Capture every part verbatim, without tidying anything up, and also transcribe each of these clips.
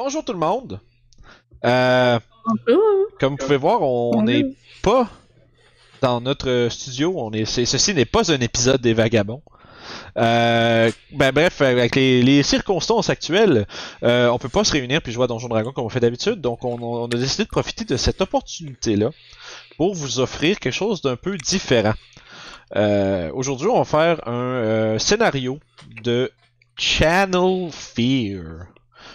Bonjour tout le monde. Euh, Bonjour. comme vous pouvez voir, on n'est pas dans notre studio. On est, c'est, ceci n'est pas un épisode des Vagabonds. Euh, ben bref, avec les, les circonstances actuelles, euh, on peut pas se réunir puis jouer à Donjon Dragon comme on fait d'habitude. Donc on, on a décidé de profiter de cette opportunité-là pour vous offrir quelque chose d'un peu différent. Euh, aujourd'hui, on va faire un euh, scénario de Channel Fear.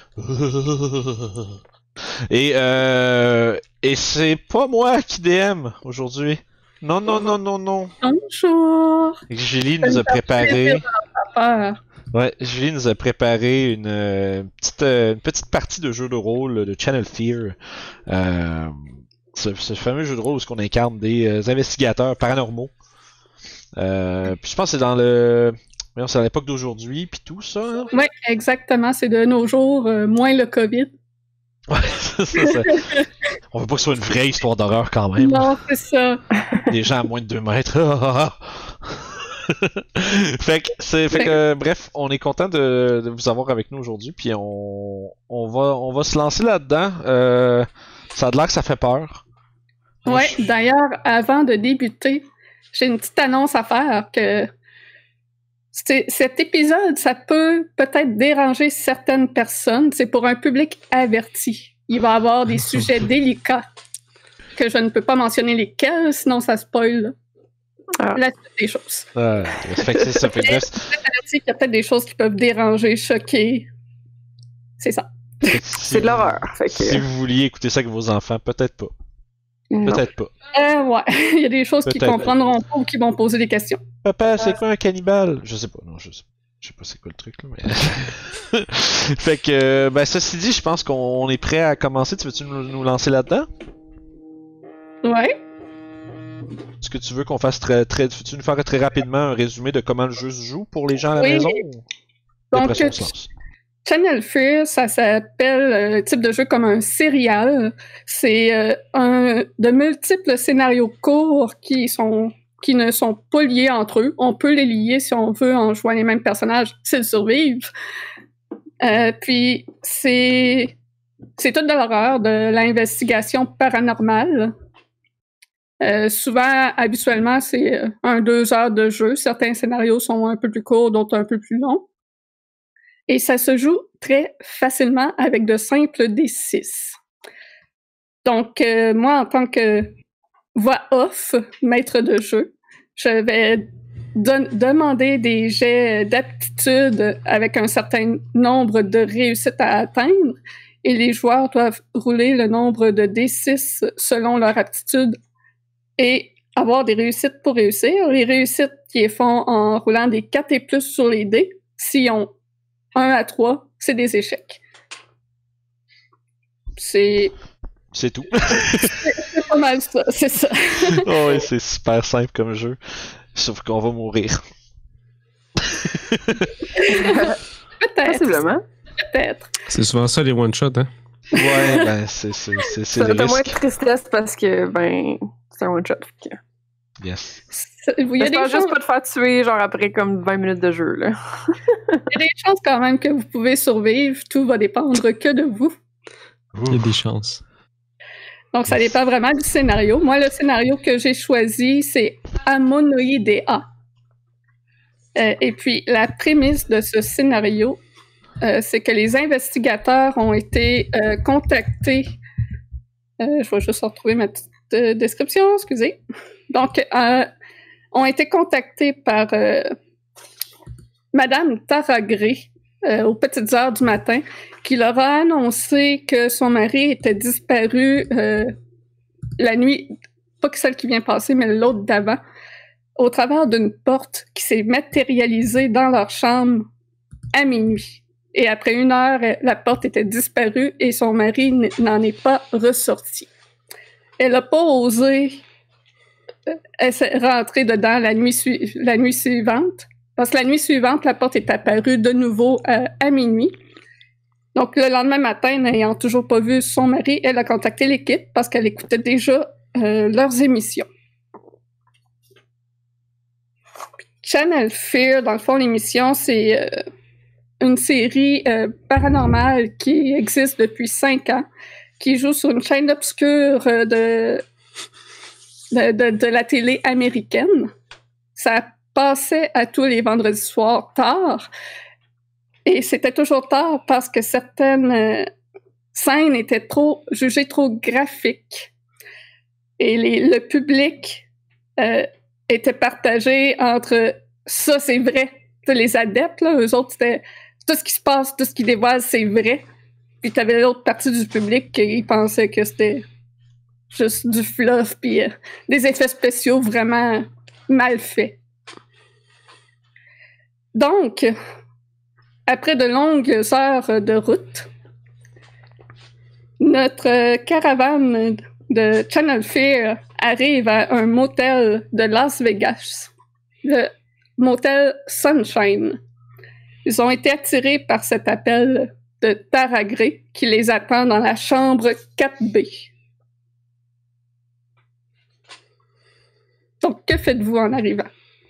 et euh, et c'est pas moi qui D M aujourd'hui. Non, non, non, non, non. Bonjour. Julie nous a préparé. Ouais, Julie nous a préparé une, euh, petite, euh, une petite partie de jeu de rôle de Channel Fear. Euh, ce, ce fameux jeu de rôle où on incarne des euh, investigateurs paranormaux. Euh, puis je pense que c'est dans le. C'est à l'époque d'aujourd'hui, puis tout ça. Hein? Oui, exactement. C'est de nos jours, euh, moins le COVID. Ouais, c'est ça. On veut pas que ce soit une vraie histoire d'horreur quand même. Non, c'est ça. Des gens à moins de deux mètres. fait que, c'est, fait que, bref, on est content de, de vous avoir avec nous aujourd'hui, puis on, on, va, on va se lancer là-dedans. Euh, ça a l'air que ça fait peur. Oui, je... d'ailleurs, avant de débuter, j'ai une petite annonce à faire que c'est, cet épisode, ça peut peut-être déranger certaines personnes. C'est pour un public averti. Il va y avoir des sujets délicats que je ne peux pas mentionner lesquels, sinon ça spoil ah. la suite des choses. Ah, fait que c'est ça. Fait que il y a peut-être des choses qui peuvent déranger, choquer. C'est ça. Si c'est de l'horreur. Fait que... Si vous vouliez écouter ça avec vos enfants, peut-être pas. Non. Peut-être pas. Euh, ouais, il y a des choses qu'ils comprendront pas ou qui vont poser des questions. Papa, c'est quoi un cannibale? Je sais pas, non, je sais pas. Je sais pas c'est quoi le truc, là, mais... fait que, ben, ceci dit, je pense qu'on est prêt à commencer. Tu veux-tu nous, nous lancer là-dedans? Ouais. Est-ce que tu veux qu'on fasse très, très... Veux-tu nous faire très rapidement un résumé de comment le jeu se joue pour les gens à la oui. maison? Donc, après, on se lance. Channel Fear, ça s'appelle euh, le type de jeu comme un serial. C'est euh, un de multiples scénarios courts qui sont qui ne sont pas liés entre eux. On peut les lier si on veut en jouant les mêmes personnages s'ils survivent. Euh, puis c'est c'est tout de l'horreur, de l'investigation paranormale. Euh, souvent, habituellement, c'est un deux heures de jeu. Certains scénarios sont un peu plus courts, d'autres un peu plus longs. Et ça se joue très facilement avec de simples D six. Donc, euh, moi, en tant que voix off, maître de jeu, je vais don- demander des jets d'aptitude avec un certain nombre de réussites à atteindre et les joueurs doivent rouler le nombre de D six selon leur aptitude et avoir des réussites pour réussir. Les réussites qui font en roulant des quatre et plus sur les dés, si on un à trois, c'est des échecs. C'est... C'est tout. c'est, c'est pas mal ça, c'est ça. Oh oui, c'est super simple comme jeu. Sauf qu'on va mourir. Peut-être. Possiblement. Peut-être. C'est souvent ça les one-shots, hein? Ouais, ben c'est, c'est, c'est, c'est ça le fait risque. moins de tristesse parce que, ben, c'est un one-shot. Que... Yes. Il y a des chances... juste pas te faire tuer, genre, après comme vingt minutes de jeu, là. Il y a des chances quand même que vous pouvez survivre. Tout va dépendre que de vous. Il y a des chances. Donc, ça dépend vraiment du scénario. Moi, le scénario que j'ai choisi, c'est Amonoidea. Euh, et puis, la prémisse de ce scénario, euh, c'est que les investigateurs ont été euh, contactés. Euh, je vais juste retrouver ma petite euh, description, excusez. Donc, euh, ont été contactés par euh, Madame Taragré euh, aux petites heures du matin, qui leur a annoncé que son mari était disparu euh, la nuit, pas que celle qui vient passer, mais l'autre d'avant, au travers d'une porte qui s'est matérialisée dans leur chambre à minuit. Et après une heure, la porte était disparue et son mari n'en est pas ressorti. Elle n'a pas osé rentrer dedans la nuit, su- la nuit suivante, parce que la nuit suivante, la porte est apparue de nouveau euh, à minuit. Donc, le lendemain matin, n'ayant toujours pas vu son mari, elle a contacté l'équipe parce qu'elle écoutait déjà euh, leurs émissions. Channel Fear, dans le fond, l'émission, c'est euh, une série euh, paranormale qui existe depuis cinq ans, qui joue sur une chaîne obscure euh, de, de, de, de la télé américaine. Ça passait à tous les vendredis soirs tard. Et c'était toujours tard parce que certaines euh, scènes étaient trop jugées trop graphiques. Et les, le public euh, était partagé entre ça, c'est vrai. T'sais, les adeptes, là, eux autres, c'était tout ce qui se passe, tout ce qui dévoile, c'est vrai. Puis t'avais l'autre partie du public qui pensait que c'était juste du fluff puis euh, des effets spéciaux vraiment mal faits. Donc, après de longues heures de route, notre caravane de Channel Fear arrive à un motel de Las Vegas, le motel Sunshine. Ils ont été attirés par cet appel de Tara Gray qui les attend dans la chambre quatre B. Donc, que faites-vous en arrivant?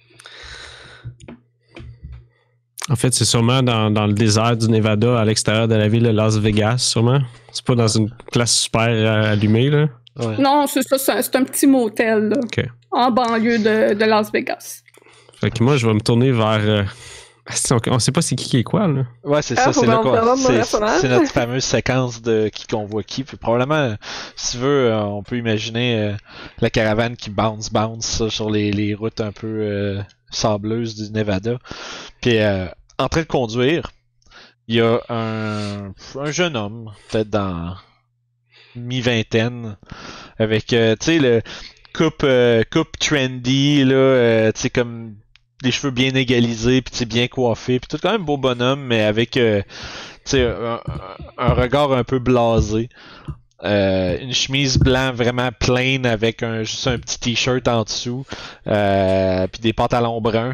En fait, c'est sûrement dans, dans le désert du Nevada, à l'extérieur de la ville de Las Vegas, sûrement. C'est pas dans une place super euh, allumée, là. Ouais. Non, c'est ça, c'est un, c'est un petit motel, là, okay. En banlieue de, de Las Vegas. Fait que moi, je vais me tourner vers... Euh... On sait pas c'est qui qui est quoi, là. Ouais, c'est ah, ça, c'est, là qu'on... c'est, c'est notre fameuse séquence de qui qu'on voit qui. Puis probablement, si tu veux, on peut imaginer euh, la caravane qui bounce, bounce sur les, les routes un peu euh, sableuses du Nevada. Puis euh, en train de conduire, il y a un, un jeune homme, peut-être dans mi-vingtaine, avec, euh, tu sais, le coupe, euh, coupe trendy, là, euh, tu sais, comme les cheveux bien égalisés, puis bien coiffé, puis tout quand même beau bonhomme, mais avec euh, un, un regard un peu blasé. Euh, une chemise blanc vraiment plaine avec un, juste un petit t-shirt en dessous, euh, puis des pantalons bruns.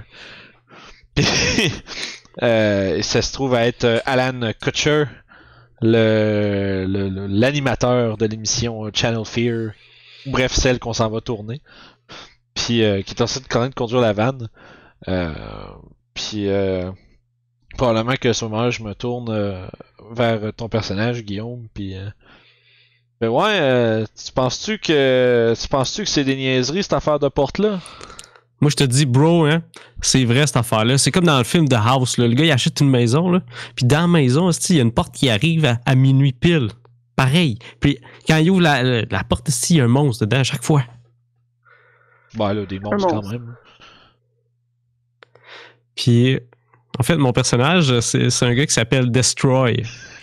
euh, ça se trouve à être Alan Kutcher, le, le, le l'animateur de l'émission Channel Fear, bref, celle qu'on s'en va tourner, puis euh, qui est en train de conduire la vanne. Euh, puis euh, probablement qu'à ce moment-là, je me tourne euh, vers ton personnage, Guillaume, puis euh, ben ouais, euh, tu penses-tu que tu penses-tu que c'est des niaiseries cette affaire de porte-là? Moi, je te dis, bro, hein, c'est vrai cette affaire-là. C'est comme dans le film The House, là. Le gars, il achète une maison, là, puis dans la maison, il y a une porte qui arrive à, à minuit pile. Pareil. Puis quand il ouvre la, la, la porte, il y a un monstre dedans à chaque fois. Ben là, des monstres quand même. Puis, en fait, mon personnage, c'est, c'est un gars qui s'appelle Destroy.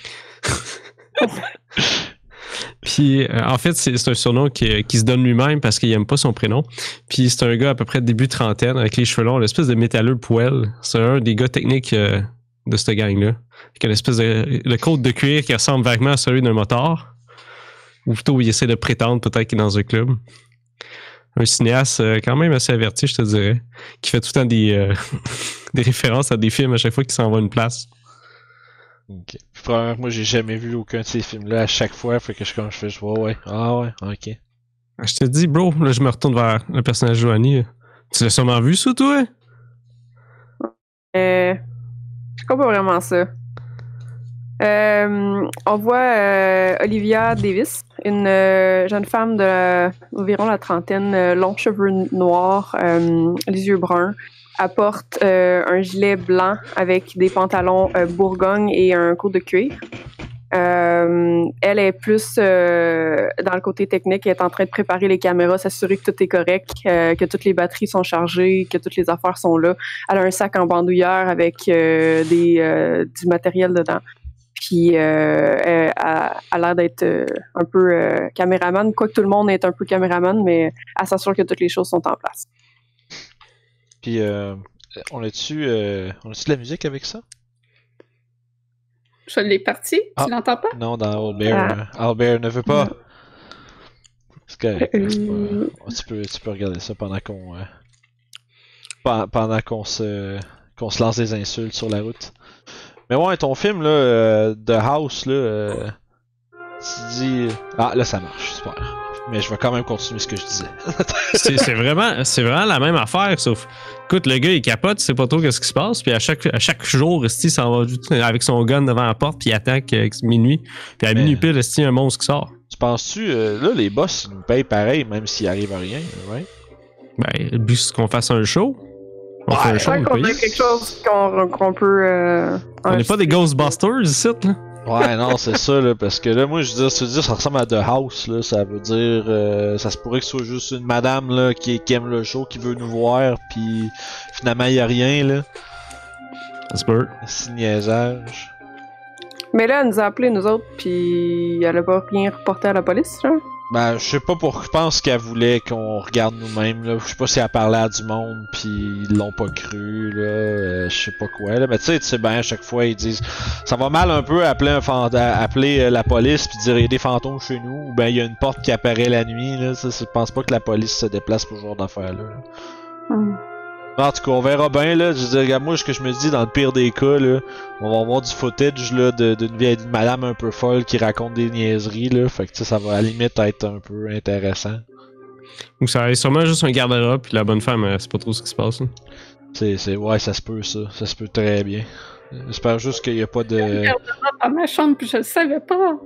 Puis, euh, en fait, c'est, c'est un surnom qui, qui se donne lui-même parce qu'il aime pas son prénom. Puis, c'est un gars à peu près début trentaine avec les cheveux longs, l'espèce de métalleux poêle. C'est un des gars techniques euh, de cette gang-là. Avec une espèce de le côte de cuir qui ressemble vaguement à celui d'un motard. Ou plutôt, il essaie de prétendre peut-être qu'il est dans un club. Un cinéaste euh, quand même assez averti, je te dirais, qui fait tout le temps des, euh, des références à des films à chaque fois qu'il s'en va à une place. Ok. Premièrement, moi, j'ai jamais vu aucun de ces films-là à chaque fois, fait que je, quand je fais, je vois, ouais, ah ouais, ok. Je te dis, bro, là, je me retourne vers le personnage Joanie. Tu l'as sûrement vu, ça, toi? Euh. Je comprends pas vraiment ça. Euh, on voit euh, Olivia Davis, une euh, jeune femme de environ la trentaine, euh, longs cheveux noirs, euh, les yeux bruns. Elle porte euh, un gilet blanc avec des pantalons euh, bourgogne et un côte de cuir. Euh, elle est plus euh, dans le côté technique. Elle est en train de préparer les caméras, s'assurer que tout est correct, euh, que toutes les batteries sont chargées, que toutes les affaires sont là. Elle a un sac en bandoulière avec euh, des, euh, du matériel dedans. Puis, euh, elle a, a l'air d'être euh, un peu euh, caméraman, quoique tout le monde est un peu caméraman, mais elle s'assure que toutes les choses sont en place. Puis, euh, on a-tu, euh, on a-tu de la musique avec ça? Je l'ai parti, ah, tu l'entends pas? Non, dans Albert, ah. Albert ne veut pas. Non. C'est correct. Euh... Tu, peux, tu, peux, tu peux regarder ça pendant qu'on, euh, pendant qu'on se, qu'on se lance des insultes sur la route. Mais ouais, ton film, là, euh, The House, là, euh, tu dis... Ah, là, ça marche, super. Mais je vais quand même continuer ce que je disais. c'est, c'est, vraiment, c'est vraiment la même affaire, sauf Écoute, le gars, il capote, il sait pas trop qu'est-ce qui se passe, puis à chaque, à chaque jour, il s'en va avec son gun devant la porte, puis il attaque avec minuit. Puis à Mais... minuit pile, il y a un monstre qui sort. Tu penses-tu, euh, là, les boss, ils nous payent pareil, même s'il arrive à rien, ouais? Ben, le but, c'est qu'on fasse un show. On Ouais, fait un show, Ouais, on qu'on paye. a quelque chose qu'on qu'on peut. Euh, On n'est pas des Ghostbusters ici, là. Ouais, non, c'est ça, là, parce que là, moi, je veux dire, se dire, ça ressemble à The House, là, ça veut dire, euh, ça se pourrait que ce soit juste une madame, là, qui, qui aime le show, qui veut nous voir, puis finalement, il y a rien, là. Ça se peut. C'est niaisage. Mais là, elle nous a appelés, nous autres, puis elle a pas rien reporté à la police, genre. Ben, je sais pas pour, je pense qu'elle voulait qu'on regarde nous-mêmes, là. Je sais pas si elle parlait à du monde, puis ils l'ont pas cru, là. Euh, je sais pas quoi, là. Mais tu sais, tu sais bien, à chaque fois, ils disent, ça va mal un peu appeler un fant- appeler euh, la police, puis dire, il y a des fantômes chez nous, ou ben, il y a une porte qui apparaît la nuit, là. Ça, je pense pas que la police se déplace pour ce genre d'affaires-là. là. Mm. En tout cas, on verra bien, là. Je veux dire, regarde, moi, ce que je me dis, dans le pire des cas, là, on va avoir du footage, là, de- d'une vieille d'une madame un peu folle qui raconte des niaiseries, là. Fait que, tu sais, ça va à la limite être un peu intéressant. Donc ça va être sûrement juste un garde-robe, puis la bonne femme, elle sait pas trop ce qui se passe. Là. C'est, c'est, ouais, ça se peut, ça. Ça se peut très bien. J'espère juste qu'il n'y a pas de... Regarde dans ma chambre, puis je le savais pas.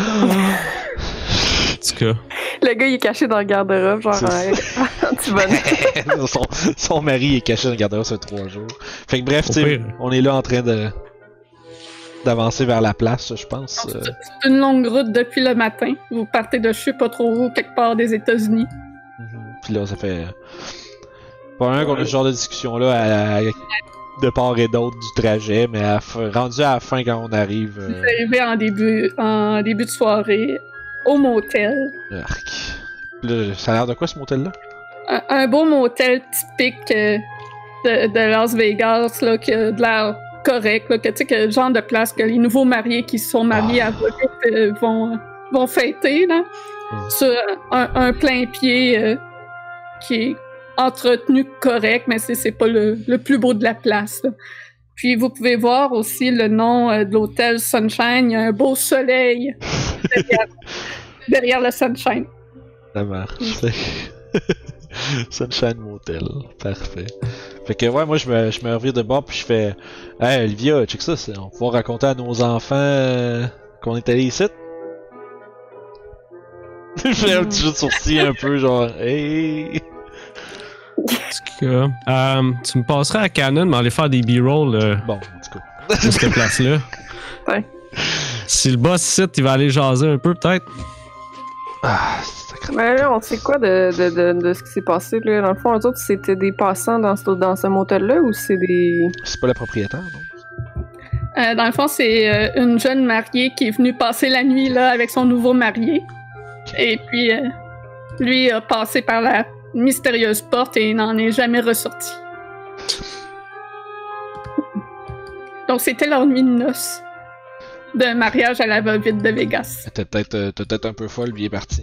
En tout cas. Le gars, il est caché dans le garde-robe, genre C'est en petit bonnet. son, son mari est caché dans le garde-robe sur trois jours. Fait que bref, Au tu sais, pire. on est là en train de d'avancer vers la place, je pense. C'est Euh, c'est une longue route depuis le matin. Vous partez de je sais pas trop où, quelque part des États-Unis. mhm. Puis là, ça fait... Pas un qu'on a ce genre de discussion-là à- à- de part et d'autre du trajet, mais à, f- rendu à la fin quand on arrive... Vous Euh... arrivez en début, en début de soirée au motel. arc. Puis là, ça a l'air de quoi, ce motel-là? Un, un beau motel typique euh, de, de Las Vegas, là, qui a de l'air correct, là, que, tu sais, que le genre de place que les nouveaux mariés qui se sont mariés à Vegas euh, vont, vont fêter, là, Mm. sur un, un plein pied euh, qui est entretenu correct, mais c'est, c'est pas le, le plus beau de la place, là. Puis vous pouvez voir aussi le nom euh, de l'hôtel Sunshine. Il y a un beau soleil derrière, derrière le Sunshine. Ça marche. Sunshine Motel. Parfait. Fait que ouais, moi je me, je me revire de bord puis je fais hey Olivia, check ça, c'est, on va pouvoir raconter à nos enfants euh, qu'on est allé ici. Je fais un petit jeu de sourcil un peu genre hey. En tout cas, euh, tu me passeras à Canon, mais aller faire des B-roll euh, Bon, en tout cas. de cette place-là. Ouais. Si le boss ici, il va aller jaser un peu, peut-être. Ah, c'est sacré. Mais là, on sait quoi de, de, de, de ce qui s'est passé, là? Dans le fond, eux autres, c'était des passants dans ce, dans ce motel-là ou c'est des... C'est pas la propriétaire, non? Euh, dans le fond, c'est euh, une jeune mariée qui est venue passer la nuit là avec son nouveau marié. Et puis, euh, lui a passé par la mystérieuse porte et n'en est jamais ressorti. Donc, c'était leur nuit de noces d'un mariage à la va-vite de Vegas. T'es peut-être, euh, t'es peut-être un peu folle, lui il est parti.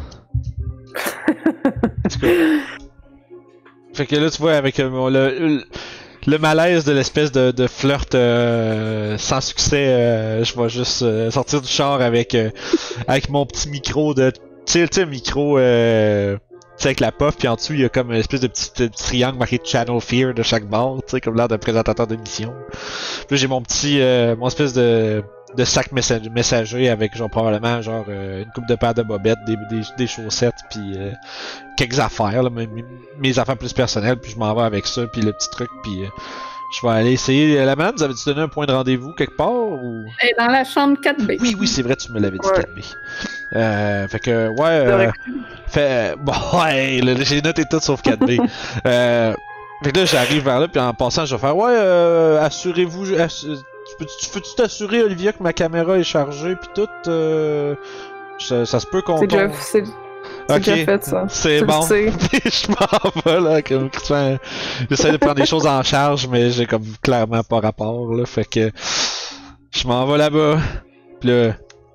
En tout cas. Fait que là, tu vois, avec euh, mon- le, le, le malaise de l'espèce de, de flirt euh, sans succès, euh, je vais juste euh, sortir du char avec, euh, avec mon petit micro de. Tu sais, tu sais, un micro. Euh, tu sais, avec la puff, puis en dessous, il y a comme une espèce de petit, petit triangle marqué Channel Fear de chaque bord, tu sais, comme l'air d'un présentateur d'émission. Puis là, j'ai mon petit. Euh, mon espèce de. de sac messa- messager avec genre probablement genre euh, une coupe de paires de bobettes, des, des, des chaussettes puis euh, quelques affaires là, mes, mes affaires plus personnelles, puis je m'en vais avec ça puis le petit truc puis euh, je vais aller essayer. La madame, vous avez-tu donné un point de rendez-vous quelque part ou... Et dans la chambre quatre B. Oui, oui, c'est vrai, tu me l'avais dit, Ouais. quatre B. Euh, fait que, ouais, euh, fait, bon, ouais, là, j'ai noté tout sauf quatre B. euh, fait que là, j'arrive vers là, puis en passant, je vais faire, ouais, euh, assurez-vous, assu- tu peux- tu peux-tu t'assurer, Olivia, que ma caméra est chargée, puis tout, euh, ça, ça se peut qu'on C'est tombe... déjà, c'est, c'est Ok, déjà fait, ça. c'est Tu le bon. sais. Je m'en vais là, comme Christian. J'essaie de prendre des choses en charge, mais j'ai comme clairement pas rapport là, fait que je m'en vais là-bas. Puis là,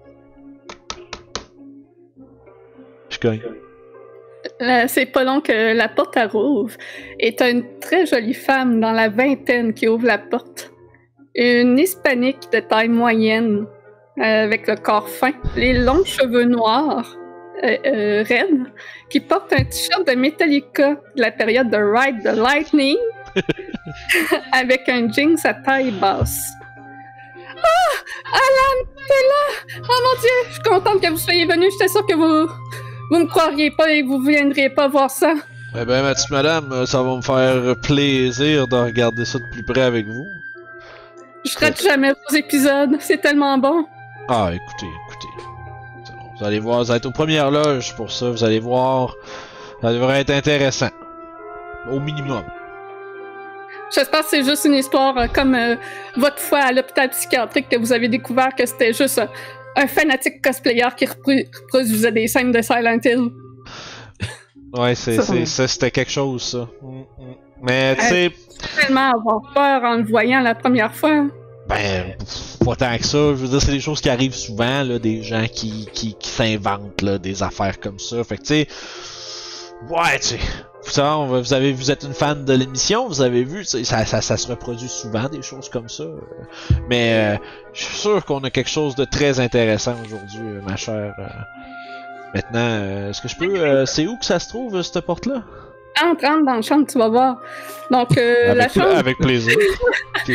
je cogne. Euh, c'est pas long que la porte elle rouvre. Et t'as une très jolie femme dans la vingtaine qui ouvre la porte. Une hispanique de taille moyenne, euh, avec le corps fin, les longs cheveux noirs, euh, euh, raides, qui porte un t-shirt de Metallica de la période de Ride the Lightning avec un jeans à taille basse. Ah! Alan, t'es là! Oh mon Dieu, je suis contente que vous soyez venu. J'étais sûre que vous vous me croiriez pas et vous viendriez pas voir ça. Eh ben, ma petite madame, ça va me faire plaisir de regarder ça de plus près avec vous. Je rate jamais vos épisodes, c'est tellement bon. Ah, écoutez, écoutez. Vous allez voir, vous allez être aux premières loges pour ça, vous allez voir. Ça devrait être intéressant. Au minimum. J'espère que c'est juste une histoire euh, comme euh, votre fois à l'hôpital psychiatrique que vous avez découvert que c'était juste euh, un fanatique cosplayer qui repro- reproduisait des scènes de Silent Hill. Ouais, c'est, Ça, c'est, ouais. ça, c'était quelque chose, ça. Mm, mm. Mais, tu sais, Tellement avoir peur en le voyant la première fois. ben, pff, pas tant que ça. Je veux dire, c'est des choses qui arrivent souvent, là, des gens qui, qui, qui s'inventent, là, des affaires comme ça. Fait que, tu sais, ouais, tu sais, vous savez, on va- vous avez, vous êtes une fan de l'émission, vous avez vu, tu sais, ça, ça, ça se reproduit souvent, des choses comme ça. euh. Mais, euh, je suis sûr qu'on a quelque chose de très intéressant aujourd'hui, euh, ma chère. euh. Maintenant, euh, est-ce que je peux, euh, c'est où que ça se trouve, euh, cette porte-là? Entre, entre dans la chambre, tu vas voir. Donc, euh, la Avec, chambre, avec plaisir. Ok.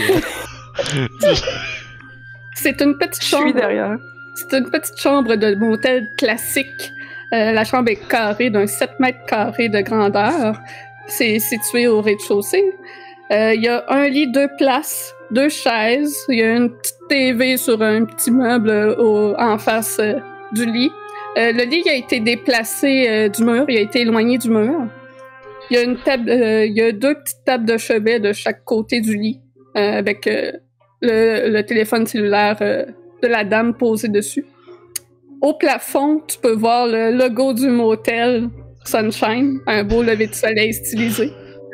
c'est une petite Je suis chambre. derrière. C'est une petite chambre de motel classique. Euh, la chambre est carrée d'un sept mètres carrés de grandeur. C'est situé au rez-de-chaussée. Euh, Il y a un lit, deux places, deux chaises. Il y a une petite T V sur un petit meuble euh, au- en face euh, du lit. Euh, le lit a été déplacé euh, du mur, il a été éloigné du mur. Il y a une table, euh, il y a deux petites tables de chevet de chaque côté du lit, euh, avec euh, le, le téléphone cellulaire euh, de la dame posé dessus. Au plafond, tu peux voir le logo du motel Sunshine, un beau lever de soleil stylisé.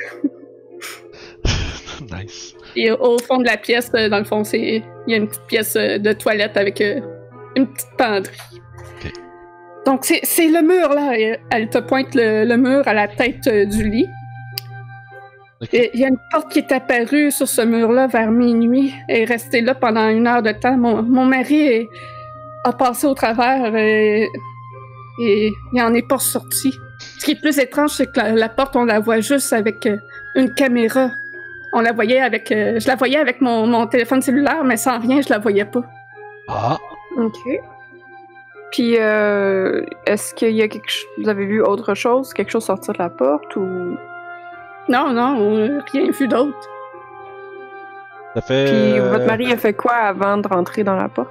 Nice. Et au fond de la pièce, euh, dans le fond, c'est il y a une petite pièce euh, de toilette avec euh, une petite penderie. Ok. Donc, c'est c'est le mur, là. Et elle te pointe le, le mur à la tête euh, du lit. Ok. Et il y a une porte qui est apparue sur ce mur-là vers minuit et est restée là pendant une heure de temps. Mon, mon mari est- a passé au travers et, et il en est pas sorti. Ce qui est plus étrange, c'est que la, la porte, on la voit juste avec euh, une caméra. On la voyait avec... euh, je la voyais avec mon, mon téléphone cellulaire, mais sans rien, je la voyais pas. Ah, OK. Puis, euh, est-ce qu'il y a quelque chose... Vous avez vu autre chose? Quelque chose sortir de la porte ou... Non, non, on a rien vu d'autre. ça fait. Puis, euh, votre mari a fait quoi avant de rentrer dans la porte?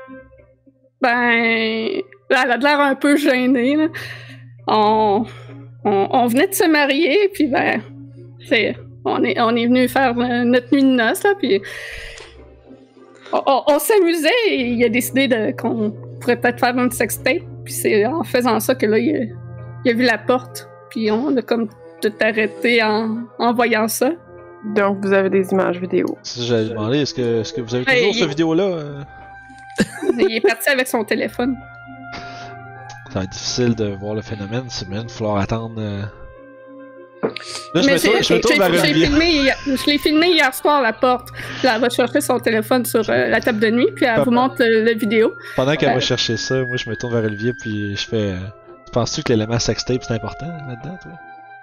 Ben, elle a l'air un peu gênée, là. On, on, on venait de se marier, puis ben, c'est, on est, on est venu faire euh, notre nuit de noces, là, puis on, on, on s'amusait et il a décidé de, qu'on pourrait peut-être faire une sextape, puis c'est en faisant ça que là, il a, il a vu la porte, puis on a comme tout arrêté en, en voyant ça. Donc, vous avez des images vidéo. Si j'allais demander, est-ce que, est-ce que vous avez Ouais, toujours il- cette vidéo-là? euh? Il est parti avec son téléphone. Ça va être difficile de voir le phénomène, c'est bien, il va falloir attendre. euh. Là, je Mais me j'ai- tourne, je me j'ai- tourne vers j'ai- j'ai Olivier. filmé hier- je l'ai filmé hier soir, la porte. Puis elle va chercher son téléphone sur euh, la table de nuit, puis elle Papa. vous montre le, la vidéo. Pendant qu'elle Euh. va chercher ça, moi je me tourne vers Olivier puis je fais. euh, Penses-tu que l'élément sextape c'est important là-dedans, toi?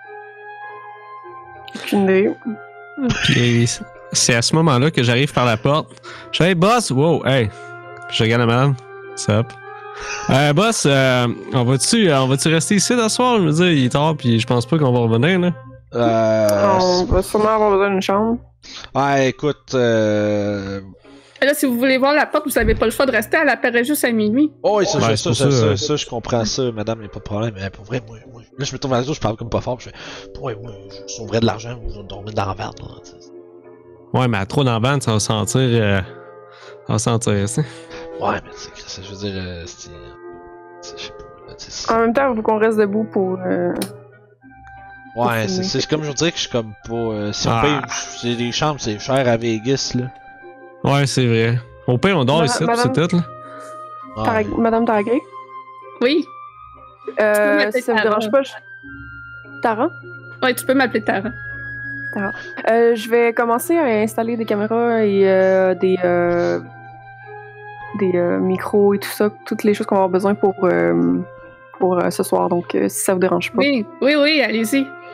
Aucune idée. Puis c'est à ce moment-là que j'arrive par la porte. Je fais, hey boss, wow, hey. Puis je regarde la madame. Sup. Euh, boss, euh, on va-tu on va-tu rester ici ce soir? Je me dis, il est tard, puis je pense pas qu'on va revenir, là. Euh. On va sûrement avoir besoin d'une chambre. Ouais, écoute. Euh... Et là, si vous voulez voir la porte, vous n'avez pas le choix de rester, elle apparaît juste à minuit. Oh, oui, ça, Ouais, ça, c'est ça, pour ça, ça, ça, euh. je comprends ça, madame, y'a pas de problème. Mais pour vrai, moi, moi. Là, je me tourne vers les autres, je parle comme pas fort, puis je fais. Ouais, ouais, je sauverais de l'argent, je vais dormir dans la vanne, là. tu sais. Ouais, mais à trop dans la vanne, ça va sentir. Euh, ça va sentir, ça. Ouais, mais tu sais, je veux dire, euh, c'est. c'est- Je sais pas, là, tu sais, c'est- En même temps, il faut qu'on reste debout pour... euh, Ouais, c'est, c'est comme je vous dirais que je suis comme pas. euh, si on Ah. paye. C'est des chambres, c'est cher à Vegas, là. Ouais, c'est vrai. Au pire, on dort Ma- ici, madame- c'est tout, là. Ouais. Tara- Madame Taragré? Oui. Euh, m'appeler si ça vous Tara. dérange pas, je... Tara? Ouais, tu peux m'appeler Tara. Euh, je vais commencer à installer des caméras et euh, des, euh, des euh, micros et tout ça, toutes les choses qu'on va avoir besoin pour, euh, pour euh, ce soir. Donc, euh, si ça vous dérange pas. Oui, oui, oui, allez-y.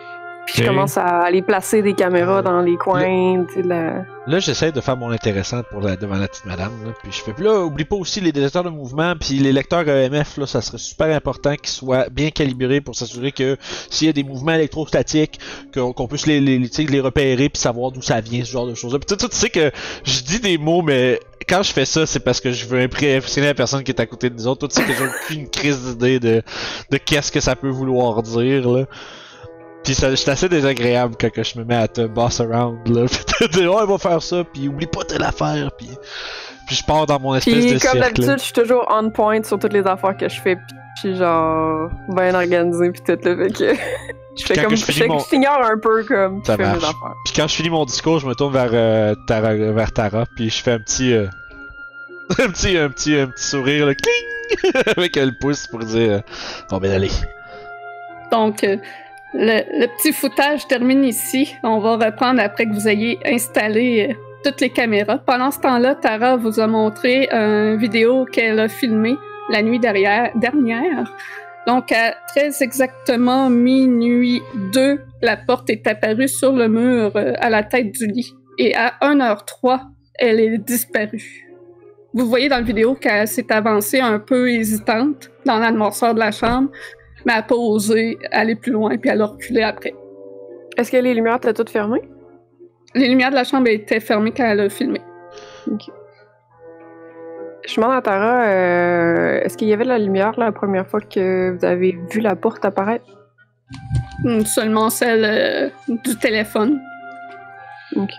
Puis je commence à aller placer des caméras dans les coins. Tu sais, la... Là, j'essaie de faire mon intéressant pour la, devant la petite madame. Là, puis je fais, puis là, oublie pas aussi les détecteurs de mouvement, puis les lecteurs E M F, là, ça serait super important qu'ils soient bien calibrés pour s'assurer que s'il y a des mouvements électrostatiques, qu'on, qu'on puisse les, les, les, les repérer puis savoir d'où ça vient, ce genre de choses-là. Puis tu, tu sais que je dis des mots, mais quand je fais ça, c'est parce que je veux impressionner la personne qui est à côté de nous autres. Toi, tu sais que j'ai aucune crise d'idée de, de qu'est-ce que ça peut vouloir dire, là. Pis ça, c'est assez désagréable quand que je me mets à te boss around, là. Pis te dire, oh, il va faire ça, pis oublie pas telle affaire, pis. Pis je pars dans mon espèce pis, de comme cercle. d'habitude, je suis toujours on point sur toutes les affaires que je fais, pis je suis genre bien organisé, pis tout, là. Fait que. Je fais comme. Je fais mon... que j'ignore un peu, comme. Ça je fais marche. mes affaires. Pis quand je finis mon discours, je me tourne vers, euh, Tara, vers Tara, pis je fais un petit. Euh... un petit, un petit, un petit sourire, là. Cling! Avec le pouce pour dire, euh, bon, ben, allez. Donc. Euh... Le, le petit foutage termine ici. On va reprendre après que vous ayez installé euh, toutes les caméras. Pendant ce temps-là, Tara vous a montré une vidéo qu'elle a filmée la nuit derrière, dernière. Donc, à très exactement minuit deux, la porte est apparue sur le mur euh, à la tête du lit. Et à une heure trois, elle est disparue. Vous voyez dans la vidéo qu'elle s'est avancée un peu hésitante dans l'atmosphère de la chambre, mais elle n'a pas osé aller plus loin, puis elle a reculé après. Est-ce que les lumières étaient toutes fermées? Les lumières de la chambre étaient fermées quand elle a filmé. Ok. Je demande à Tara, euh, est-ce qu'il y avait de la lumière la première fois que vous avez vu la porte apparaître? Seulement celle euh, du téléphone. Ok.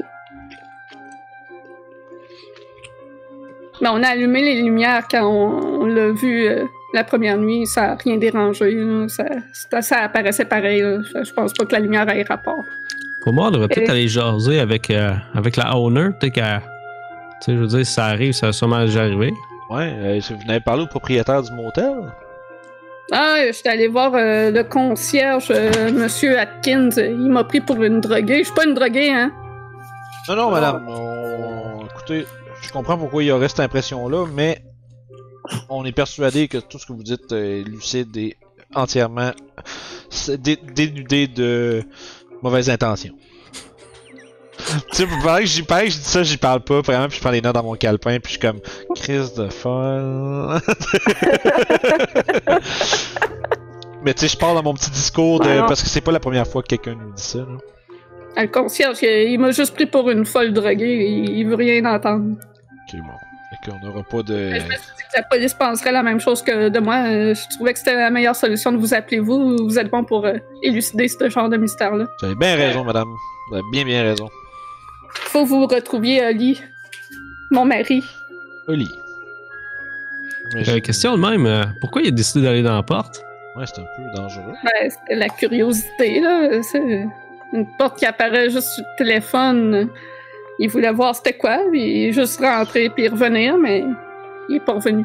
Mais on a allumé les lumières quand on, on l'a vu euh, la première nuit, ça n'a rien dérangé. Ça, ça, ça apparaissait pareil. Là. Je pense pas que la lumière ait rapport. Pour moi, on devrait peut-être Et... aller jaser avec, euh, avec la owner. Peut-être qu'elle. Tu sais, je veux dire, si ça arrive, ça va sûrement déjà arriver. Ouais, euh, vous n'avez parlé au propriétaire du motel? Ah, je suis allé voir euh, le concierge, euh, Monsieur Atkins. Il m'a pris pour une droguée. Je suis pas une droguée, hein? Non, non, madame. On... Écoutez, je comprends pourquoi il y aurait cette impression-là, mais on est persuadé que tout ce que vous dites est lucide et entièrement dé dénudé de mauvaises intentions. Tu sais, pareil que j'y pareil que je dis ça, j'y parle pas, vraiment, puis je prends les notes dans mon calepin, puis je suis comme crise de folle. Mais tu sais, je parle dans mon petit discours de Ouais, parce que c'est pas la première fois que quelqu'un nous dit ça. Là. Le concierge, il m'a juste pris pour une folle droguée. Il, il veut rien entendre. Ok, bon. Fait qu'on n'aura pas de. Je me suis dit que la police penserait la même chose que de moi. Je trouvais que c'était la meilleure solution de vous appeler vous. Vous êtes bon pour euh, élucider ce genre de mystère-là. Vous avez bien raison, madame. Vous avez bien, bien raison. Faut que vous retrouviez Oli, mon mari. Oli. Euh, question de même, euh, pourquoi il a décidé d'aller dans la porte? Ouais, c'est un peu dangereux. Ben, c'était la curiosité, là. C'est une porte qui apparaît juste sur le téléphone. Il voulait voir c'était quoi, puis il est juste rentré puis revenir, mais il est pas revenu.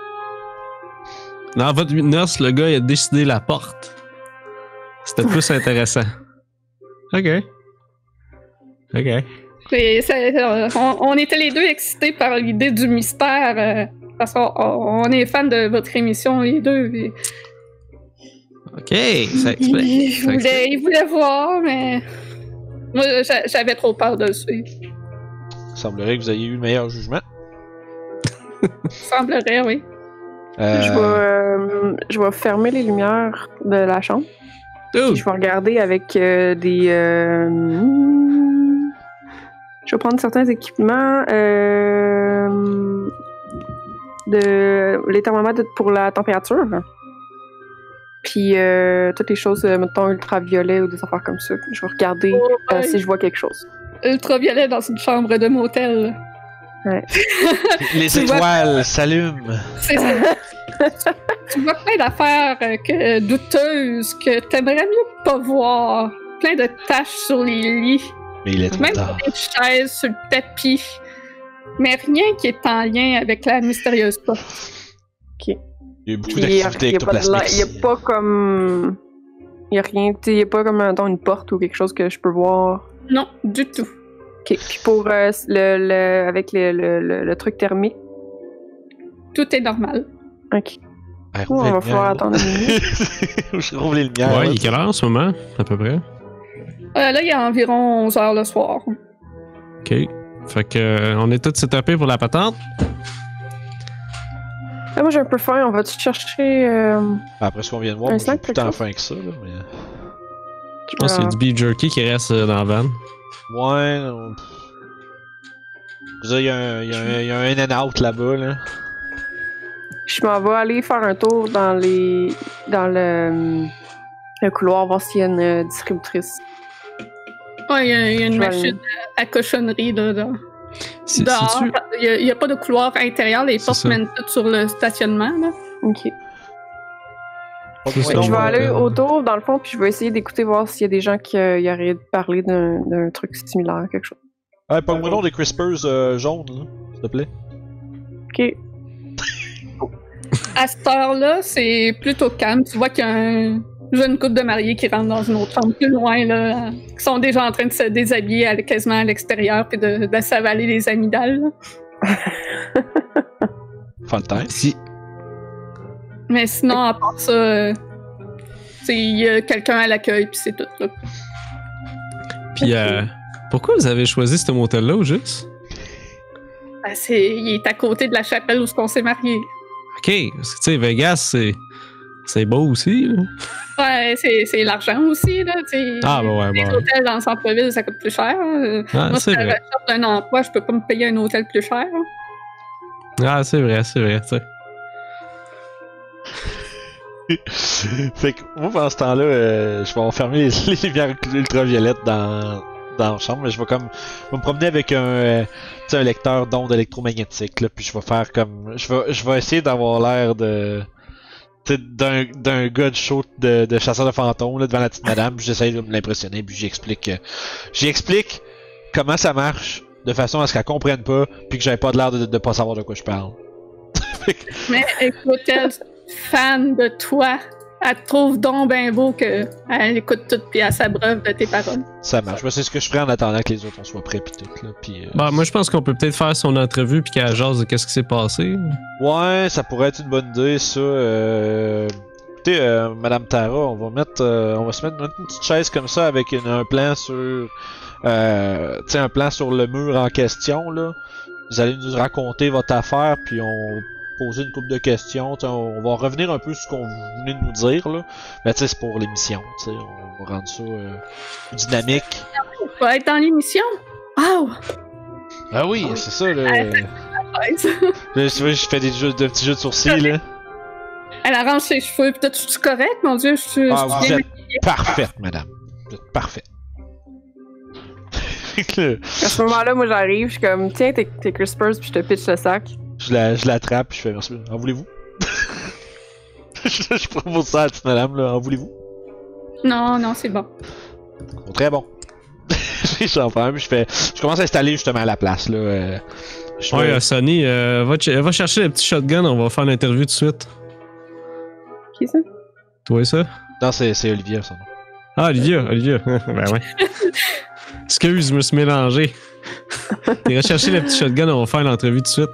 Dans votre noce, le gars il a décidé la porte. C'était plus intéressant. Ok. Ok. Et ça, on, on était les deux excités par l'idée du mystère, euh, parce qu'on on est fans de votre émission, les deux. Et... Ok, ça explique. Il, ça voulait, explique. il voulait voir, mais moi j'avais trop peur de le suivre. Il semblerait que vous ayez eu le meilleur jugement. Semblerait, oui. Euh... Je vais, euh, je vais fermer les lumières de la chambre. Oh. Je vais regarder avec euh, des. Euh, je vais prendre certains équipements. Euh, de, les thermomètres pour la température. Puis euh, toutes les choses, euh, mettons, ultraviolet ou des affaires comme ça. Je vais regarder Oh, euh, ouais. si je vois quelque chose. Ultraviolet dans une chambre de motel. Ouais. Les Tu vois- étoiles s'allument. C'est ça. Tu vois plein d'affaires euh, que, douteuses que t'aimerais mieux pas voir. Plein de taches sur les lits. Mais il est trop Même tard. des chaises sur le tapis. Mais rien qui est en lien avec la mystérieuse porte. Il y a eu beaucoup Puis, il y a- d'activités il y a pas de la- ectoplasmiques. Il n'y a pas comme. Il n'y a rien. Tu sais, il n'y a pas comme mettons, une porte ou quelque chose que je peux voir. Non, du tout. Ok. Puis pour euh, le, le- avec le, le, le, le truc thermique. Tout est normal. Ok. Hey, Oh, rouvre on les va falloir lumières, attendre une minute. là. Je rouvre les lumières. Ouais, là. il est quelle heure en ce moment, à peu près? Euh, là, il y a environ onze heures le soir. OK. Fait que euh, on est tous setupés pour la patente. Ah, moi, j'ai un peu faim. On va-tu chercher... Euh... Après ce qu'on vient de voir, Un moi, j'ai snack, plus quelque tant chose? faim que ça, là, mais... Je pense que c'est du beef jerky qui reste euh, dans la vanne. Ouais... on- Je veux dire, il y a un, il y a un, il y a un in-and-out là-bas, là. Je m'en vais aller faire un tour dans les... dans le... le couloir, voir s'il y a une euh, distributrice. Ouais, il y, a- il y a une Je vais machine à, à cochonnerie là, là. C'est Dehors. c'est-tu- Il n'y a, a pas de couloir intérieur, les C'est portes ça. mènent toutes sur le stationnement. Là. OK. Pas C'est de ça. moyen Je vais de- aller autour, dans le fond, puis je vais essayer d'écouter voir s'il y a des gens qui euh, y auraient parlé d'un d'un truc similaire, quelque chose. Ouais, pas le nom des Crispers euh, jaunes, là, s'il te plaît. OK. À cette heure-là, c'est plutôt calme. Tu vois qu'il y a un jeune couple de mariés qui rentre dans une autre chambre plus loin, là, qui sont déjà en train de se déshabiller à- quasiment à l'extérieur puis de, de s'avaler les amygdales. là. Fun time. Si. Mais sinon, à part ça, euh, tu sais, il y a quelqu'un à l'accueil puis c'est tout. Là. Puis, euh, pourquoi vous avez choisi ce motel-là, au juste? Ben, c'est, il est à côté de la chapelle où on s'est mariés. OK, parce que, tu sais, Vegas, c'est... C'est beau aussi, là. Ouais, c'est, c'est l'argent aussi, là, tu sais. Ah, bah ouais, Les bah ouais. hôtels dans le centre-ville, ça coûte plus cher. hein. Ah, Moi, c'est si je vrai. recherche un emploi, je peux pas me payer un hôtel plus cher. hein. Ah, c'est vrai, c'est vrai, tu sais. Fait que moi, pendant ce temps-là, euh, je vais enfermer les, les lumières ultraviolettes dans, dans la chambre, mais je vais comme je vais me promener avec un, euh, tu sais, un lecteur d'ondes électromagnétiques, là, puis je vais faire comme... Je vais, je vais essayer d'avoir l'air de... tu sais, d'un, d'un gars de show de, de chasseur de fantômes, là, devant la petite madame, puis j'essaie de l'impressionner, puis j'explique... euh, j'explique comment ça marche, de façon à ce qu'elle comprenne pas, puis que j'avais pas de l'air de, de pas savoir de quoi je parle. Mais écoute, elle, fan de toi, elle te trouve donc bien beau qu'elle écoute tout puis elle s'abreuve de tes paroles. Ça marche. Moi, c'est ce que je ferai en attendant que les autres on soit prêts, puis tout, là, puis... euh, Bah, moi, je pense qu'on peut peut-être faire son entrevue puis qu'elle jase de qu'est-ce qui s'est passé. Ouais, ça pourrait être une bonne idée, ça. Euh... Écoutez, euh, Madame Tara, on va mettre, euh, on va se mettre mettre une petite chaise comme ça avec une- un plan sur, euh, tu sais, un plan sur le mur en question là. Vous allez nous raconter votre affaire, puis on va poser une couple de questions. Tu sais, on va revenir un peu sur ce qu'on venez de nous dire là. Mais tu sais, c'est pour l'émission, tu sais, on va rendre ça euh, plus dynamique. Tu vas être dans l'émission? Wow! Ah oui, c'est ça là. Nice. Là, tu vois, je fais des jeux, de petits jeux de sourcils là. Elle arrange ses cheveux, pis toi, tu es correct, mon Dieu? Je suis Ah, je vous suis bien êtes parfaite, madame. Vous êtes parfaite. Fait que là, À ce moment-là, moi, j'arrive, je suis comme, tiens, tes, tes crispers, puis je te pitch le sac. je la, je l'attrape puis je fais merci. En voulez-vous? je, je propose ça à la petite madame là. En voulez-vous? Non, non, c'est bon. Bon, très bon. J'en prends un puis je fais. Je commence à installer justement à la place là. euh, je Ouais, fais- euh, Sonny, euh, va, ch- va chercher le petit shotgun, on va faire l'interview tout de suite. Qui ça? Tu vois ça? Non, c'est, c'est Olivia son nom. Ah, Olivia, Olivia. ben ouais. Excuse, je me suis mélangé. T'es recherché le petit shotgun, on va faire l'entrevue tout de suite.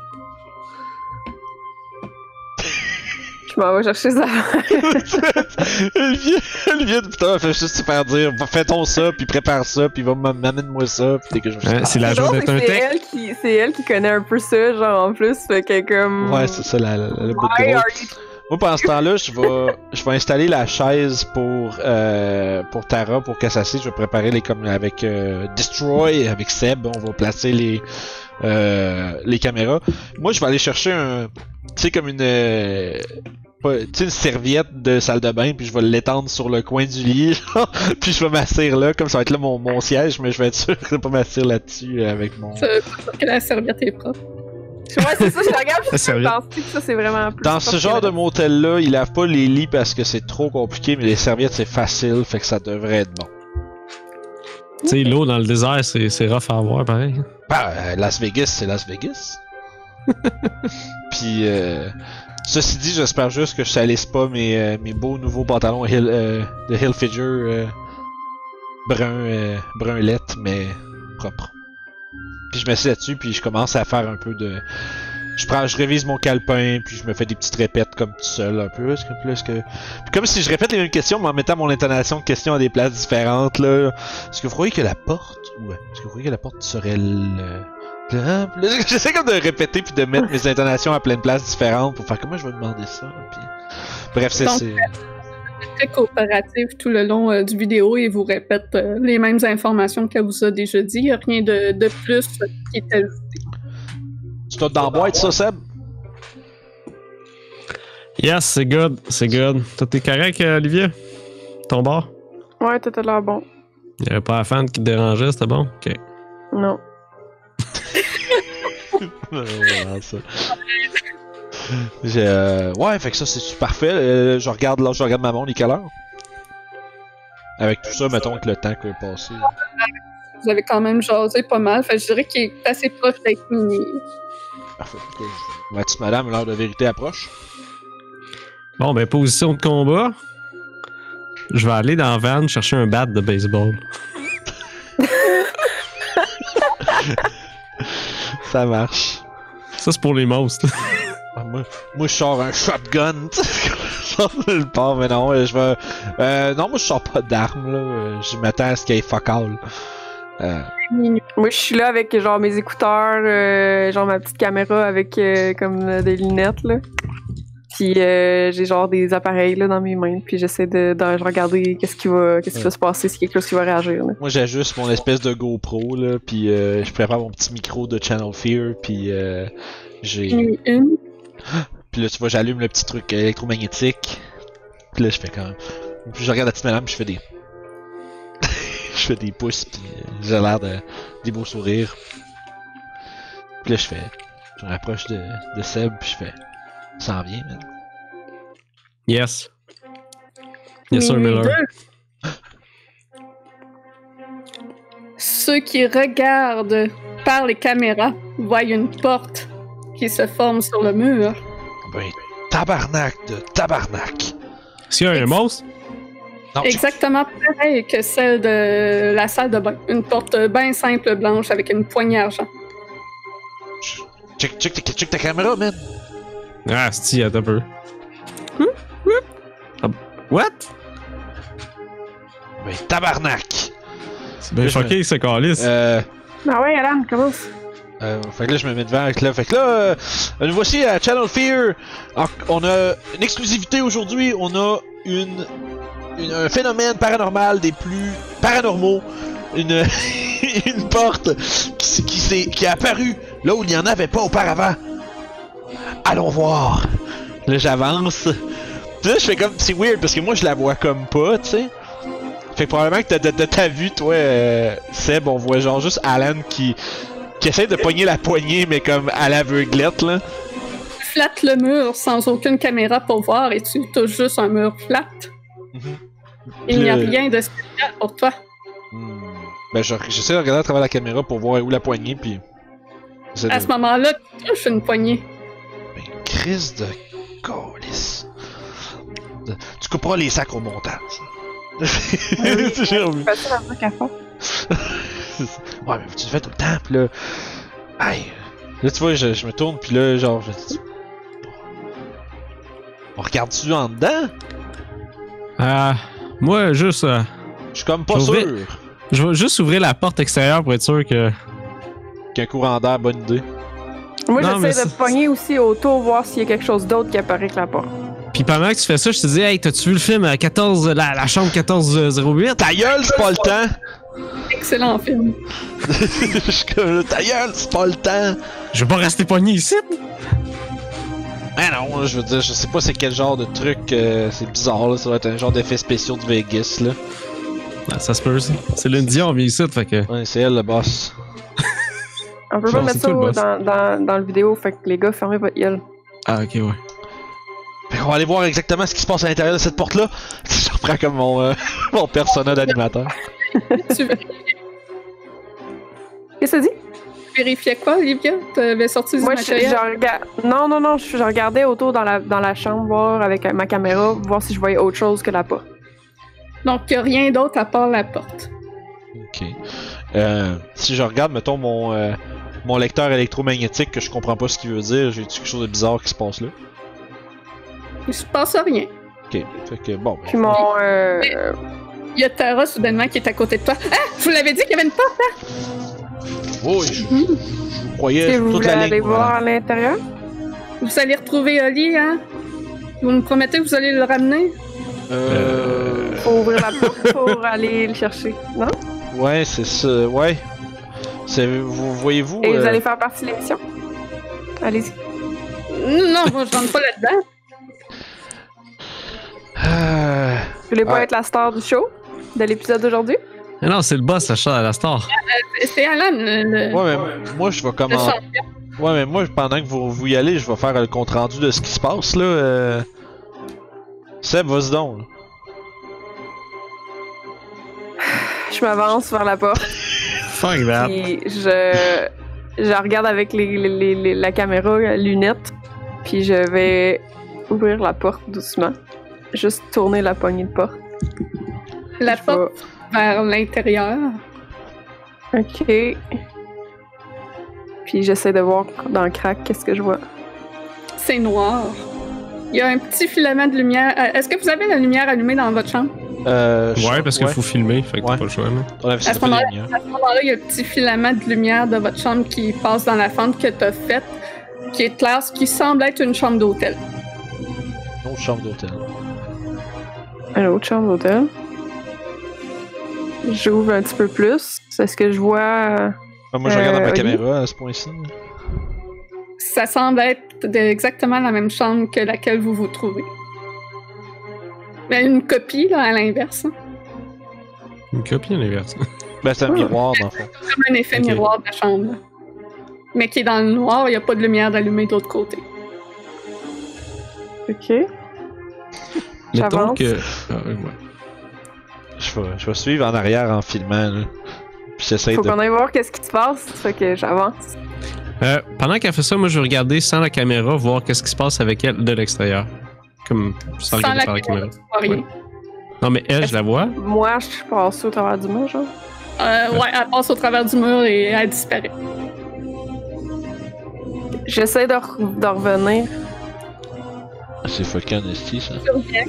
Je m'en vais chercher ça. Olivia, Olivia, putain, elle fait juste se faire dire fais-ton ça, puis prépare ça, puis va m'amène-moi ça, puis dès que je Hein, c'est la C'est joie drôle, d'être un c'est tech. elle qui, c'est elle qui connaît un peu ça, genre en plus, fait que comme. Ouais, c'est ça, la, la, le bout de Why gros. are you- Moi, pendant ce temps-là, je vais, je vais installer la chaise pour, euh, pour Tara, pour qu'elle s'assied. Je vais préparer les comme avec euh, Destroy, avec Seb. On va placer les, euh, les caméras. Moi, je vais aller chercher un, tu sais, comme une, euh, pas- tu sais, une serviette de salle de bain, puis je vais l'étendre sur le coin du lit, genre, puis je vais m'asseoir là, comme ça va être là mon, mon siège, mais je vais être sûr de pas m'asseoir là-dessus euh, avec mon... C'est pour que la serviette est propre. Ouais, c'est ça, je regarde, je Ça suis serviette. pensée que ça, c'est vraiment plus. Dans ce propre genre que de le- motel-là, ils lavent pas les lits parce que c'est trop compliqué, mais les serviettes c'est facile, fait que ça devrait être bon. Tu sais, l'eau dans le désert, c'est c'est rough à avoir, pareil. Bah, euh, Las Vegas, c'est Las Vegas. Puis, euh, ceci dit, j'espère juste que je salisse pas mes, euh, mes beaux nouveaux pantalons Hill, euh, de Hilfiger euh, brun, euh, brun lait, mais propre. Puis je me suis là-dessus, puis je commence à faire un peu de je prends, je révise mon calepin, puis je me fais des petites répètes comme tout seul un peu. Est-ce que, est-ce que... Puis comme si je répète les mêmes questions, mais en mettant mon intonation de questions à des places différentes, là. Est-ce que vous croyez que la porte, ouais, est-ce que vous croyez que la porte serait le... J'essaie comme de répéter puis de mettre mes intonations à plein de places différentes pour faire comment je vais demander ça. Puis... Bref, c'est... c'est... très coopérative tout le long euh, du vidéo et vous répète euh, les mêmes informations qu'elle vous a déjà dit. Il n'y a rien de, de plus euh, qui est ajouté. Tu t'as dans la boîte, ça, Seb? Yes, c'est good, c'est good. Tout est correct, Olivier? Ton bord? Ouais, tout a l'air bon. Il n'y avait pas la fan qui te dérangeait, c'était bon? Ok. Non. Voilà, ça. J'ai, euh... Ouais, fait que ça, c'est parfait. Euh, je regarde là, je regarde ma montre, il est quelle heure? Avec tout ça, mettons que le temps qui est passé. Vous avez quand même jasé pas mal. Fait que je dirais qu'il est assez proche d'être minuit. Parfait. Mathis, madame, l'heure de vérité approche. Bon, ben, position de combat. Je vais aller dans la van chercher un bat de baseball. Ça marche. Ça, c'est pour les monstres. Moi, moi je sors un shotgun. Je sors nulle part, mais non, je vais. Euh, non, moi je sors pas d'armes, là. Je m'attends à ce qu'il y ait fuck all. Euh... Moi, je suis là avec genre mes écouteurs, euh, genre ma petite caméra avec euh, comme euh, des lunettes, là. Puis euh, j'ai genre des appareils là dans mes mains, puis j'essaie de, de regarder qu'est-ce qui va, qu'est-ce qui va se passer, si quelque chose qui va réagir. Là. Moi, j'ajuste mon espèce de GoPro là, puis euh, je prépare mon petit micro de Channel Fear, puis euh, j'ai. Une. Puis là, tu vois, j'allume le petit truc électromagnétique. Puis là, je fais comme. Puis je regarde la petite madame, puis je fais des. Je fais des pouces, puis euh, j'ai l'air de des beaux sourires. Puis là, je fais. Je me rapproche de, de Seb, puis je fais. Ça en vient, man. Yes. Yes, sir, Miller. Ceux qui regardent par les caméras voient une porte qui se forme sur le mur. Ben, tabarnak de tabarnak. Est-ce qu'il y a un monstre? Non, Exactement pareil que celle de la salle de bain. Une porte bien simple blanche avec une poignée argent. Check, check, check, check ta caméra, man. Ah, c'est attends un peu. Hmm? Hmm? Ah, what? Ben, tabarnak. C'est bien choqué, ce calice. Euh. Ah ouais, Alan, commence. Euh, fait que là, je me mets devant avec là. Fait que là, euh, nous voici à Channel Fear. On a une exclusivité aujourd'hui. On a une, une, un phénomène paranormal des plus paranormaux. Une, une porte qui, qui, s'est, qui est apparue là où il n'y en avait pas auparavant. Allons voir. Là, j'avance. Puis là, je fais comme. C'est weird parce que moi, je la vois comme pas, tu sais. Fait que probablement que de, de, de ta vue, toi, euh, Seb, on voit genre juste Alan qui. qui essaie de pogner la poignée, mais comme à l'aveuglette, là. Tu flattes le mur sans aucune caméra pour voir et tu touches juste un mur flat. Mm-hmm. Il n'y a Le... rien de spécial pour toi. Hmm. Ben, je, j'essaie de regarder à travers la caméra pour voir où la poignée, puis. À de... ce moment-là, tu touches une poignée. Ben, crise de colis. Tu couperas les sacs au montage. Oui, c'est facile à dire qu'à faire. Ouais, mais tu le fais tout le temps, pis là. Aïe. Là, tu vois, je, je me tourne, pis là, genre, je dis. On regarde-tu en dedans? Ah, moi, juste. Euh, je suis comme pas je sûr. Vais, je vais juste ouvrir la porte extérieure pour être sûr que. Qu'un courant d'air, bonne idée. Moi, Non, j'essaie de c'est... pogner aussi autour, voir s'il y a quelque chose d'autre qui apparaît que la porte. Puis pendant que tu fais ça, je te dis, hey, t'as-tu vu le film quatorze, la, la chambre quatorze zéro huit? Ta gueule, c'est pas le temps! Excellent film. Je suis comme, ta gueule, c'est pas le temps! Je vais pas rester pogné ici! Ah non, je veux dire, je sais pas c'est quel genre de truc, euh, c'est bizarre, là, ça va être un genre d'effet spéciaux de Vegas, là. Ah, ça se peut, ça. C'est Céline Dion, mais ici, fait que. Ouais, c'est elle le boss. On peut Bon, pas mettre ça cool, dans, dans, dans le vidéo, fait que les gars, fermez votre gueule. Ah, ok, ouais. Fait qu'on va aller voir exactement ce qui se passe à l'intérieur de cette porte-là. Je reprends comme mon, euh, mon personnage d'animateur. Tu veux Qu'est-ce que ça dit? vérifier quoi, Olivia? Tu avais sorti du Moi, je, matériel? je regarde. Non, non, non, je, je regardais autour dans la, dans la chambre, voir avec ma caméra, voir si je voyais autre chose que la porte. Donc, il n'y a rien d'autre à part la porte. Ok. Euh, si je regarde, mettons, mon, euh, mon lecteur électromagnétique que je comprends pas ce qu'il veut dire. J'ai quelque chose de bizarre qui se passe là. Il se passe rien. Ok, fait que bon. Puis mon. Euh... Il y a Tara soudainement qui est à côté de toi. Ah! Je vous l'avais dit qu'il y avait une porte, hein? Oh, je, je, je croyais Est-ce que vous toute voulez la aller ligne. voir Voilà. à l'intérieur? Vous allez retrouver Oli, hein? Vous me promettez que vous allez le ramener? Euh... Faut ouvrir la porte pour aller le chercher, non? Ouais, c'est ça. Ouais. C'est, vous voyez-vous. Et vous euh, allez faire partie de l'émission? Allez-y. Non, non, moi, je rentre pas là-dedans. euh, Vous voulez pas Ouais. être la star du show? De l'épisode d'aujourd'hui? Mais non, c'est le boss, la, cha- la star. C'est Alan, le, le, Ouais, mais moi, je vais le commencer. champion. Ouais, mais moi, pendant que vous, vous y allez, je vais faire le compte rendu de ce qui se passe, là. Euh... Seb, vas-y donc. Là. Je m'avance vers la porte. Fuck that. Puis je, je regarde avec les, les- les- les- la caméra, la lunette. Puis je vais ouvrir la porte doucement. Juste tourner la poignée de porte. La Je porte vers l'intérieur. vais- Ok. Puis j'essaie de voir dans le crack qu'est-ce que je vois. C'est noir. Il y a un petit filament de lumière. Euh, Est-ce que vous avez la lumière allumée dans votre chambre? Euh, je- Ouais, parce qu'il ouais. faut filmer, fait que Ouais. t'as pas le choix, là. On a vu À ça ce fait des moment-là- lumières. À ce moment-là, il y a un petit filament de lumière de votre chambre qui passe dans la fente que tu as faite, qui est claire, ce qui semble être une chambre d'hôtel. Une autre chambre d'hôtel. Une autre chambre d'hôtel. J'ouvre un petit peu plus. Est-ce que je vois. euh, Ah, moi, je regarde dans ma Euh, caméra à ce point-ci. Ça semble être de- exactement la même chambre que laquelle vous vous trouvez. Mais une copie, là, à l'inverse. hein. Une copie à l'inverse. Ben, c'est un Ah. miroir, dans le fond. Comme un effet Ok. miroir de la chambre. là. Mais qui est dans le noir, il n'y a pas de lumière d'allumée de l'autre côté. Ok. Mettons J'avance. que. Ah, ouais. Je vais, je vais suivre en arrière en filmant, là. Puis j'essaie Faut de. qu'on aille voir qu'est-ce qui se passe. Fait que j'avance. Euh, pendant qu'elle fait ça, moi je vais regarder sans la caméra, voir qu'est-ce qui se passe avec elle de l'extérieur. Comme sans, Sans regarder la par la caméra. Tu vois rien. Ouais. Non, mais elle, je la vois. Moi, je passe au travers du mur, genre. Euh, ouais, elle passe au travers du mur et elle disparaît. J'essaie de, re- de revenir. C'est fucking esti, ça. Tu reviens.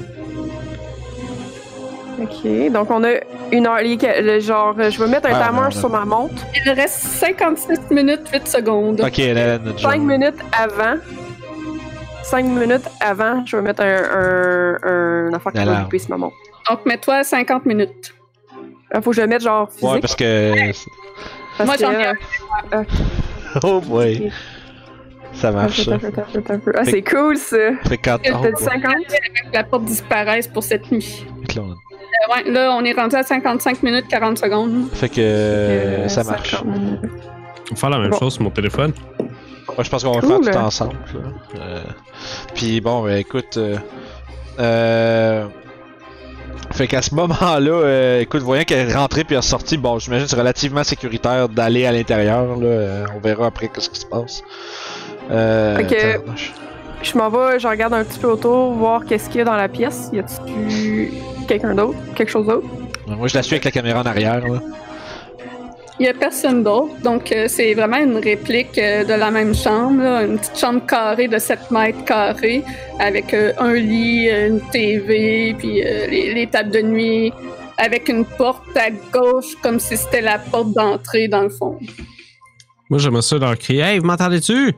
Ok. Donc, on a une heure. les ca- le genre, je vais mettre un Ah, timer non, sur ma montre. Il reste cinquante-six minutes, huit secondes. Ok, elle a notre cinq genre. minutes avant. cinq minutes avant, je vais mettre un, un, un affaire qui va Alarme. occuper sur ma montre. Donc, mets-toi à cinquante minutes. Il faut que je le mette genre physique. Ouais, parce que. parce Moi, que, j'en ai euh, un. Oh boy. Ça marche, ça. Attends, attends, attends, attends, attends. Ah, c'est cool ça. Fait quand. T'as Oh, T'as boy. dit cinquante? Que la porte disparaisse pour cette nuit. Fait que là, on- Euh, ouais, là, on est rendu à cinquante-cinq minutes, quarante secondes. Fait que. euh, Euh, ça marche. cinquante minutes. On va faire la même Bon. chose sur mon téléphone. Moi, je pense qu'on va Cool. le faire tout ensemble. Là. Euh, Puis bon, ben, écoute. Euh, euh, Fait qu'à ce moment-là, euh, écoute, voyant qu'elle est rentrée puis elle est sortie, bon, j'imagine que c'est relativement sécuritaire d'aller à l'intérieur. Là. Euh, on verra après ce qui se passe. Euh, Ok. attends, je- Je m'en vais, je regarde un petit peu autour, voir qu'est-ce qu'il y a dans la pièce. Y a-tu quelqu'un d'autre? Quelque chose d'autre? Moi, je la suis avec la caméra en arrière. Là. Il n'y a personne d'autre, donc euh, c'est vraiment une réplique euh, de la même chambre, là, une petite chambre carrée de sept mètres carrés, avec euh, un lit, euh, une T V, puis euh, les, les tables de nuit, avec une porte à gauche, comme si c'était la porte d'entrée dans le fond. Moi, j'aimerais ça leur crier. Hey, vous m'entendez-tu?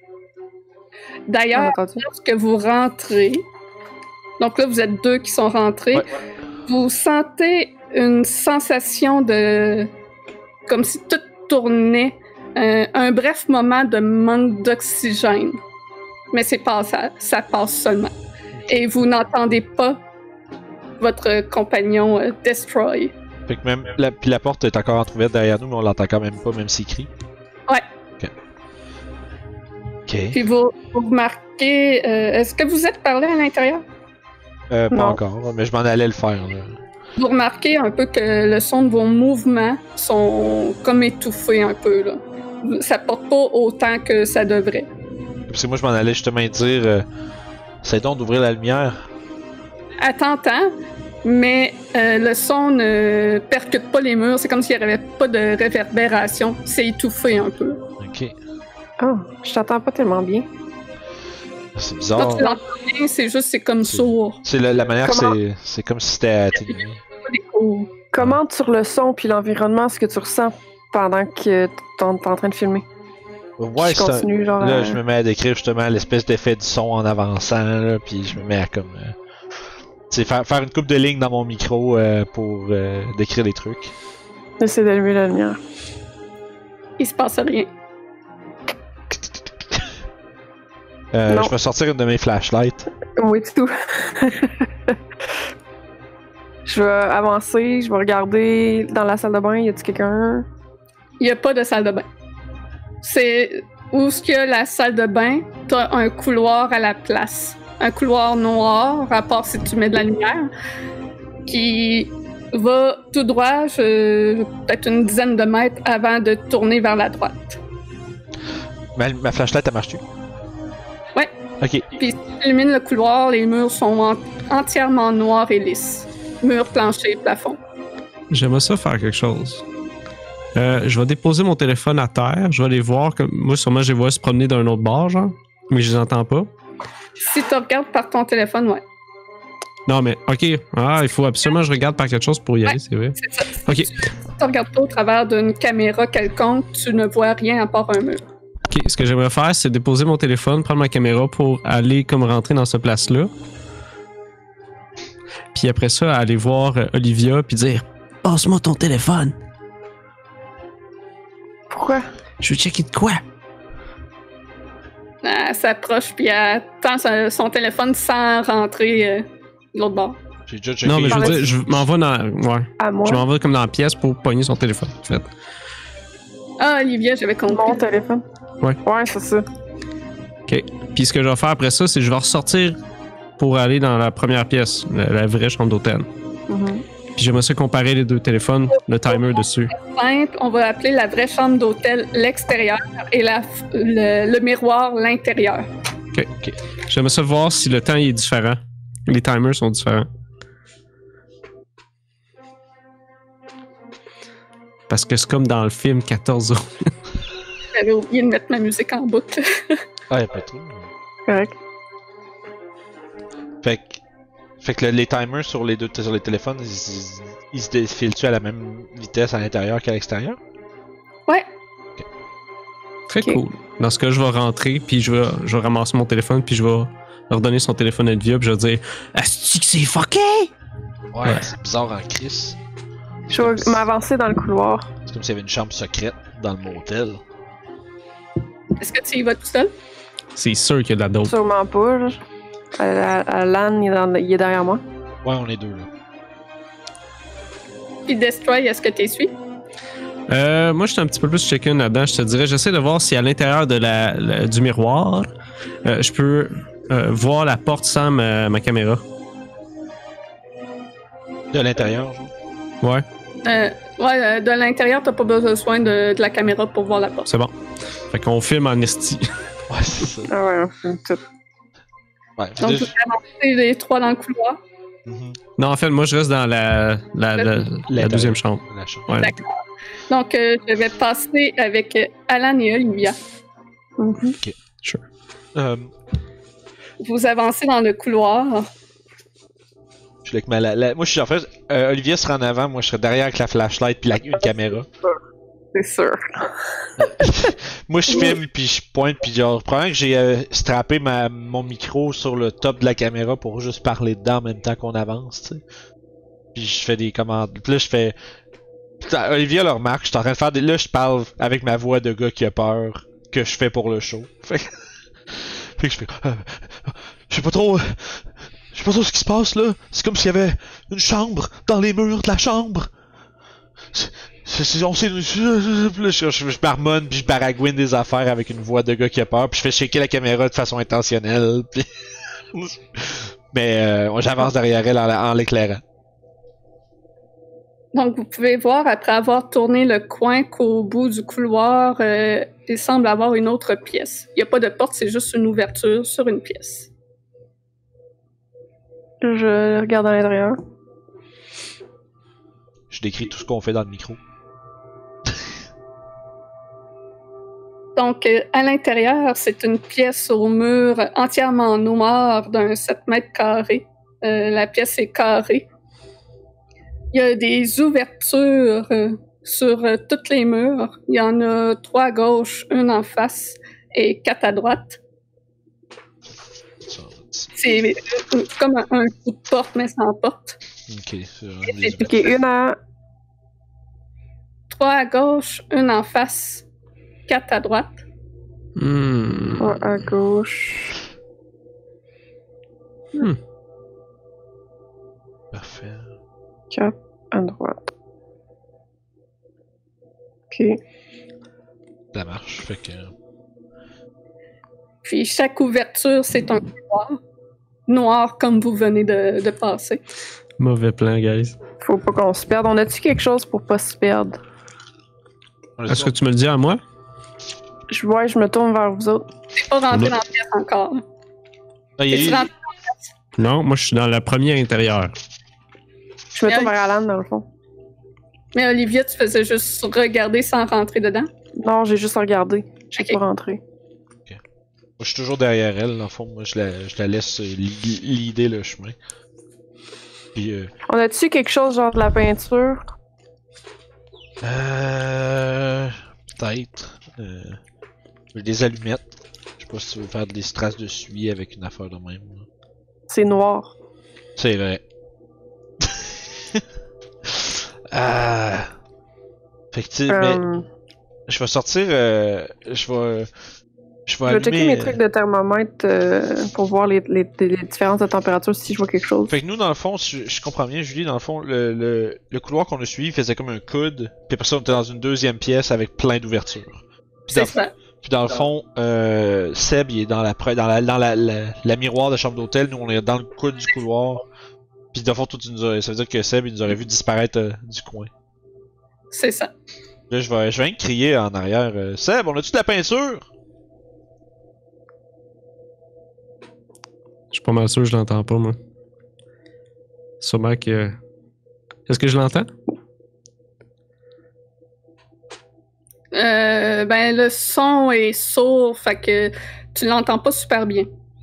D'ailleurs, On a entendu. lorsque vous rentrez, donc là, vous êtes deux qui sont rentrés, Ouais. vous sentez une sensation de... comme si tout tournait, euh, un bref moment de manque d'oxygène. Mais c'est passage, ça passe seulement. Et vous n'entendez pas votre compagnon euh, Destroy. Fait que même. La, puis la porte est encore entrouverte derrière nous, mais on l'entend quand même pas, même s'il crie. Ouais. Ok. Ok. Puis vous, vous remarquez... euh, est-ce que vous êtes parlé à l'intérieur? Euh, pas Non. encore, mais je m'en allais le faire. Là. Vous remarquez un peu que le son de vos mouvements sont comme étouffés un peu, là. Ça porte pas autant que ça devrait. Parce que moi, je m'en allais justement dire. Euh, c'est donc d'ouvrir la lumière. À t'entends, mais euh, le son ne percute pas les murs. C'est comme s'il n'y avait pas de réverbération. C'est étouffé un peu. Ok. Oh, je t'entends pas tellement bien. C'est Quand bizarre. tu l'entends bien, c'est juste, c'est comme C'est- sourd. C'est la, la manière que Comment- c'est. C'est comme si c'était atténué. Commente sur le son puis l'environnement ce que tu ressens pendant que t'es en, t'es en train de filmer. Ouais, je c'est un- continue, genre. Là, à- je me mets à décrire justement l'espèce d'effet du son en avançant, là, puis je me mets à comme. Euh, tu sais, faire, faire une coupe de lignes dans mon micro euh, pour euh, décrire les trucs. J'essaie d'allumer la lumière. Il se passe rien. Euh, Non. je vais sortir une de mes flashlights. Oui, c'est tout. Je vais avancer, je vais regarder dans la salle de bain, y a-t-il quelqu'un? Il n'y a pas de salle de bain. C'est où ce qu'il y a la salle de bain, t'as un couloir à la place. Un couloir noir, à part si tu mets de la lumière, qui va tout droit, je- peut-être une dizaine de mètres avant de tourner vers la droite. Ma, ma flashlight, elle marche-tu? Ouais. Ok. Puis si tu illumines le couloir, les murs sont en- entièrement noirs et lisses. Murs, plancher, plafond. J'aimerais ça faire quelque chose. Euh, je vais déposer mon téléphone à terre. Je vais les voir. Comme... Moi, sûrement, je les vois se promener d'un autre bar, genre. Mais je les entends pas. Si tu regardes par ton téléphone, ouais. Non, mais OK. Ah, il faut absolument que je regarde par quelque chose pour y aller, Ouais. c'est vrai. C'est ça. OK. Si tu regardes pas au travers d'une caméra quelconque, tu ne vois rien à part un mur. OK. Ce que j'aimerais faire, c'est déposer mon téléphone, prendre ma caméra pour aller comme rentrer dans cette place-là. Puis après ça, aller voir euh, Olivia puis dire « Passe-moi ton téléphone. Pourquoi? Je veux checker de quoi? » Elle s'approche puis elle tend son, son téléphone sans rentrer euh, de l'autre bord. J'ai déjà checké. Non, mais je veux Par dire, je m'en vais dans... Ouais. À moi? Je m'en vais comme dans la pièce pour pogner son téléphone, en fait. Ah, Olivia, j'avais compris. Mon téléphone? Ouais. Ouais, c'est ça. Puis ce que je vais faire après ça, c'est que je vais ressortir pour aller dans la première pièce, la, la vraie chambre d'hôtel. Mhm. Puis j'aimerais ça comparer les deux téléphones, le timer dessus. Simple, on va appeler la vraie chambre d'hôtel l'extérieur et la, le, le miroir l'intérieur. OK. J'aimerais ça voir si le temps il est différent. Les timers sont différents. Parce que c'est comme dans le film quatorze heures. J'avais oublié de mettre ma musique en boucle. Ah, y'a pas trop. Correct. Fait que, fait que le- les timers sur les deux sur les téléphones, ils, ils- ils se défilent-tu à la même vitesse à l'intérieur qu'à l'extérieur? Ouais. Très Ok. cool. Dans ce cas, je vais rentrer, puis je vais, je vais ramasser mon téléphone, puis je vais leur donner son téléphone à Olivia, puis je vais dire Est-ce que c'est fucké? Ouais, c'est bizarre en crise. Je vais m'avancer dans le couloir. C'est comme s'il y avait une chambre secrète dans le motel. Est-ce que tu y vas tout seul? C'est sûr qu'il y a de la dope. Sûrement pas, là. Euh, Alan, il est, dans- il est derrière moi. Ouais, on est deux là. Puis Destroy, est-ce que tu suis? Euh, moi, je suis un petit peu plus check-in là-dedans. Je te dirais, j'essaie de voir si à l'intérieur de la, la- du miroir, euh, je peux euh, voir la porte sans ma, ma caméra. De l'intérieur, genre. Ouais, Euh, ouais, euh, de l'intérieur, t'as pas besoin de, de la caméra pour voir la porte. c'est bon. Fait qu'on filme en esti. Ouais, c'est ça. Ah ouais, on filme tout. Ouais, Donc, déjà- vous avancez les trois dans le couloir. Mhm. Non, en fait, moi, je reste dans la, la, la, la L'intérieur. deuxième chambre. La chambre. Ouais. D'accord. Donc, euh, je vais passer avec euh, Alan et Olivia. Mhm. Euh, Vous avancez dans le couloir. je suis avec ma, la- la- moi, je suis en fait. Euh, Olivier sera en avant, moi, je serai derrière avec la flashlight puis la, une caméra. C'est sûr. Moi, je filme puis je pointe puis genre, probablement que j'ai euh, strappé ma, mon micro sur le top de la caméra pour juste parler dedans en même temps qu'on avance, tu sais. Puis je fais des commandes. Puis là, je fais. Putain, Olivier le remarque, je suis en train de faire des. Là, je parle avec ma voix de gars qui a peur que je fais pour le show. Fait que, fait que je fais. euh, je sais pas trop. euh, je sais pas trop ce qui se passe là. C'est comme s'il y avait une chambre dans les murs de la chambre. C'est- c'est- on sait. Puis là, je, je, je marmonne puis je baragouine des affaires avec une voix de gars qui a peur. Puis je fais shaker la caméra de façon intentionnelle. Puis. Mais euh, j'avance derrière elle en, en l'éclairant. Donc, vous pouvez voir, après avoir tourné le coin, qu'au bout du couloir, euh, il semble avoir une autre pièce. Il n'y a pas de porte, c'est juste une ouverture sur une pièce. Je regarde à l'intérieur. Je décris tout ce qu'on fait dans le micro. Donc, euh, à l'intérieur, c'est une pièce au mur entièrement noir d'un sept mètres carrés. Euh, la pièce est carrée. Il y a des ouvertures euh, sur euh, tous les murs. Il y en a trois à gauche, une en face et quatre à droite. C'est euh, comme un, un coup de porte, mais sans porte. Ok, c'est vraiment Et des c'est- Ok, une à. Trois à gauche, une en face, quatre à droite. Hmm. Trois à gauche. Parfait. Quatre à droite. Ok. Ça marche. Fait que. Puis chaque ouverture, c'est un couloir. Noir comme vous venez de, de passer. Mauvais plan, guys. Faut pas qu'on se perde. On a-tu quelque chose pour pas se perdre? On a Est-ce que dit- tu me le dis à moi? Je vois, je me tourne vers vous autres. C'est pas rentré Non. dans la pièce encore. Ah, il y a Es-tu eu- rentré- Non, moi je suis dans la première intérieure. Je me Mais tourne oui. vers Alan, dans le fond. Mais Olivia, tu faisais juste regarder sans rentrer dedans. Non, j'ai juste regardé. J'ai Ok. pas rentré. Moi, je suis toujours derrière elle, dans le fond. Moi, je la, je la laisse euh, li- leader le chemin. Puis, euh, On a-tu quelque chose genre de la peinture? euh peut-être. Euh, j'ai des allumettes. Je sais pas si tu veux faire des strass de suie avec une affaire de même. là. C'est noir. C'est vrai. ah. Fait que, tu sais, mais Euh, je vais sortir. Euh, je vais. Je vais je vais checker allumer. mes trucs de thermomètre euh, pour voir les, les, les différences de température si je vois quelque chose. Fait que nous, dans le fond, si je, je comprends bien, Julie, dans le fond, le, le, le couloir qu'on a suivi faisait comme un coude, puis après ça, on était dans une deuxième pièce avec plein d'ouvertures. Puis C'est dans, ça. puis dans le fond, euh, Seb, il est dans la pre- dans la, dans la, la, la miroir de chambre d'hôtel, nous, on est dans le coude du couloir. Puis dans le fond, toi, tu nous as- ça veut dire que Seb, il nous aurait vu disparaître euh, du coin. C'est ça. Là, je vais, je vais rien que crier en arrière. euh, Seb, on a-tu de la peinture? Je suis pas mal sûr que je l'entends pas, moi. Sûrement que. Est-ce que je l'entends? Euh, ben, le son est sourd, fait que tu l'entends pas super bien.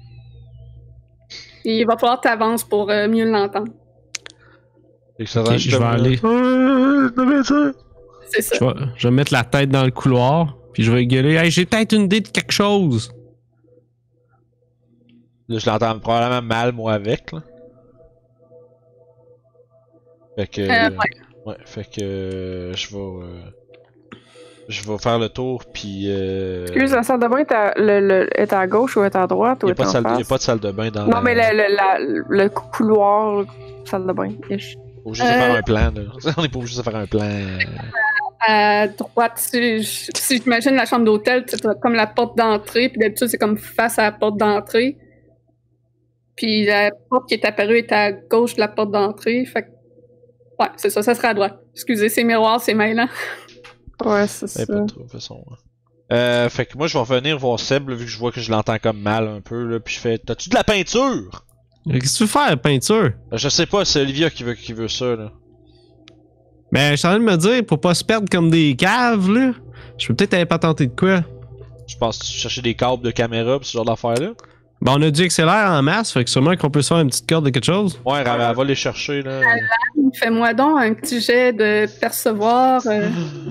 Il va falloir que t'avances pour euh, mieux l'entendre. Fait que ça Ok, va je vais comme, aller. euh, de la peinture! C'est ça. Je vais, je vais mettre la tête dans le couloir, puis je vais gueuler. Hey, j'ai peut-être une idée de quelque chose. Là, je l'entends probablement mal, moi, avec, là. Fait que... Euh, ouais. fait que... euh, je vais... euh, je vais faire le tour, puis... Euh... Excuse, la salle de bain est à, le, le- est à gauche ou est à droite Il ou n'y est a, pas de en salle- face? y a pas de salle de bain dans Non, la... mais le, le, la- le couloir, salle de bain. ish. Faut juste Euh, faire un plan, là. On est pas obligé de faire un plan... euh, À droite, si, si j'imagine la chambre d'hôtel, c'est comme la porte d'entrée, puis d'habitude, c'est comme face à la porte d'entrée. Puis la porte qui est apparue est à gauche de la porte d'entrée, fait que... Ouais, c'est ça, ça sera à droite. Excusez, c'est miroir, c'est mêlant. Ouais, c'est Eh, ça. pas trop, de toute façon. hein. Euh, fait que moi, je vais revenir voir Seb, là, vu que je vois que je l'entends comme mal un peu, là, puis je fais « T'as-tu de la peinture? Qu'est-ce que tu veux faire, peinture? » Je sais pas, c'est Olivia qui veut, qui veut ça, là. Ben, je suis en train de me dire, pour pas se perdre comme des caves, là, je peux peut-être aller pas tenter de quoi. Je pense que tu cherchais des câbles de caméra pis ce genre d'affaires-là. Ben, on a du X L R en masse, fait que sûrement qu'on peut se faire une petite corde de quelque chose. Ouais, elle, elle va les chercher, là. Fais-moi donc un petit jet de percevoir. euh,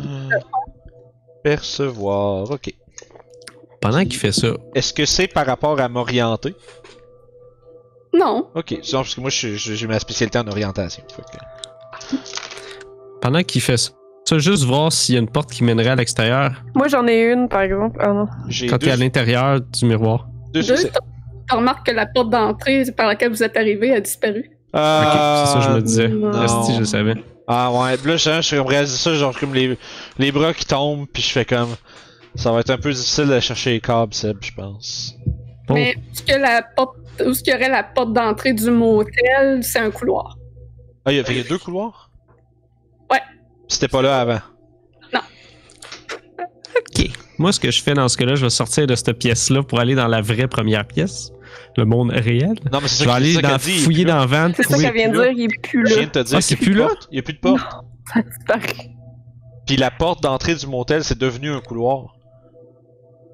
Percevoir, ok. Pendant qu'il fait ça, Est-ce que c'est par rapport à m'orienter? Non. Ok, sinon, parce que moi, je- je- j'ai ma spécialité en orientation. Fait que- pendant qu'il fait ça, ça, juste voir s'il y a une porte qui mènerait à l'extérieur Moi, j'en ai une, par exemple. Ah non. J'ai quand deux, t'es à l'intérieur du miroir. deux Deux, succès. tu remarques que la porte d'entrée par laquelle vous êtes arrivé a disparu. Ah, Ok, c'est ça que je me disais. non. Esti, je le savais. Ah ouais, pis là, je, je suis comme réalisé ça, genre comme les, les bras qui tombent, puis je fais comme... Ça va être un peu difficile de chercher les câbles, Seb, je pense. Bon. Mais où est-ce que la porte, où est-ce qu'il y aurait la porte d'entrée du motel, c'est un couloir. Ah, il y a, fait, il y a deux couloirs? Ouais. C'était pas là avant. Ok. Moi, ce que je fais dans ce cas-là, je vais sortir de cette pièce-là pour aller dans la vraie première pièce, le monde réel. Non, mais c'est Je ça vais que- aller c'est ça dans, qu'elle dit, il est fouiller plus là. dans le van. C'est ça trouver- qu'elle vient de plus là. dire, il est plus Je là. viens de te dire Ah, qu'il c'est y a plus de là? porte. Il y a plus de porte. Ça a disparu. Puis la porte d'entrée du motel, c'est devenu un couloir.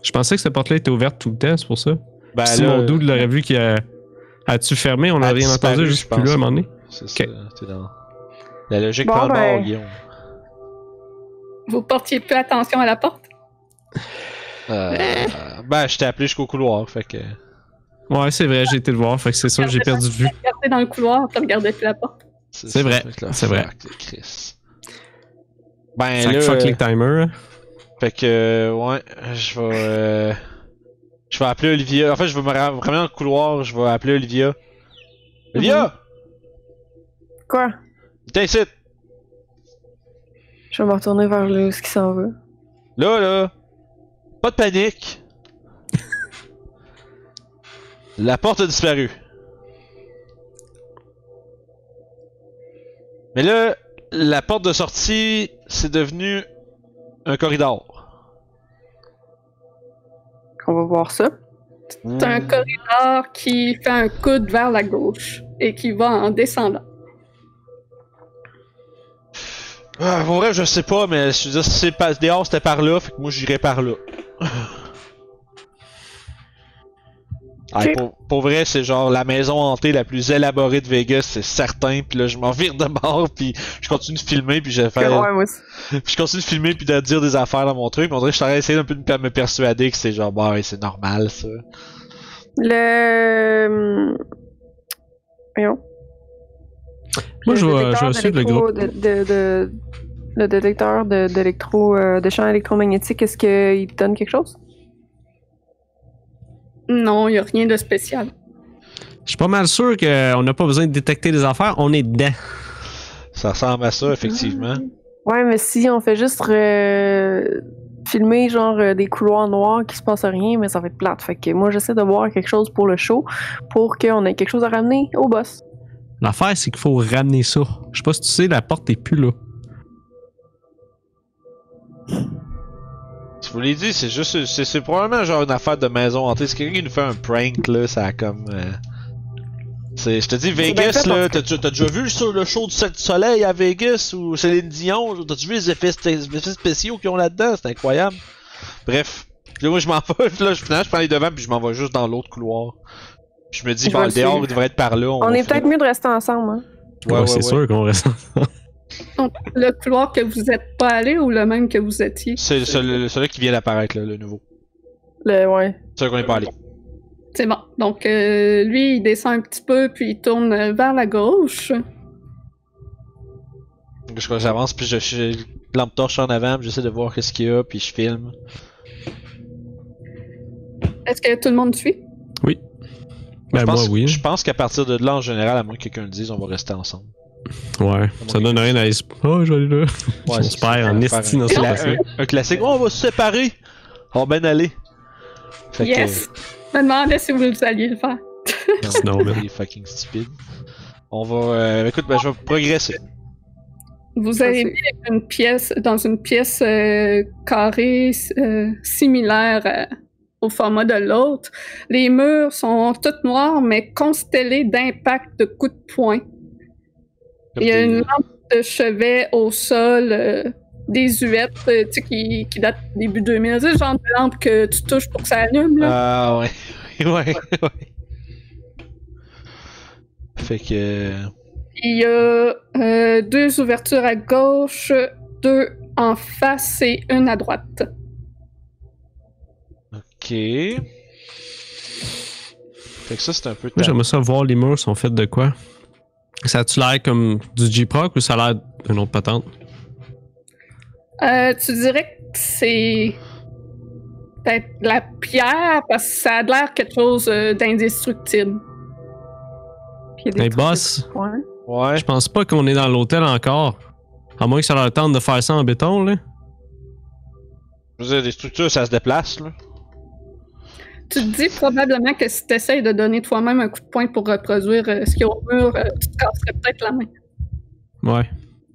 Je pensais que cette porte-là était ouverte tout le temps, c'est pour ça. Ben, si là, mon dude l'aurait vu qu'il a... As-tu fermé? On n'a rien disparu, entendu, juste je plus là à un moment donné. C'est Ok. ça, t'es dans... La logique Bon, parle ben- mort, Guillaume. Vous portiez plus attention à la porte? Euh, ben, je t'ai appelé jusqu'au couloir, fait que... Ouais, c'est vrai, j'ai été le voir, fait que c'est sûr, j'ai perdu de vue. Tu regardais dans le couloir, tu regardais plus la porte. C'est ça, vrai, fait que là, c'est vrai. fuck, Chris. Ben Ça là... fuck euh, les timers. hein. Fait que, euh, ouais, je vais... Euh, je vais appeler Olivia. En fait, je vais me ramener dans le couloir, je vais appeler Olivia. Olivia! Quoi? Viens ici! Je vais me retourner vers là où ce qui s'en va. Là, là! Pas de panique! La porte a disparu. Mais là, la porte de sortie, c'est devenu un corridor. On va voir ça. C'est un corridor qui fait un coude vers la gauche et qui va en descendant. Ah, pour vrai, je sais pas, mais je veux dire, si c'est pas dehors, c'était par là, fait que moi j'irais par là. Ah, Ok. pour, pour vrai, c'est genre la maison hantée la plus élaborée de Vegas, c'est certain. Puis là, je m'en vire de bord, puis je continue de filmer, puis je fais, Ouais, moi aussi. puis je continue de filmer, puis de dire des affaires dans mon truc. Mais on dirait que je suis en train d'essayer un peu de me me persuader que c'est genre, bah ouais, c'est normal ça. Le. Voyons. Moi, Le je vais- détecteur je vais suivre le d'électro- groupe. De, de, de- le détecteur de- d'électro, euh, de champ électromagnétique, est-ce qu'il te donne quelque chose? Non, il n'y a rien de spécial. Je suis pas mal sûr qu'on n'a pas besoin de détecter les affaires, on est dedans. Ça ressemble à ça, effectivement. Ouais, mais si on fait juste euh, filmer genre euh, des couloirs noirs qui se passe rien, mais ça va être plate. Fait que moi j'essaie de voir quelque chose pour le show pour qu'on ait quelque chose à ramener au boss. L'affaire, c'est qu'il faut ramener ça. Je sais pas si tu sais, la porte est plus là. Je vous l'ai dit, c'est juste, c'est c'est probablement genre une affaire de maison hantée. C'est quelqu'un qui nous fait un prank là, ça a comme. euh, C'est, je te dis, bien Vegas fait, là, parce que- t'as, t'as déjà vu sur le show du Cirque du Soleil à Vegas ou Céline Dion? T'as-tu vu les effets, les effets spéciaux qu'ils ont là-dedans? C'est incroyable. Bref, puis là, moi je m'en vais, puis là je, finalement, je prends les devants puis je m'en vais juste dans l'autre couloir. Puis je me dis, Je bon, vais le le dehors suivre. il devrait être par là. On, va est finir- peut-être mieux de rester ensemble. Hein? Ouais, Ouais, ouais, c'est ouais. sûr qu'on reste. Donc, le couloir que vous n'êtes pas allé ou le même que vous étiez? C'est celui- celui qui vient d'apparaître, là, le nouveau. Le, ouais. C'est celui qu'on n'est pas allé. C'est bon. Donc, euh, lui, il descend un petit peu, puis il tourne euh, vers la gauche. Donc, je- j'avance, puis je suis lampe torche en avant, puis j'essaie de voir qu'est-ce qu'il y a, puis je filme. Est-ce que tout le monde suit? Oui. Ben, je moi, pense, oui. Je pense qu'à partir de là, en général, à moins que quelqu'un le dise, on va rester ensemble. Ouais. Ça donne rien d'aller. Oh, je vais aller là. Ouais, On c'est se perd ça, en faire esti un, dans ce cla- passé. un, un classique. Oh, on va se séparer! On va bien aller. Fait que- Yes! Je me demandais si vous alliez le faire. Sinon, ben. c'est fucking stupide. On va. Euh, écoute, ben, je vais progresser. Vous Ça, arrivez c'est- une pièce, dans une pièce euh, carrée euh, similaire euh, au format de l'autre. Les murs sont toutes noirs, mais constellés d'impacts de coups de poing. Comme Il y a des- une lampe de chevet au sol, euh, désuète, euh, tu sais, qui, qui date du début deux mille. C'est le genre de lampe que tu touches pour que ça allume, là. Ah, ouais. ouais, ouais. Fait que. Il y a euh, deux ouvertures à gauche, deux en face et une à droite. Ok. Fait que ça, c'est un peu. Moi, ta- j'aimerais ça voir les murs sont faits de quoi. Ça a-tu l'air comme du J-Proc ou ça a l'air d'une autre patente? Euh, tu dirais que c'est peut-être de la pierre parce que ça a l'air quelque chose euh, d'indestructible. Puis il y a des Hey, trucs boss. de poing. Ouais. Je pense pas qu'on est dans l'hôtel encore. À moins que ça leur tente de faire ça en béton, là. Je veux dire, les structures, ça se déplace, là. Tu te dis probablement que si tu essayes de donner toi-même un coup de poing pour reproduire euh, ce qu'il y a au mur, euh, tu te casserais peut-être la main. Ouais.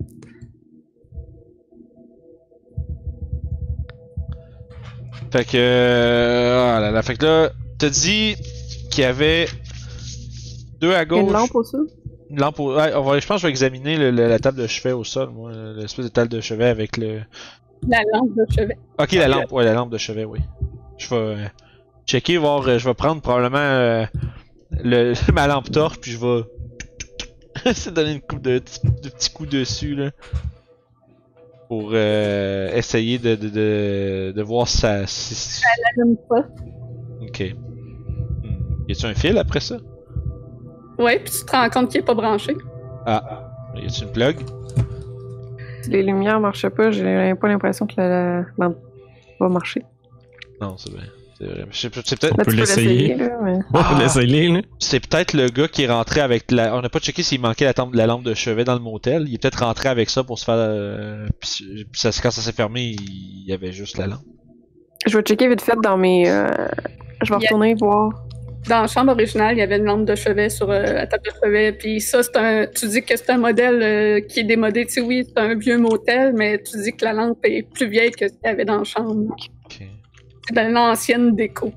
Fait que. Euh, ah là là. Fait que là, t'as dit qu'il y avait deux à Il y a gauche. une lampe au sol. Une lampe au- ouais, on va, je pense que je vais examiner le- le- la table de chevet au sol, moi. L'espèce de table de chevet avec le. La lampe de chevet. Ok, la lampe, ouais, la lampe de chevet, oui. Je vais euh, checker, voir. euh, je vais prendre probablement euh, le, ma lampe torche, puis je vais. Essayer de donner une coupe de, de petits coups dessus, là. Pour euh, essayer de, de, de, de voir si ça. Si, si- Elle n'aime pas. Ok. Hmm. Y a-tu un fil après ça? Ouais, puis tu te rends compte qu'il est pas branché. Ah. Y a-tu une plug? Si les lumières marchaient pas, j'ai pas l'impression que la la lampe va marcher. Non, c'est vrai. C'est vrai. Je sais pas, c'est peut-être. On Là, peut tu peux l'essayer. là, mais... On peut l'essayer, là. C'est peut-être le gars qui est rentré avec la. On n'a pas checké s'il manquait la, tampe- la lampe de chevet dans le motel. Il est peut-être rentré avec ça pour se faire. Euh... Puis, puis ça, quand ça s'est fermé, il y avait juste la lampe. Je vais checker vite fait dans mes... euh, Je vais Yeah. retourner voir. Dans la chambre originale, il y avait une lampe de chevet sur euh, la table de chevet. Puis ça, c'est un. Tu dis que c'est un modèle euh, qui est démodé. Tu sais, oui, c'est un vieux motel, mais tu dis que la lampe est plus vieille que ce qu'il y avait dans la chambre. Ok. C'est de l'ancienne déco.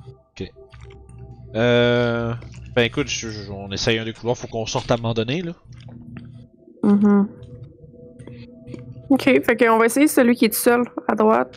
Euh. Ben écoute, je- je- on essaye un des couloirs, faut qu'on sorte à un moment donné, là. Mhm. Ok, fait qu'on va essayer celui qui est tout seul à droite.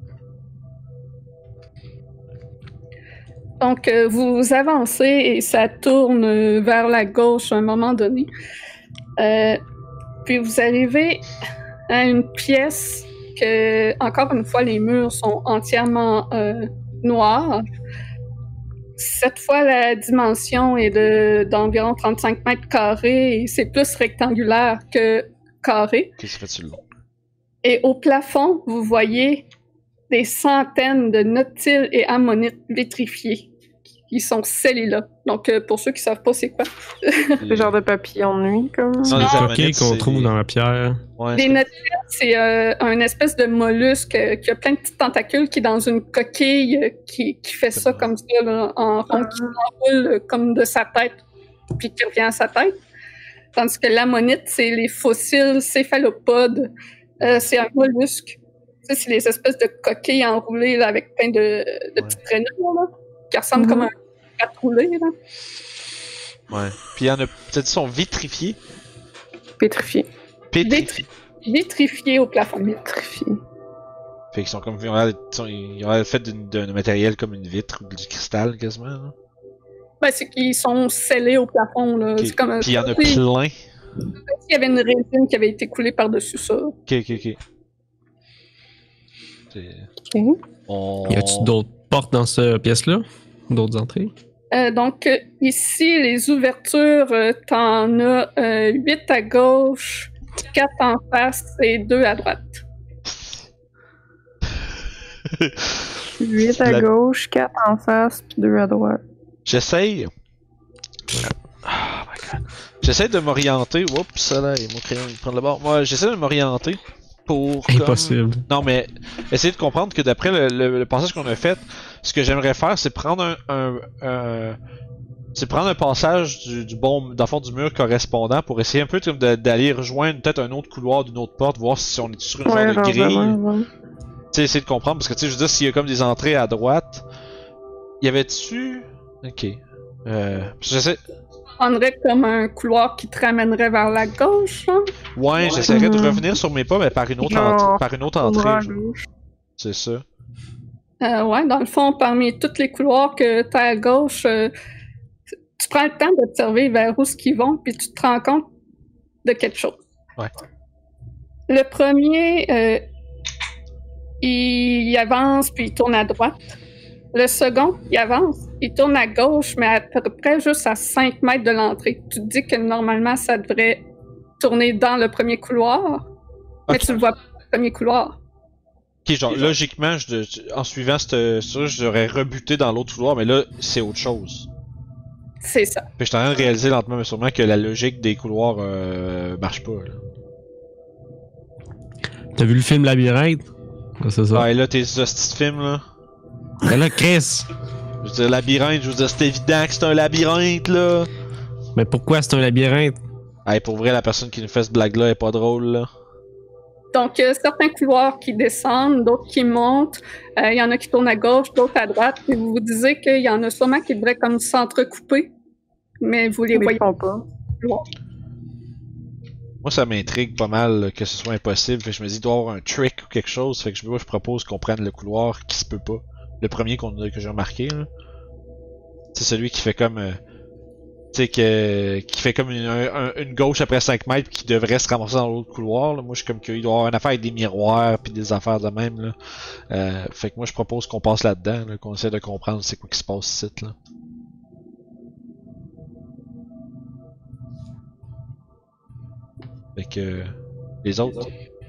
Donc, euh, vous avancez et ça tourne euh, vers la gauche à un moment donné. Euh, puis vous arrivez à une pièce que, encore une fois, les murs sont entièrement euh, noirs. Cette fois, la dimension est de d'environ trente-cinq mètres carrés et c'est plus rectangulaire que carré. Qu'est-ce que fait-tu le long? Et au plafond, vous voyez des centaines de nautiles et ammonites vitrifiés qui sont scellés là. Donc, euh, pour ceux qui savent pas c'est quoi, Le genre de papillon de nuit, comme. Non, les Les ammonites, coquilles qu'on c'est trouve des- dans la pierre. Ouais, les c'est- nautiles, c'est euh, un espèce de mollusque euh, qui a plein de petits tentacules qui est dans une coquille euh, qui, qui fait ça comme ça, là, en rond, qui s'enroule euh, comme de sa tête, puis qui revient à sa tête. Tandis que l'ammonite, c'est les fossiles céphalopodes. Euh, c'est un mollusque. Tu sais, c'est les espèces de coquilles enroulées là, avec plein de, de petits traîneaux là, qui ressemblent Mhm. comme un carte roulé. Là. Ouais. Puis il y en a. Peut-être qu'ils sont vitrifiés. Pétrifié. Pétrifiés. Vitrifiés au plafond. Pétrifié. Fait qu'ils sont comme. Ils ont l'air- ils sont- ils ont l'air fait d'une- d'un matériel comme une vitre ou du cristal quasiment. Là. Ben, c'est qu'ils sont scellés au plafond. Là. Ok. C'est comme un- Puis il y en a Oui, plein. il y avait une résine qui avait été coulée par-dessus ça. Ok, ok, ok. C'est- Ok. On... Y a-tu d'autres portes dans cette pièce-là? D'autres entrées? Euh, donc, euh, ici, les ouvertures, euh, t'en as euh, huit à gauche, quatre en face et deux à droite. huit à La- gauche, quatre en face, puis deux à droite. J'essaye. Oh my god. J'essaie de m'orienter. Oups, ça là, mon crayon il prend le bord. Moi, j'essaie de m'orienter pour. comme- Impossible. Non, mais essayer de comprendre que d'après le, le- le passage qu'on a fait, ce que j'aimerais faire, c'est prendre un. un, un- c'est prendre un passage du, du bon, dans le fond du mur correspondant pour essayer un peu comme de- d'aller rejoindre peut-être un autre couloir d'une autre porte, voir si on est sur une Ouais, genre de genre, grille. vraiment, ouais. Tu sais, essayer de comprendre, parce que tu sais, je veux dire, s'il y a comme des entrées à droite, y avait-tu. Ok. Euh. J'essaie. prendrait comme un couloir qui te ramènerait vers la gauche. Là. Ouais, j'essaierais de Mhm. revenir sur mes pas, mais par une autre, Genre, entrée, par une autre Au bras à entrée. je- gauche. C'est ça. Euh, ouais, dans le fond, parmi tous les couloirs que tu as à gauche, euh, tu prends le temps d'observer vers où ce qu'ils vont, puis tu te rends compte de quelque chose. Ouais. Le premier, euh, il avance, puis il tourne à droite. Le second, il avance, il tourne à gauche, mais à peu près juste à cinq mètres de l'entrée. Tu te dis que normalement, ça devrait tourner dans le premier couloir, mais Ok. tu le vois pas dans le premier couloir. Ok, genre, logiquement, je, je- en suivant cette, ça, j'aurais rebuté dans l'autre couloir, mais là, c'est autre chose. C'est ça. Puis je suis en train de réaliser lentement mais sûrement que la logique des couloirs euh, marche pas. Là. T'as vu le film Labyrinthe? Ouais, c'est ça. Ouais, là, tes hosties de films, là. Mais là, Chris! Je veux dire, labyrinthe, je veux dire, c'est évident que c'est un labyrinthe, là. Mais pourquoi c'est un labyrinthe? Hey, pour vrai, la personne qui nous fait cette blague-là est pas drôle, là. Donc, euh, certains couloirs qui descendent, d'autres qui montent. Euh, Il y en a qui tournent à gauche, d'autres à droite. Et vous vous disiez qu'il y en a sûrement qui devraient comme s'entrecouper, mais vous les Ils voyez le font pas. pas. Moi, ça m'intrigue pas mal là, que ce soit impossible. Fait que je me dis, il doit y avoir un trick ou quelque chose. Fait que je, moi, je propose qu'on prenne le couloir qui se peut pas. le premier qu'on a, que j'ai remarqué. Là. C'est celui qui fait comme... Euh, tu sais, que, qui fait comme une, un, une gauche après cinq mètres qui devrait se ramasser dans l'autre couloir. Là. Moi, je suis comme qu'il doit y avoir une affaire avec des miroirs puis des affaires de même. Là. Euh, fait que moi, je propose qu'on passe là-dedans, là, qu'on essaie de comprendre c'est quoi qui se passe ici. Là. Fait que... Euh, les autres...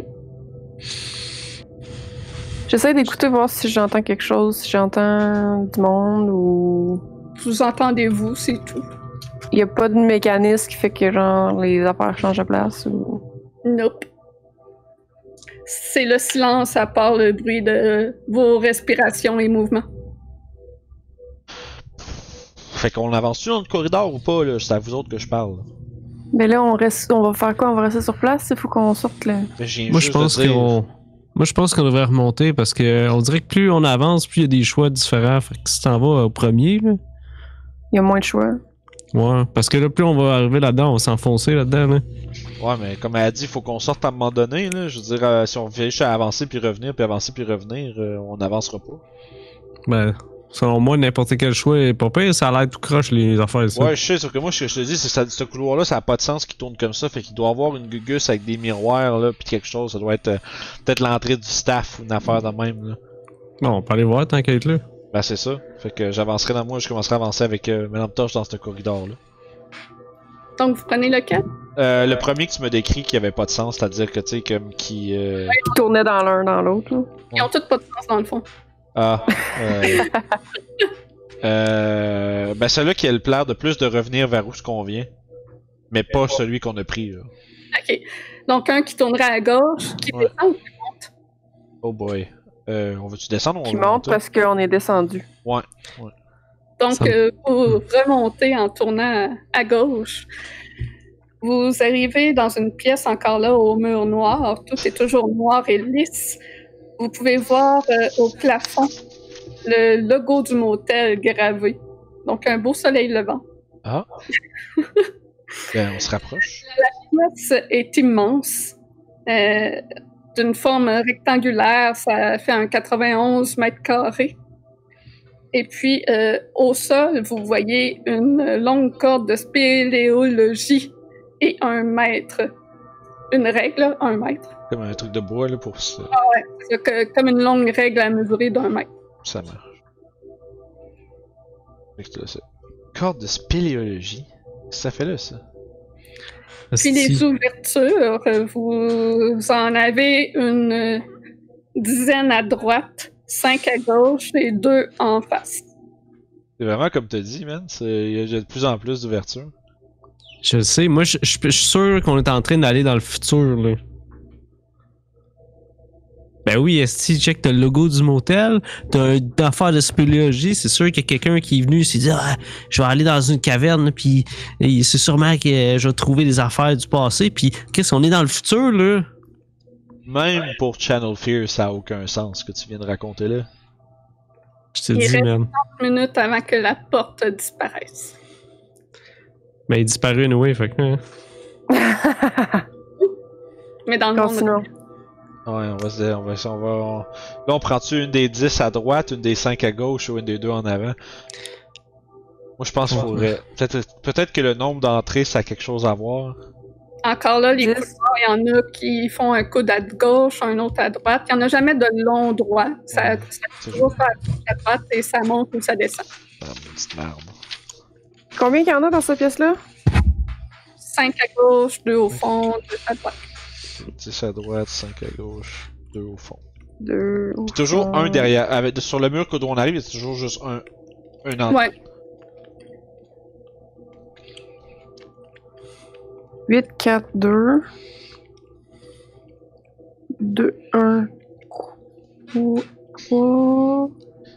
J'essaie d'écouter, voir si j'entends quelque chose, si j'entends du monde ou... Vous entendez-vous, c'est tout. Il n'y a pas de mécanisme qui fait que genre les affaires changent de place ou... Nope. C'est le silence à part le bruit de vos respirations et mouvements. Fait qu'on avance-tu dans le corridor ou pas, là? C'est à vous autres que je parle. Mais là, on reste, on va faire quoi? On va rester sur place? Il faut qu'on sorte là. Moi, je pense qu'on... Moi, je pense qu'on devrait remonter parce que on dirait que plus on avance, plus il y a des choix différents. Fait que si t'en vas au premier, là... Il y a moins de choix. Ouais, parce que là, plus on va arriver là-dedans, on va s'enfoncer là-dedans, là. Ouais, mais comme elle a dit, il faut qu'on sorte à un moment donné, là. Je veux dire, euh, si on vient juste à avancer puis revenir, puis avancer puis revenir, euh, on n'avancera pas. Ben, selon moi, n'importe quel choix est pas pire, ça a l'air tout croche les affaires, ça. Ouais, je sais, sauf que moi, ce que je te dis, c'est que ça, ce couloir-là, ça a pas de sens qu'il tourne comme ça, fait qu'il doit avoir une gugus avec des miroirs, là, pis quelque chose, ça doit être euh, peut-être l'entrée du staff ou une affaire de même, là. Bon, on peut aller voir, tant qu'à être là. Ben, c'est ça. Fait que j'avancerai dans moi, je commencerai à avancer avec euh, Madame Torche dans ce corridor-là. Donc, vous prenez lequel? Euh, le premier que tu me décris qui avait pas de sens, c'est-à-dire que, tu sais, comme qui... Euh... Ils tournaient dans l'un, dans l'autre, là. Ils ont tous pas de sens, dans le fond. Ah. Euh... euh... Ben, celui-là qui a le plaisir de plus de revenir vers où ce qu'on vient, mais pas celui qu'on a pris, là. OK. Donc, un qui tournerait à gauche, qui Ouais. descend ou qui monte? Oh boy. Euh, on veut-tu descendre ou on Qui veut monte monter? parce qu'on est descendu. Ouais. ouais. Donc, Ça- euh, vous remontez en tournant à, à gauche. Vous arrivez dans une pièce encore là au mur noir. Tout est toujours noir et lisse. Vous pouvez voir euh, au plafond le logo du motel gravé. Donc, un beau soleil levant. Ah. Ben, on se rapproche. La pièce est immense. Euh, d'une forme rectangulaire, ça fait un quatre-vingt-onze mètres carrés. Et puis, euh, au sol, vous voyez une longue corde de spéléologie et un mètre. Une règle, un mètre. Comme un truc de bois, là, pour ça. C'est que- comme une longue règle à mesurer d'un mètre. Ça marche. Fait que là, c'est... Corde de spéléologie. Qu'est-ce que ça fait là, ça? Puis les ouvertures, euh, vous en avez une dizaine à droite, cinq à gauche et deux en face. C'est vraiment comme t'as dit, man. c'est- Il y a de plus en plus d'ouvertures. Je le sais, moi, je je- je suis sûr qu'on est en train d'aller dans le futur, là. Ben oui, esti, check, t'as le logo du motel, t'as une affaire de spéléologie, c'est sûr qu'il y a quelqu'un qui est venu et s'est dit ah, je vais aller dans une caverne, puis et c'est sûrement que je vais trouver des affaires du passé, puis qu'est-ce qu'on est dans le futur, là? Même pour Channel Fear, ça a aucun sens ce que tu viens de raconter là. Je te Il dis, reste man. trente minutes avant que la porte disparaisse. Ben, il est disparu anyway, fait que... hein. Mais dans le monde... Continuons. Ouais, on va se dire, on va, on va, on- Là, on prend-tu une des dix à droite, une des cinq à gauche ou une des deux en avant? Moi, je pense qu'il faudrait... Peut-être, peut-être que le nombre d'entrées, ça a quelque chose à voir. Encore là, les Dix. couloirs, il y en a qui font un coude à gauche, un autre à droite. Il n'y en a jamais de long droit. Ça, Ouais. ça C'est toujours à gauche, à droite et ça monte ou ça descend. Ah, une petite merde. Combien qu'il y en a dans cette pièce-là? Cinq à gauche, deux au fond, deux à droite. dix à droite, cinq à gauche, deux au fond. Deux. Puis toujours un derrière. Avec, sur le mur d'où on arrive, il y a toujours juste un, un entrée. Ouais. huit, quatre, deux. deux, un. trois.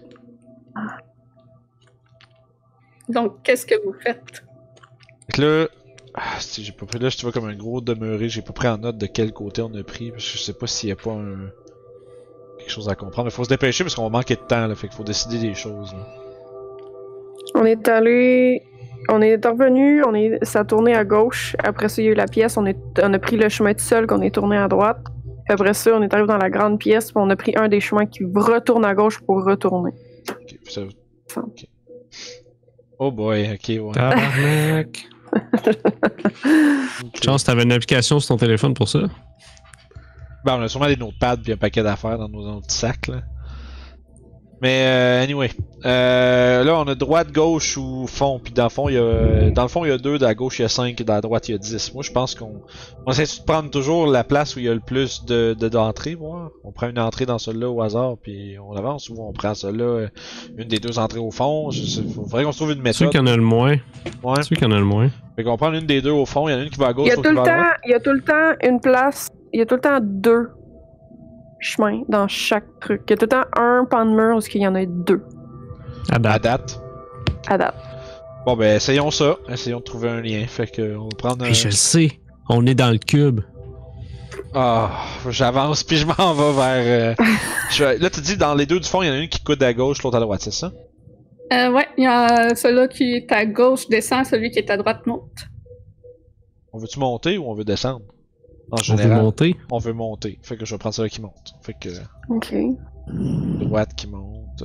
Donc, qu'est-ce que vous faites? Fait que là, ah, si j'ai pas pris là, je te vois comme un gros demeuré. J'ai pas pris en note de quel côté on a pris, parce que je sais pas s'il y a pas un quelque chose à comprendre. Il faut se dépêcher parce qu'on va manquer de temps, là, fait qu'il faut décider des choses. Là. On est allé. On est revenu, on est, ça a tourné à gauche. Après ça, il y a eu la pièce. On, est, on a pris le chemin tout seul, qu'on est tourné à droite. Puis après ça, on est arrivé dans la grande pièce, puis on a pris un des chemins qui retourne à gauche pour retourner. ça... okay. Oh boy, ok, ouais. Tabarnak! okay. Chance, t'avais une application sur ton téléphone pour ça? Ben, on a sûrement des notepads puis un paquet d'affaires dans nos, dans nos petits sacs, là. Mais, euh, anyway. Euh, là, on a droite, gauche ou fond. Puis dans le fond, il y a, dans le fond, il y a deux. Dans la gauche, il y a cinq. Et dans la droite, il y a dix. Moi, je pense qu'on on essaie de prendre toujours la place où il y a le plus de, de d'entrées, moi. On prend une entrée dans celle-là au hasard, puis on avance. Ou on prend celle-là, une des deux entrées au fond. Il faudrait qu'on se trouve une méthode. Celui qui en a le moins. Ouais. Celui qui en a le moins. Fait qu'on prend une des deux au fond. Il y en a une qui va à gauche, il y a l'autre tout qui le va à droite. temps, il y a tout le temps une place. Il y a tout le temps deux chemins dans chaque truc. Il y a tout le temps un pan de mur où il y en a deux. À date. À date. À date. Bon, ben, essayons ça. Essayons de trouver un lien. Fait que, on va prendre un... Hey, je le sais. On est dans le cube. Ah, oh, j'avance puis je m'en vais vers... Euh... je... Là, tu dis, dans les deux du fond, il y en a une qui coûte à gauche, l'autre à droite, c'est ça? Euh, ouais, il y a celui qui est à gauche descend, celui qui est à droite monte. On veut-tu monter ou on veut descendre? En On général, veut monter. on veut monter. Fait que je vais prendre celui qui monte. Fait que... Ok. Droite qui monte.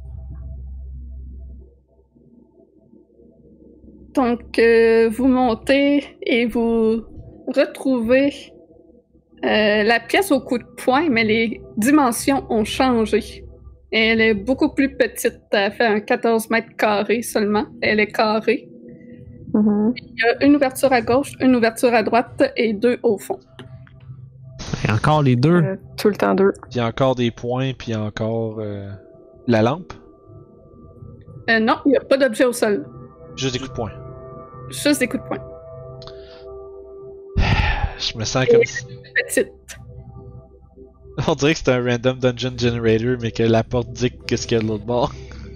Donc, euh, vous montez et vous retrouvez euh, la pièce au coup de poing, mais les dimensions ont changé. Elle est beaucoup plus petite. Elle fait un quatorze mètres carrés seulement. Elle est carrée. Mm-hmm. Il y a une ouverture à gauche, une ouverture à droite et deux au fond. Et encore les deux. Euh, tout le temps deux. Puis il y a encore des points, puis il y a encore... Euh... La lampe? Euh, non, il n'y a pas d'objet au sol. Juste des coups de poing. Juste des coups de poing. Je me sens comme si... Petite. On dirait que c'est un random dungeon generator, mais que la porte dit qu'est-ce qu'il y a de l'autre bord.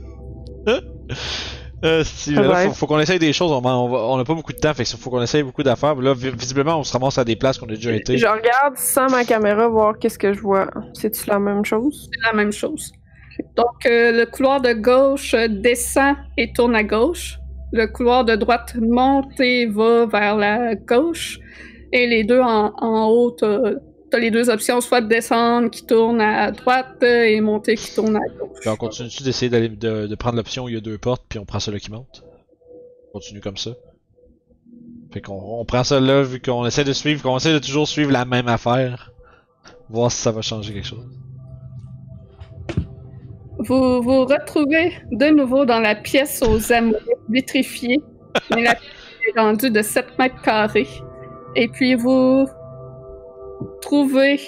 euh, si, là, ouais. faut, faut qu'on essaye des choses, on, on, va, on a pas beaucoup de temps, fait qu'il faut qu'on essaye beaucoup d'affaires. Là, visiblement, on se ramasse à des places qu'on a déjà été. Je regarde sans ma caméra voir qu'est-ce que je vois. C'est-tu la même chose? C'est la même chose. Donc, euh, le couloir de gauche descend et tourne à gauche. Le couloir de droite monte et va vers la gauche. Et les deux en, en haut, t'as, t'as les deux options, soit de descendre qui tourne à droite et monter qui tourne à gauche. Puis on continue-tu d'essayer d'aller, de, de prendre l'option où il y a deux portes, puis on prend celle-là qui monte? On continue comme ça. Fait qu'on on prend celle-là, vu qu'on essaie de suivre, qu'on essaie de toujours suivre la même affaire. Voir si ça va changer quelque chose. Vous vous retrouvez de nouveau dans la pièce aux amoureux vitrifiés, mais la pièce est rendue de sept mètres carrés. Et puis vous trouvez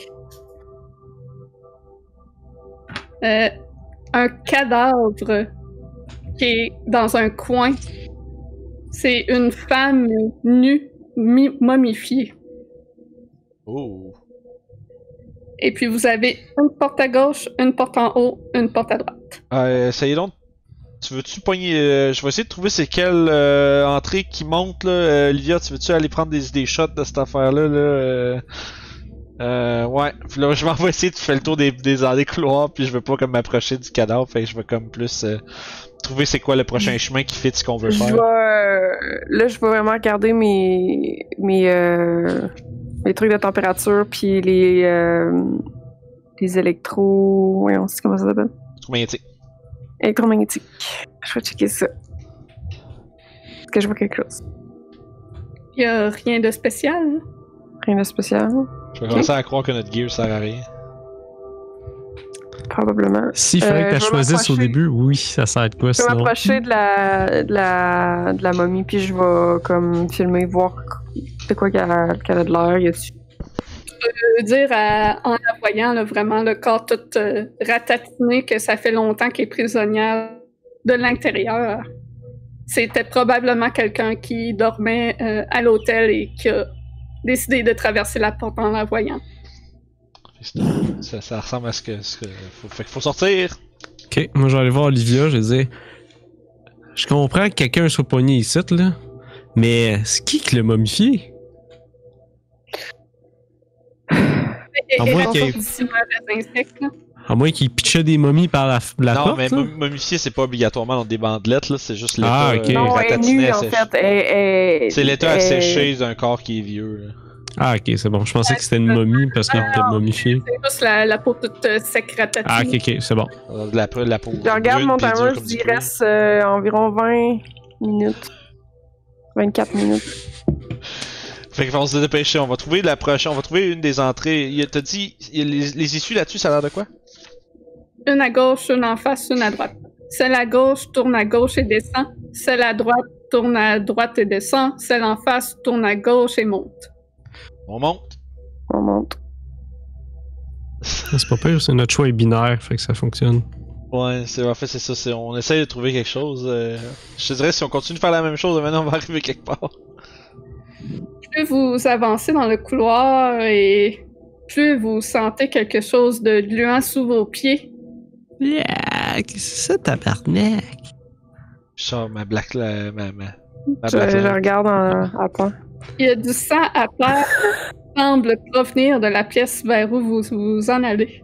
euh, un cadavre qui est dans un coin. C'est une femme nue, mi- momifiée. Oh! Et puis vous avez une porte à gauche, une porte en haut, une porte à droite. Euh, essayez donc. Tu veux-tu pogner. Euh, je vais essayer de trouver c'est quelle euh, entrée qui monte là. Euh, Olivia, tu veux-tu aller prendre des, des shots de cette affaire-là là? Euh, euh, ouais. Puis là, je m'en vais essayer de faire le tour des, des, des couloirs, puis je veux pas comme m'approcher du cadavre, fait que je vais comme plus euh, trouver c'est quoi le prochain chemin qui fit ce qu'on veut Je faire. vais, euh, là, je vais vraiment regarder mes, mes, euh, les trucs de température, puis les, euh, les électro... Voyons, c'est comment ça s'appelle? Magnétique. Électromagnétique. Je vais checker ça. Est-ce que je vois quelque chose? Il y a rien de spécial. Hein? Rien de spécial? Je vais commencer à croire que notre gear sert à rien. Probablement. S'il fallait Euh, que tu je vais choisisses au m'approcher. début, oui, ça sert à quoi Je vais sinon? m'approcher de la, de, la, de la momie, puis je vais comme filmer, voir de quoi qu'elle a, qu'elle a de l'air. Y a-tu... Je veux dire, à- en la voyant, là, vraiment le corps tout euh, ratatiné, que ça fait longtemps qu'elle est prisonnière de l'intérieur. C'était probablement quelqu'un qui dormait euh, à l'hôtel et qui a décidé de traverser la porte en la voyant. Ça, ça ressemble à ce que. Ce que faut, fait qu'il faut sortir! Ok, moi je vais aller voir Olivia, je vais dire. Je comprends que quelqu'un soit pogné ici, là. Mais c'est qui qui l'a momifié? À moins qu'il y ait- des insectes, là. À moins qu'il pitchait des momies par la, la non, porte. mais là. mom- momifier, c'est pas obligatoirement dans des bandelettes, là, c'est juste l'état Ah, ok. euh, Non, elle est ratatiné nue, à en sécher. fait. Elle- elle- C'est l'état elle- asséché d'un corps qui est vieux. Là. Ah, ok, c'est bon. Je pensais que c'était une momie parce qu'elle était momifiée. C'est juste la, la peau toute euh, sécrétative. Ah, ok, ok, c'est bon. De la, de la peau. Je regarde brune, mon puis dure timer, comme je du dis cuir. reste euh, environ vingt minutes. vingt-quatre minutes. Fait qu'on va se dépêcher, on va trouver la prochaine, on va trouver une des entrées. Il T'as dit, il y a les, les issues là-dessus, ça a l'air de quoi? Une à gauche, une en face, une à droite. Celle à gauche tourne à gauche et descend. Celle à droite tourne à droite et descend. Celle en face tourne à gauche et monte. On monte. On monte. C'est pas pire, c'est notre choix est binaire, fait que ça fonctionne. Ouais, c'est en fait c'est ça, c'est on essaye de trouver quelque chose. Euh, je te dirais si on continue de faire la même chose, maintenant on va arriver quelque part. Plus vous avancez dans le couloir et plus vous sentez quelque chose de gluant sous vos pieds. Yeah, qu'est-ce que c'est ça, tabarnak? Je sors ma black la, ma, ma, ma Je, black je lamp. regarde en attends. Il y a du sang à terre qui semble provenir de la pièce vers où vous vous en allez.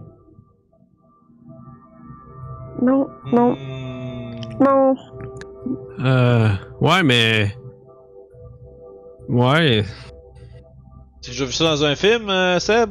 Non, non, Hmm. non. Euh. Ouais, mais. Ouais. Tu as déjà vu ça dans un film, euh, Seb?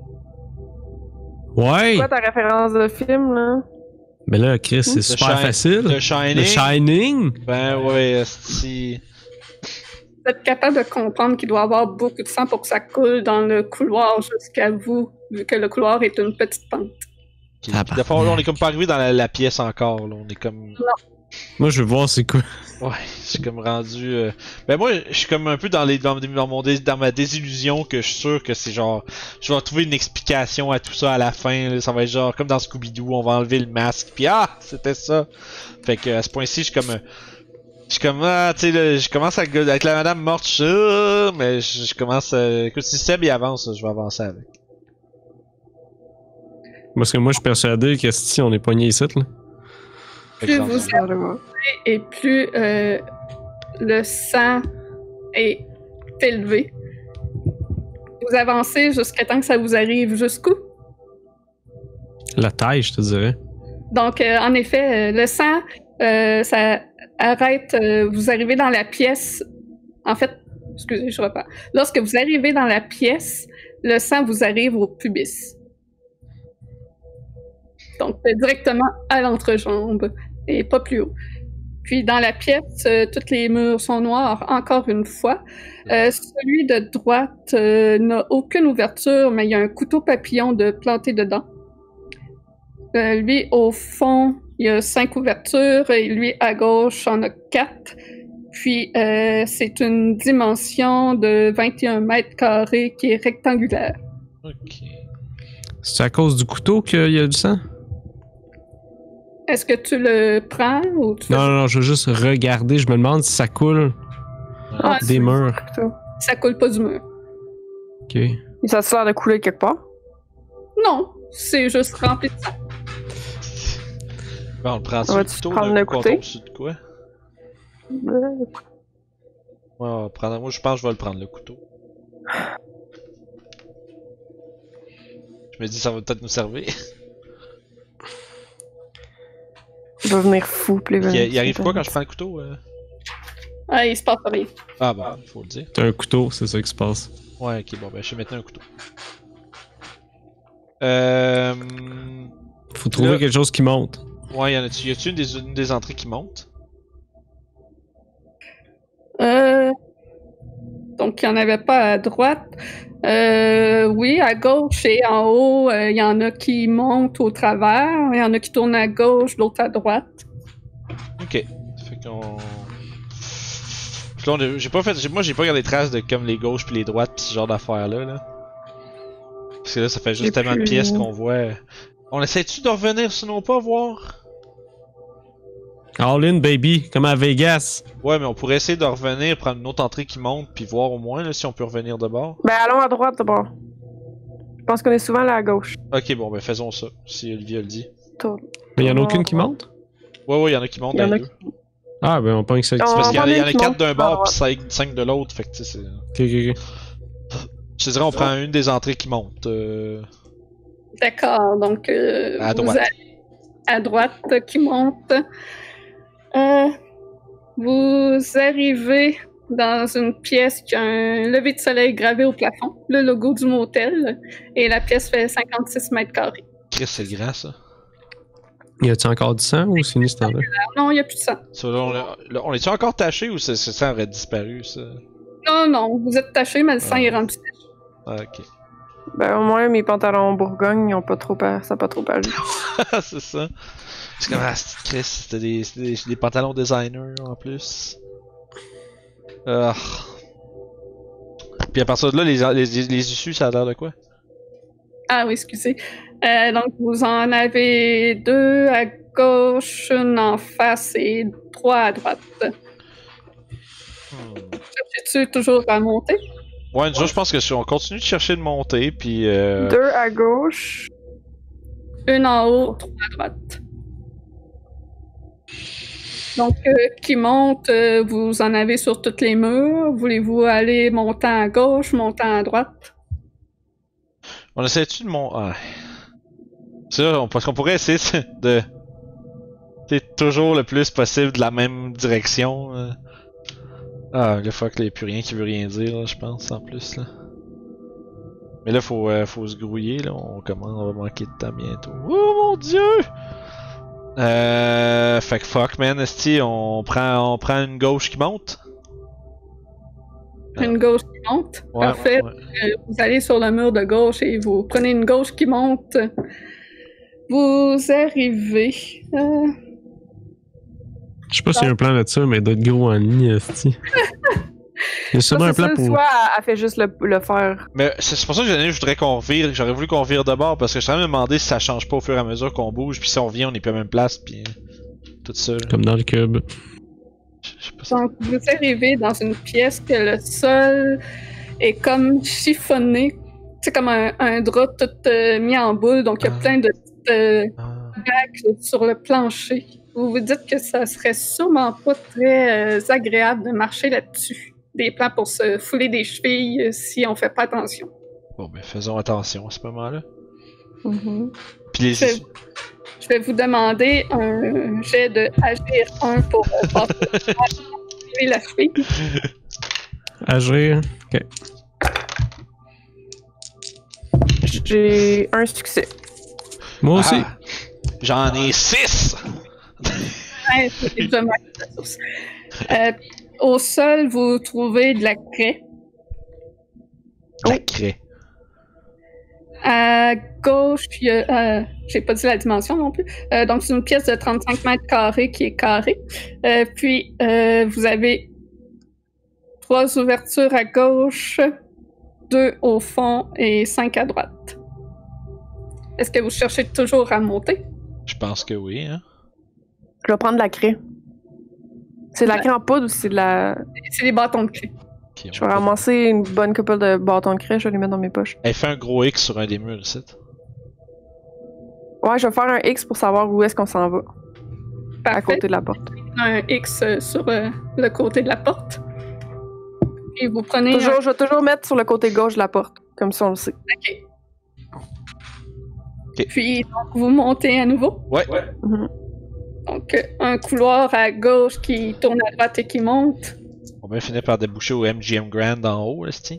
Ouais! C'est quoi ta référence de film, là? Mais là, Chris, c'est super Shi- facile. The Shining? The Shining? Ben ouais, si. Vous êtes capable de comprendre qu'il doit y avoir beaucoup de sang pour que ça coule dans le couloir jusqu'à vous, vu que le couloir est une petite pente. Tabarnak. Des fois, là, on est comme pas arrivé dans la, la pièce encore, là. On est comme. Moi, je veux voir c'est quoi. Ouais, je suis comme rendu. Euh... Ben moi, je suis comme un peu dans les dans, dans mon dés- dans ma désillusion que je suis sûr que c'est genre, je vais trouver une explication à tout ça à la fin. Là. Ça va être genre comme dans Scooby-Doo, on va enlever le masque, puis ah, c'était ça. Fait que à ce point-ci, je suis comme, euh, je suis comme ah, tu sais, là, je commence à avec la madame morte, je, euh, mais je, je commence. À... Écoute, si Seb il avance, je vais avancer avec. Parce que moi, je suis persuadé que si on est pogné ici, là. Plus vous Ah, je vois. et plus euh, le sang est élevé. Vous avancez jusqu'à temps que ça vous arrive jusqu'où? La taille, je te dirais. Donc, euh, en effet, euh, le sang, euh, ça arrête. euh, vous arrivez dans la pièce. En fait, excusez, je repars. Lorsque vous arrivez dans la pièce, le sang vous arrive au pubis. Donc, euh, directement à l'entrejambe et pas plus haut. Puis, dans la pièce, euh, tous les murs sont noirs, encore une fois. Euh, celui de droite euh, n'a aucune ouverture, mais il y a un couteau papillon de planté dedans. Euh, lui, au fond, il y a cinq ouvertures et lui, à gauche, en a quatre. Puis, euh, c'est une dimension de vingt et un mètres carrés qui est rectangulaire. Ok. C'est à cause du couteau qu'il y a du sang? Est-ce que tu le prends ou tu Non, non, non, je veux juste regarder. Je me demande si ça coule Ah, des murs. Plutôt. ça coule pas du mur? Ok. Et ça a l'air de couler quelque part? Non, c'est juste rempli de sang. Ben, on le prend sur On le va-tu couteau, prendre là, le qu'on couteau? tombe sur de quoi? Euh, Ouais, on va prendre... Moi, je pense que je vais le prendre, le couteau. Je me dis, ça va peut-être nous servir. Il va venir fou, puis Il, il arrive quoi quand je prends le couteau? euh? Ah, il se passe rien. Ah bon, faut le dire. T'as un couteau, c'est ça qui se passe. Ouais, ok, bon, ben je vais maintenant un couteau. Euh... Faut trouver Là- quelque chose qui monte. Ouais, y en a-tu, y a-tu une des, une des entrées qui monte? Euh... Donc, il n'y en avait pas à droite. Euh, oui, à gauche et en haut, euh, il y en a qui montent au travers, il y en a qui tournent à gauche, l'autre à droite. Ok. Fait qu'on... Puis là, on a- j'ai pas fait... j'ai- Moi, j'ai pas regardé des traces de comme les gauches puis les droites pis ce genre d'affaires-là, là. Parce que là, ça fait juste J'ai tellement de plus- pièces qu'on voit... On essaie-tu de revenir sinon pas voir? All in, baby, comme à Vegas. Ouais, mais on pourrait essayer de revenir, prendre une autre entrée qui monte puis voir au moins, là, si on peut revenir de bord. Ben, allons à droite d'abord. Je pense qu'on est souvent là à gauche. Ok, bon, ben faisons ça, si Olivia le dit. Tourne. Mais y en a aucune qui monte? Ouais, ouais, y'en a qui montent Il y en dans a les deux. Ah, ben on pense que c'est. On- C'est parce qu'il y en a, va il y en a bien qui quatre monte d'un à bord droite. pis cinq, cinq de l'autre, fait que tu sais, c'est... Ok, ok, ok. Je te dirais, on prend une des entrées qui monte. Euh... D'accord, donc euh, À vous droite. allez à droite qui monte. Euh, vous arrivez dans une pièce qui a un lever de soleil gravé au plafond, le logo du motel, et la pièce fait cinquante-six mètres carrés. Chris, c'est grand, ça. Y a-tu encore du sang ou c'est fini ce temps-là? Non, il n'y a plus de sang. Ça, là, on, là, on est-tu encore taché ou ce, ce sang aurait disparu, ça? Non, non, vous êtes taché, mais le sang Ah. est rendu taché. Ah, ok. Ben, au moins, mes pantalons Bourgogne, ils ont pas trop pa- ça n'a pas trop paru. C'est ça. C'est comme, ah, c'est Chris, c'était des, c'était des, des pantalons designer en plus. Ah. Puis à partir de là, les, les, les issues, ça a l'air de quoi? Ah oui, excusez. Euh, donc, vous en avez deux à gauche, une en face et trois à droite. Hmm. Cherches-tu toujours à monter? Ouais, nous autres, je pense que si on continue de chercher de monter, puis. Euh... Deux à gauche. Une en haut, trois à droite. Donc, euh, qui monte, euh, vous en avez sur tous les murs. Voulez-vous aller montant à gauche, montant à droite? On essaie-tu de monter. Ah. Ça, on... parce qu'on pourrait essayer de. C'est toujours le plus possible de la même direction. euh. Ah, le fuck, là, y'a plus rien qui veut rien dire, là, je pense, en plus, là. Mais là, faut, euh, faut se grouiller, là. On commence, on va manquer de temps bientôt. Oh mon dieu! Euh. Fait que fuck, man, esti, on prend, on prend une gauche qui monte. Une gauche qui monte. Ouais, Parfait. ouais. Euh, vous allez sur le mur de gauche et vous prenez une gauche qui monte. Vous arrivez. Euh... Je sais pas s'il y a un plan là-dessus, mais il doit être gros en ligne, esti. Il y a sûrement un C'est plan ça, pour. soit elle, elle fait juste le, le faire. Mais c'est c'est pour ça que je voudrais qu'on vire, j'aurais voulu qu'on vire de bord parce que je suis en train de me demander si ça change pas au fur et à mesure qu'on bouge, puis si on vient, on est plus à la même place, puis tout ça. Là. Comme dans le cube. Je je sais pas si... Donc, vous arrivez dans une pièce que le sol est comme chiffonné. C'est comme un, un drap tout euh, mis en boule, donc il y a Ah. plein de petites euh, Ah. bacs sur le plancher. Vous vous dites que ça serait sûrement pas très euh, agréable de marcher là-dessus. Des plans pour se fouler des chevilles euh, si on fait pas attention. Bon, ben faisons attention à ce moment-là. Mhm. Puis les Je, je vais vous demander un jet de agir un pour euh, passer la cheville. Agir. Ok. J'ai un succès. Moi aussi. Ah, j'en ai six! Ouais, c'est déjà mal, la source. Euh, au sol, vous trouvez de la craie. La craie. À gauche, il y a. Euh, j'ai pas dit la dimension non plus. Euh, donc, c'est une pièce de trente-cinq mètres carrés qui est carrée. Euh, puis, euh, vous avez trois ouvertures à gauche, deux au fond et cinq à droite. Est-ce que vous cherchez toujours à monter? Je pense que oui, hein. Je vais prendre de la craie. C'est de la craie en poudre ou c'est de la. C'est des bâtons de craie. Ok, Je on vais va- ramasser une bonne couple de bâtons de craie, je vais les mettre dans mes poches. Elle fait un gros X sur un des murs ici. Ouais, je vais faire un X pour savoir où est-ce qu'on s'en va. À Parfait. côté de la porte. Un X euh, sur euh, le côté de la porte. Et vous prenez. un- Toujours, je vais toujours mettre sur le côté gauche de la porte, comme ça on le sait. Ok. Ok. Puis, donc, vous montez à nouveau. Ouais. Mhm. Donc, euh, un couloir à gauche qui tourne à droite et qui monte. On va finir par déboucher au M G M Grand en haut, là, c'ti.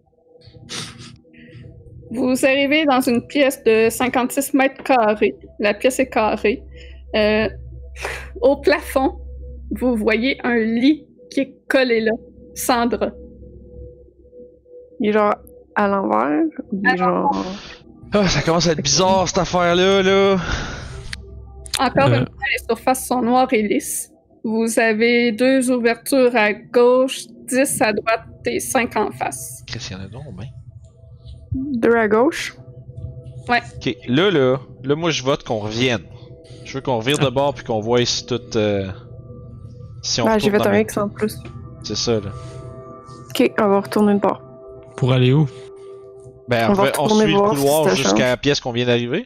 Vous arrivez dans une pièce de cinquante-six mètres carrés. La pièce est carrée. Euh, au plafond, vous voyez un lit qui est collé là, sans drap. Il est genre à l'envers. Il est À genre. Ah, ça commence à être bizarre cette affaire-là, là. Encore Euh. une fois, les surfaces sont noires et lisses. Vous avez deux ouvertures à gauche, dix à droite et cinq en face. Qu'est-ce qu'il y en a donc, ben? Deux à gauche. Ok, là, là, là, moi, je vote qu'on revienne. Je veux qu'on revire de bord puis qu'on voit si tout. euh, Si on Ben, j'ai retourne fait dans un le- X en plus. C'est ça, là. Ok, on va retourner une part. Pour aller où? Ben, On on, va va- on retourner suit le voir si couloir ça jusqu'à change. la pièce qu'on vient d'arriver.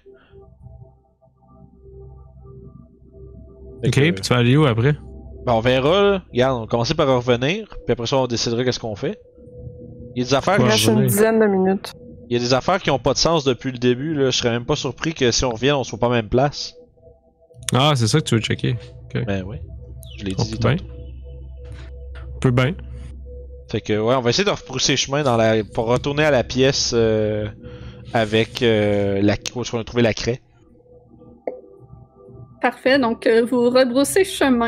Fait Ok, que, puis tu vas aller où après? ben, on verra, là. Regarde, on va commencer par revenir, puis après ça, on décidera qu'est-ce qu'on fait. Il y a des affaires, Il Ouais, qui- reste une revenir. dizaine de minutes. il y a des affaires qui ont pas de sens depuis le début, là. Je serais même pas surpris que si on revient, on soit pas à la même place. Ah, c'est ça que tu veux checker. Ben oui. Je l'ai On dit peut bien. tantôt. On peut bien. Fait que, ouais, on va essayer de repousser chemin dans la... pour retourner à la pièce euh, avec euh, la... où on a trouvé la craie. Parfait, donc euh, vous rebroussez chemin.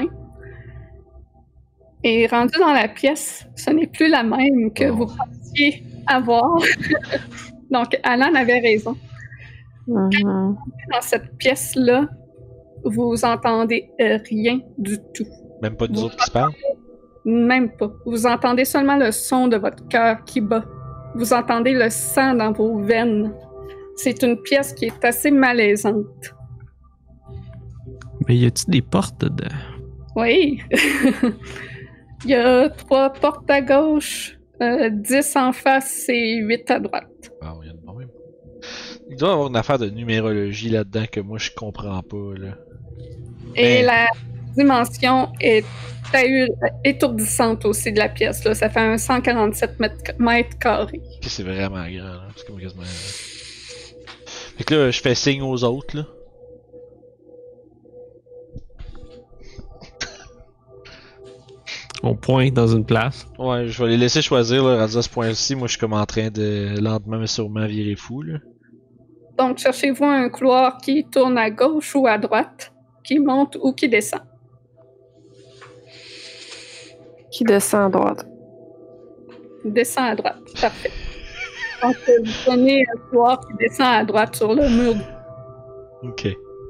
Et rendu dans la pièce, ce n'est plus la même que Oh. vous pensiez avoir. Donc, Alan avait raison. Mhm. Dans cette pièce-là, vous entendez euh, rien du tout. Même pas nous Vous autres qui se parlent. Même pas. Vous entendez seulement le son de votre cœur qui bat. Vous entendez le sang dans vos veines. C'est une pièce qui est assez malaisante. Mais y a-t-il des portes dedans? Oui. Il y a trois portes à gauche, euh, dix en face et huit à droite. Ah, il y a de même. Il doit y avoir une affaire de numérologie là-dedans que moi je comprends pas, là. Et Mais- la dimension est ahu- étourdissante aussi de la pièce. Là. Ça fait un cent quarante-sept mètres, mètres carrés. Ok, c'est vraiment grand, là. C'est comme quasiment... Fait que là, je fais signe aux autres, là. On pointe dans une place. Ouais, je vais les laisser choisir, là, rendu à ce point-ci. Moi, je suis comme en train de lentement mais sûrement virer fou, là. Donc, cherchez-vous un couloir qui tourne à gauche ou à droite, qui monte ou qui descend. Qui descend à droite. Descend à droite. Parfait. Donc, euh, vous prenez un couloir qui descend à droite sur le mur. Ok.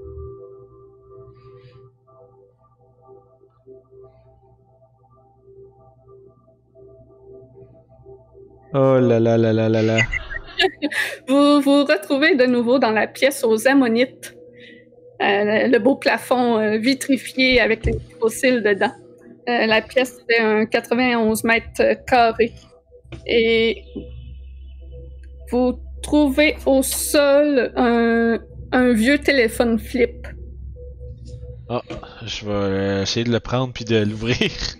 Oh là là là là là là. Vous vous retrouvez de nouveau dans la pièce aux ammonites. Euh, le beau plafond euh, vitrifié avec les fossiles dedans. Euh, la pièce fait un quatre-vingt-onze mètres carrés. Et vous trouvez au sol un, un vieux téléphone flip. Ah, je vais euh, essayer de le prendre puis de l'ouvrir.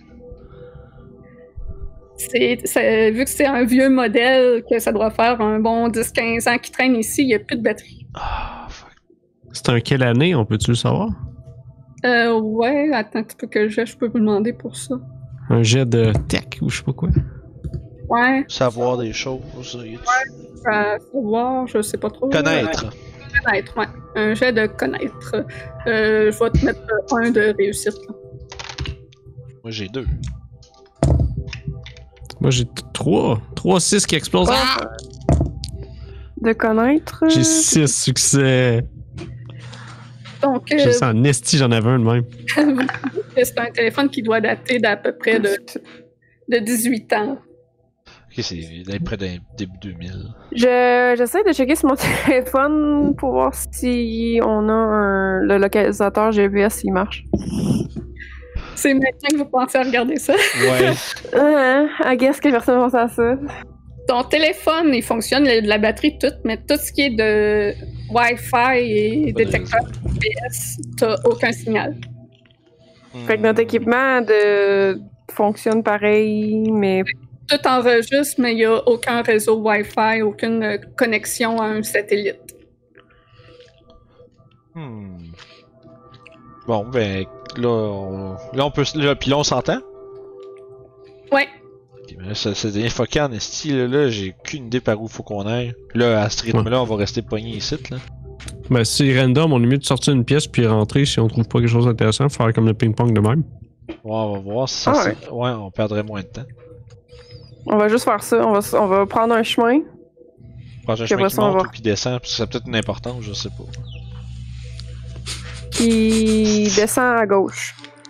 C'est, c'est- vu que c'est un vieux modèle, que ça doit faire un bon dix quinze ans qui traîne ici, il n'y a plus de batterie. Ah, fuck. C'est un quelle année, on peut-tu le savoir? Euh, ouais, attends un petit peu que je, je peux vous demander pour ça. Un jet de tech ou je sais pas quoi. Ouais, Savoir des choses. y a-tu- à savoir, je sais pas trop. Connaître. Ouais, connaître, ouais. Un jet de connaître. Euh, je vais te mettre un de réussite. là. Moi, j'ai deux. Moi j'ai t- trois. Trois, six qui explosent. Ah! De connaître. J'ai six succès. Donc, euh, J'ai ça en esti, j'en avais un de même. c'est un téléphone qui doit dater d'à peu près de, de dix-huit ans. Ok, c'est d'être près d'un début deux mille. Je, j'essaie de checker sur mon téléphone pour voir si on a un, le localisateur G P S s'il marche. C'est maintenant que vous pensez à regarder ça. Ouais. Euh, I guess que personne ne pense à ça. Ton téléphone, il fonctionne, il y a de la batterie, tout, mais tout ce qui est de Wi-Fi et Pas de détecteur G P S, t'as aucun signal. Fait que notre équipement de fonctionne pareil, mais Tout enregistre, mais il n'y a aucun réseau Wi-Fi, aucune euh, connexion à un satellite. Hmm. Bon, ben, là, on, là, on peut. Là, puis là, on s'entend? Ouais. Ok, mais là, ça, ça devient fucké en esti, là, là j'ai aucune idée par où faut qu'on aille. Là, à ce rythme-là, on va rester pogné ici, là. Ben, si c'est random, on est mieux de sortir une pièce puis rentrer si on trouve pas quelque chose d'intéressant, faire comme le ping-pong de même. Ouais, on va voir si ça. Ah ouais. c'est- ouais, on perdrait moins de temps. on va juste faire ça. On va, s- on va prendre un chemin. Prochain Puis chemin après qui ça, on monte va- ou qui descend, parce que ça a peut-être une importance, je sais pas. Qui descend à gauche.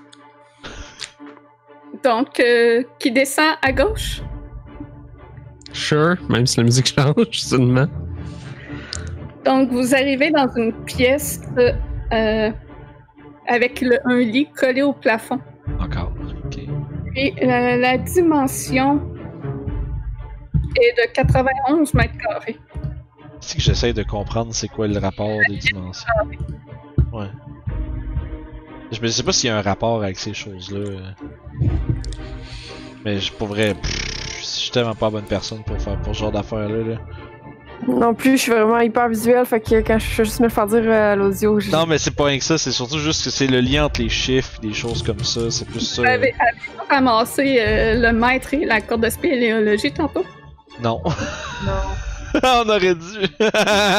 Donc, euh, qui descend à gauche? Sure, même si la musique change seulement. Donc, vous arrivez dans une pièce euh, euh, avec le- un lit collé au plafond. Encore. Ok. Et euh, la dimension est de quatre-vingt-onze mètres carrés. C'est que j'essaie de comprendre c'est quoi le rapport des dimensions. Ouais. Je me sais pas s'il y a un rapport avec ces choses-là. euh. Mais je pour vrai, pff, je suis tellement pas la bonne personne pour faire pour ce genre d'affaires-là. Là. Non plus, je suis vraiment hyper visuel, fait que quand je vais juste me le faire dire euh, à l'audio, je... Non, mais c'est pas rien que ça, c'est surtout juste que c'est le lien entre les chiffres et des choses comme ça, c'est plus ça. Vous avez, avez-vous ramassé euh, le maître et la corde de spéléologie tantôt? Non. Non. On aurait dû.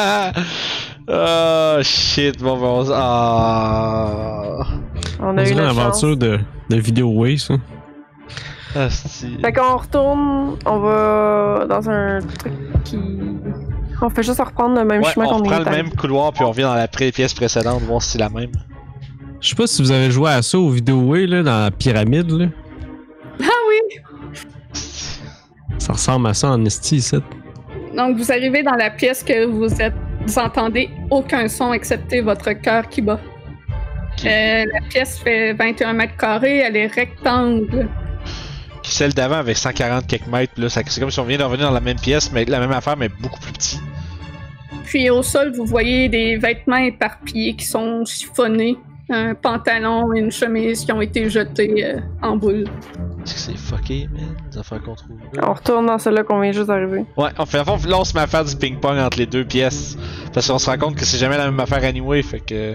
Oh shit, bon, bon, on... Ah. On On a eu dirait une une aventure de, de vidéo way, ça. Asti. Fait qu'on retourne, on va dans un truc qui... On fait juste reprendre le même Ouais, chemin on qu'on est reprend le allé. même couloir puis on revient dans la pré- pièce précédente, voir si c'est la même. Je sais pas si vous avez joué à ça au vidéo way, là, dans la pyramide, là. Ah oui! Ça ressemble à ça en esti, ici. Donc, vous arrivez dans la pièce que vous êtes... Vous entendez aucun son excepté votre cœur qui bat. Euh, la pièce fait vingt et un mètres carrés, elle est rectangle. Puis celle d'avant avec cent quarante quelques mètres, puis là, ça- c'est comme si on vient de revenir dans la même pièce, mais la même affaire, mais beaucoup plus petit. Puis au sol, vous voyez des vêtements éparpillés qui sont chiffonnés. Un pantalon et une chemise qui ont été jetés euh, en boule. Est-ce que c'est fucké, man, les affaires qu'on trouve là? On retourne dans celle-là qu'on vient juste d'arriver. Ouais, on fait, en fond, là, on se met à faire du ping-pong entre les deux pièces. Parce qu'on se rend compte que c'est jamais la même affaire anyway, fait que.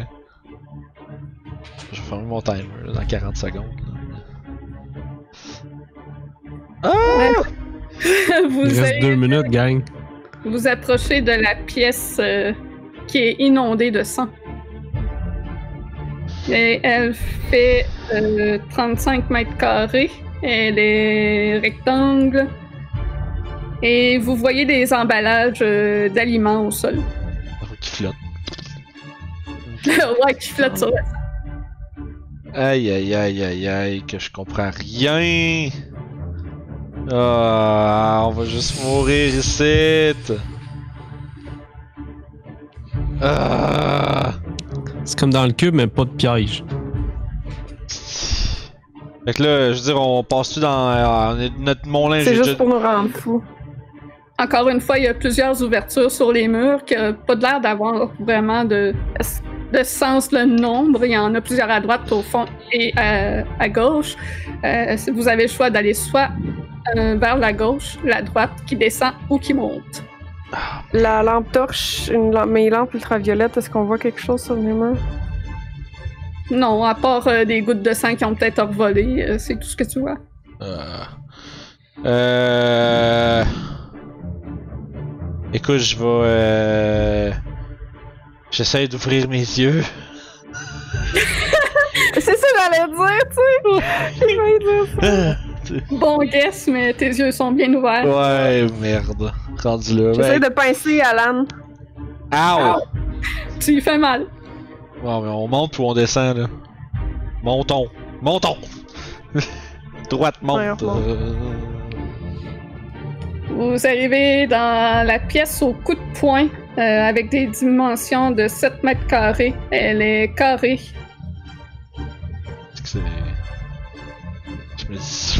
Je vais fermer mon timer là, dans quarante secondes. Là. Ah! vous, Il reste avez- deux minutes, gang. vous approchez de la pièce euh, qui est inondée de sang. Et elle fait euh, trente-cinq mètres carrés. Elle est rectangle. Et vous voyez des emballages euh, d'aliments au sol. Qui flotte. Ouais, qui flottent sur la Aïe aïe aïe aïe aïe, que je comprends rien. Ah, on va juste mourir ici. Ah. C'est comme dans le cube, mais pas de piège. Fait que là, je veux dire, on passe-tu dans euh, on est- notre mon linge? C'est j'ai juste déjà- pour nous rendre fous. Encore une fois, il y a plusieurs ouvertures sur les murs qui n'ont pas l'air d'avoir vraiment de, de sens le nombre. Il y en a plusieurs à droite, au fond et à, à gauche. Euh, vous avez le choix d'aller soit euh, vers la gauche, la droite, qui descend ou qui monte. La lampe torche, une lampe, mes lampes ultraviolettes, est-ce qu'on voit quelque chose sur les murs? Non, à part euh, des gouttes de sang qui ont peut-être revolé, euh, c'est tout ce que tu vois. Euh... euh... Écoute, je vais... Euh... J'essaie d'ouvrir mes yeux. C'est ça que j'allais dire, tu sais! J'ai failli dire ça. Bon guess, mais tes yeux sont bien ouverts. Ouais, merde. Rendu là. J'essaie Ben... de pincer Alan. Ow! Tu lui fais mal. Bon, mais on monte ou on descend, là? Montons! Montons! Droite monte. Ouais, on remonte. Euh, Vous arrivez dans la pièce au coup de poing euh, avec des dimensions de sept mètres carrés. Elle est carrée. Est-ce que c'est... Je me dis...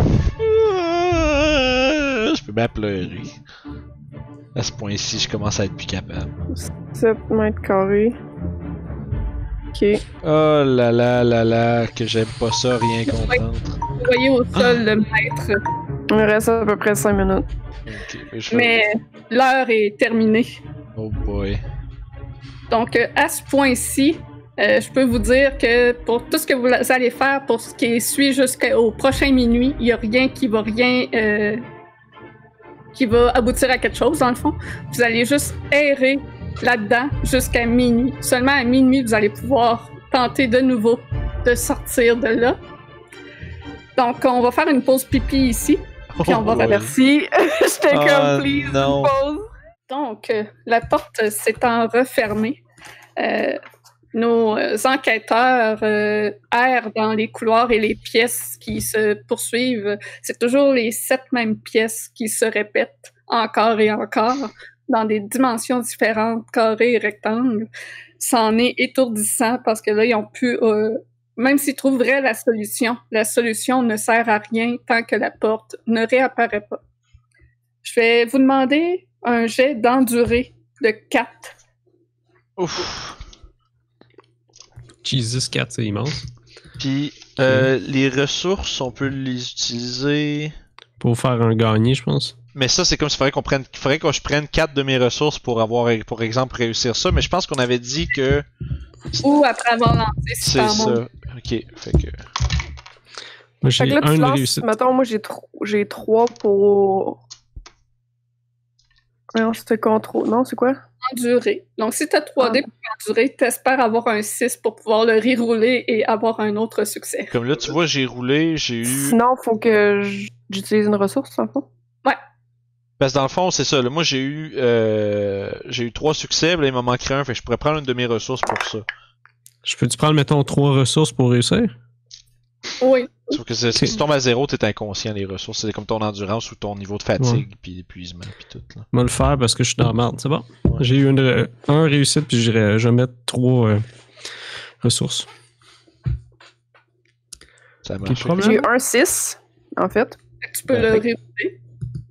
Je peux bien pleurer. À ce point-ci, je commence à être plus capable. sept mètres carrés. Ok. Oh là là là là, que j'aime pas ça, rien comprendre. Vous voyez au sol le maître. Il me reste à peu près cinq minutes. Ok, je fais- Mais l'heure est terminée. Oh boy. Donc, euh, à ce point-ci, euh, je peux vous dire que pour tout ce que vous allez faire, pour ce qui suit jusqu'au prochain minuit, il n'y a rien qui va rien... euh, qui va aboutir à quelque chose, dans le fond. Vous allez juste errer là-dedans jusqu'à minuit. Seulement à minuit, vous allez pouvoir tenter de nouveau de sortir de là. Donc, on va faire une pause pipi ici. Puis on va Oh boy. Merci. J'étais Oh, comme, please, non. une pause. Donc, euh, la porte s'étant refermée, euh, nos euh, enquêteurs euh, errent dans les couloirs et les pièces qui se poursuivent. C'est toujours les sept mêmes pièces qui se répètent encore et encore dans des dimensions différentes, carrés et rectangles. C'en est étourdissant parce que là, ils ont pu... Euh, même s'ils trouveraient la solution, la solution ne sert à rien tant que la porte ne réapparaît pas. Je vais vous demander un jet d'endurée de quatre. Ouf. Jesus, quatre, c'est immense. Puis, euh, les ressources, on peut les utiliser... Pour faire un gagné, je pense. Mais ça, c'est comme s'il faudrait qu'on prenne, il faudrait que je prenne quatre de mes ressources pour avoir, pour exemple, réussir ça. Mais je pense qu'on avait dit que. Ou après avoir lancé C'est super ça. monde. Ok, fait que. Moi, Fait j'ai que là, un tu de lances, réussite. mettons, moi, j'ai tro- j'ai trois pour... Non, c'était contrôle. Non, c'est quoi? Endurer. Donc, si tu as trois dés Ah. pour endurer, tu espères avoir un six pour pouvoir le rerouler et avoir un autre succès. Comme là, tu vois, j'ai roulé, j'ai eu. Sinon, faut que j- j'utilise une ressource, en fond. Parce que dans le fond, c'est ça. Là, moi, j'ai eu, euh, j'ai eu trois succès, là, il m'en manquerait un, fait que je pourrais prendre une de mes ressources pour ça. Je peux-tu prendre, mettons, trois ressources pour réussir? Oui. Sauf que c'est- si tu tombes à zéro, t'es inconscient, les ressources. C'est comme ton endurance ou ton niveau de fatigue, puis d'épuisement, puis tout. Là. Je vais le faire parce que je suis dans la merde, c'est bon. Ouais. J'ai eu une, euh, un réussite, puis je vais je vais mettre trois euh, ressources. Ça Quel marche. problème? J'ai eu un six, en fait. Fait que tu peux Ouais. le rerouler.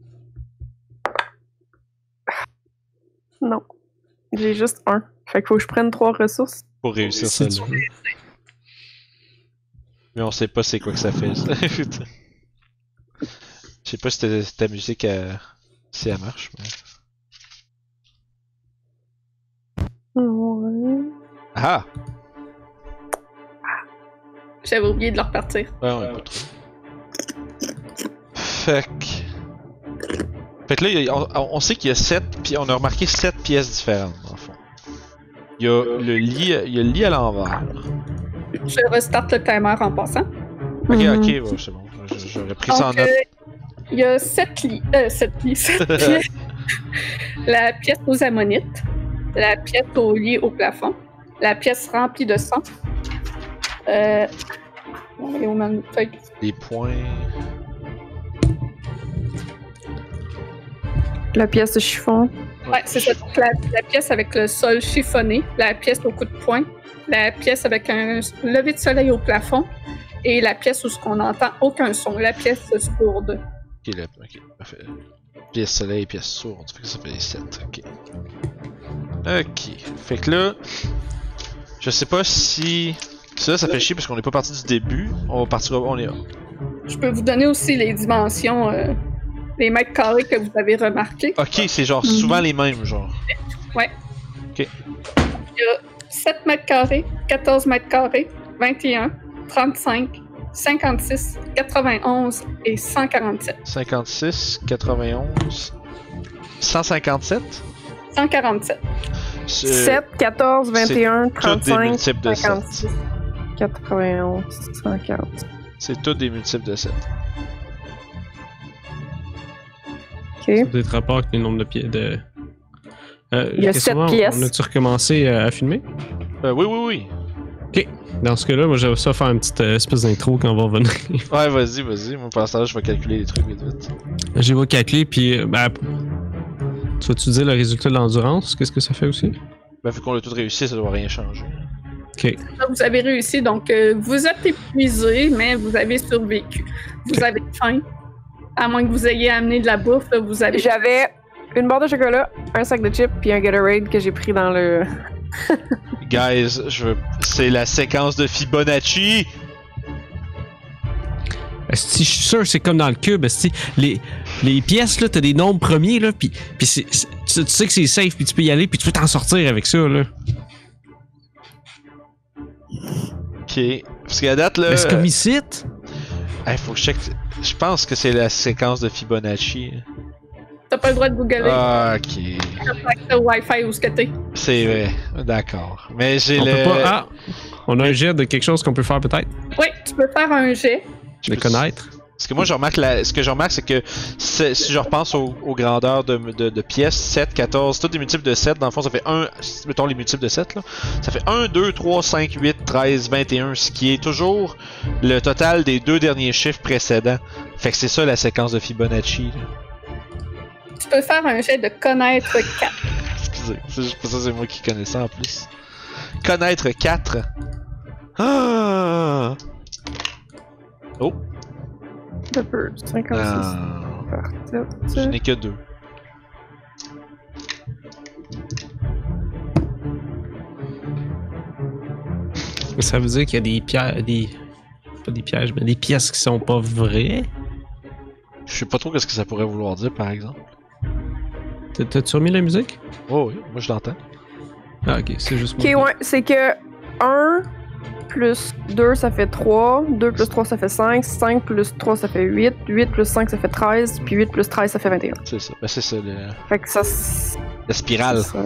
Non. J'ai juste un. Fait qu'il faut que je prenne trois ressources. Pour réussir ça. Si tu Là. veux. Mais on sait pas c'est quoi que ça fait. ça. Je sais pas si ta, si ta musique, euh, si elle marche. Mais... Ouais. Ah! J'avais oublié de le repartir. Ouais, on est pas trop. Fait que... Fait que là, il y a- on, on sait qu'il y a sept, puis on a remarqué sept pièces différentes, dans le fond. Il y a le lit, il y a le lit à l'envers. Je restart le timer en passant. Ok, Mhm. ok, ouais, c'est bon. Je- J'aurais pris ça en Donc, note. euh, il y a sept lits. Euh, sept lits, sept pièces. La pièce aux ammonites. La pièce au lit au plafond. La pièce remplie de sang. Euh... On est au même feuille. Des points. La pièce de chiffon. Ouais, c'est ça. Donc, la, la pièce avec le sol chiffonné. La pièce au coup de poing. La pièce avec un lever de soleil au plafond. Et la pièce où on n'entend aucun son. La pièce sourde. Ok, là, ok, parfait. Pièce soleil, pièce sourde. Fait que ça fait sept, ok. Ok. Fait que là, je sais pas si. Ça, ça fait chier parce qu'on est pas parti du début. On va partir. On est. Je peux vous donner aussi les dimensions, euh, les mètres carrés que vous avez remarqués. Ok, c'est genre souvent les mêmes, genre. Il y a sept mètres carrés, quatorze mètres carrés, vingt et un, trente-cinq, cinquante-six, quatre-vingt-onze et cent quarante-sept. cinquante-six, quatre-vingt-onze, cent cinquante-sept. cent quarante-sept. C'est- sept, quatorze, vingt et un, tous des trente-cinq, multiples de sept. cinquante-six, quatre-vingt-onze, cent quarante. C'est tous des multiples de sept. OK. Ça doit être rapport avec le nombre de pieds de. Euh, Il y a question, sept pièces. On a-tu recommencé euh, à filmer? Euh, oui, oui, oui. Dans ce cas-là, moi j'avais ça faire une petite euh, espèce d'intro quand on va revenir. Ouais, vas-y, vas-y. Moi, pour l'instant, je vais calculer les trucs vite, vite. J'ai vais calculer, puis euh, ben, tu vas-tu dire le résultat de l'endurance? Qu'est-ce que ça fait aussi? Ben, vu qu'on l'a tout réussi, ça doit rien changer. Ok. Ça, vous avez réussi, donc euh, vous êtes épuisé, mais vous avez survécu. Vous Ok. avez faim. À moins que vous ayez amené de la bouffe, là, vous avez. J'avais une barre de chocolat, un sac de chips, puis un Gatorade que j'ai pris dans le... Guys, je veux. C'est la séquence de Fibonacci! Si je suis sûr, c'est comme dans le cube. esti, les, les pièces, là, t'as des nombres premiers, là, puis puis c'est- c'est- tu, tu sais que c'est safe, puis tu peux y aller, puis tu peux t'en sortir avec ça, là. Ok. Parce qu'à date, là. Mais c'est comme ici. Hey, faut que je check. Je pense que c'est la séquence de Fibonacci. T'as pas le droit de googler. Ah, ok. T'as pas accès au Wi-Fi où ce que t'es. C'est vrai. D'accord. Mais j'ai On le. peut pas. Ah! On a un jet de quelque chose qu'on peut faire peut-être. Oui, tu peux faire un jet. Je De peux- connaître. Parce que moi, je remarque la... ce que je remarque, c'est que c'est- si je repense aux, aux grandeurs de, de, de pièces, sept, quatorze, tous des multiples de sept, dans le fond, ça fait un, mettons les multiples de sept, là, ça fait un, deux, trois, cinq, huit, treize, vingt et un, ce qui est toujours le total des deux derniers chiffres précédents. Fait que c'est ça la séquence de Fibonacci. Là. Tu peux faire un jet de connaître quatre. Excusez, c'est juste pour ça c'est moi qui connais ça en plus. Connaître quatre. Ah! Oh! Un peu, cinquante-six Non. par Je sept. n'ai que deux. Ça veut dire qu'il y a des pièges. Des... Pas des pièges, mais des pièces qui sont pas vraies. Je sais pas trop ce que ça pourrait vouloir dire, par exemple. T'as-tu remis la musique? Oh oui, moi je l'entends. Ah, ok, c'est juste Ok, moi. ouais, c'est que un plus deux, ça fait trois. deux plus trois, ça fait cinq. cinq plus trois, ça fait huit. huit plus cinq, ça fait treize. Puis huit plus treize, ça fait vingt et un. C'est ça. Ben, c'est ça, le... Fait que ça. c'est la spirale. ça.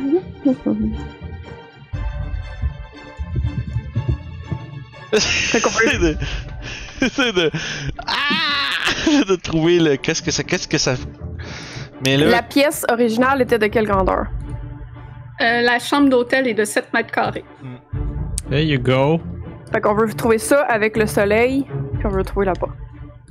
Fait qu'on peut- C'est de... c'est de... Ah! de trouver le... Qu'est-ce que ça... Qu'est-ce que ça... Mais là... La pièce originale était de quelle grandeur? Euh, la chambre d'hôtel est de sept mètres carrés. There you go. Fait qu'on veut trouver ça avec le soleil, puis on veut trouver la porte.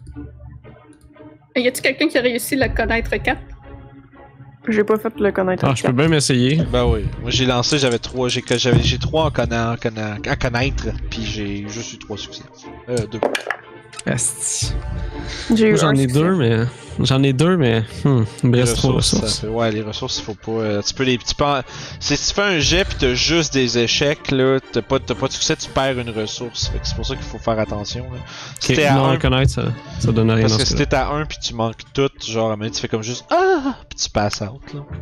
Y a-t-il quelqu'un qui a réussi à le connaître quatre? J'ai pas fait le connaître. Ah, je peux bien m'essayer. Ben oui. Moi j'ai lancé, j'avais trois... J'ai j'avais... j'ai trois en, conna... en, conna... en connaître, puis j'ai juste eu trois succès. Euh, deux. Asti. J'ai eu Moi, j'en un ai succès. deux, mais. J'en ai deux, mais. Hmm, il me Les reste trois ressources, ressources. ça fait- Ouais, les ressources, il faut pas. euh, tu peux les. Tu peux en- Si tu fais un jet pis t'as juste des échecs, là, t'as pas, t'as pas de succès, tu perds une ressource. Fait que c'est pour ça qu'il faut faire attention. Là. Si Ok, t'es à non, un, reconnaître, ça, ça donne rien parce dans que ce si cas-là. t'es à un pis tu manques tout, genre à un moment donné, tu fais comme juste Ah! Pis tu passes out, là.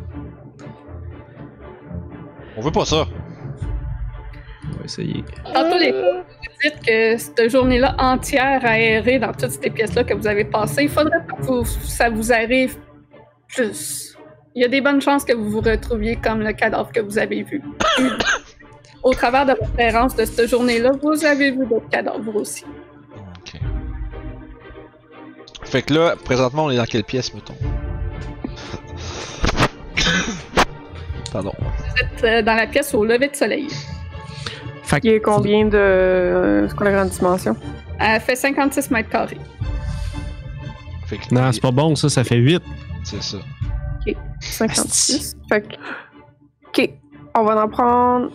On veut pas ça. On va essayer. Dans tous les cas, vous dites que cette journée-là entière à errer dans toutes ces pièces-là que vous avez passées, il faudrait pas que vous- ça vous arrive plus. Il y a des bonnes chances que vous vous retrouviez comme le cadavre que vous avez vu. Au travers de votre errance de cette journée-là, vous avez vu d'autres cadavres aussi. Ok. Fait que là, présentement, on est dans quelle pièce, mettons? Pardon. Vous êtes euh, dans la pièce au lever de soleil. Fait Il y a combien de. euh, C'est quoi la grande dimension? Elle fait cinquante-six mètres carrés. Fait que. Non, c'est pas bon, ça, ça fait huit. C'est ça. cinquante-six. Fait que. Ok. On va en prendre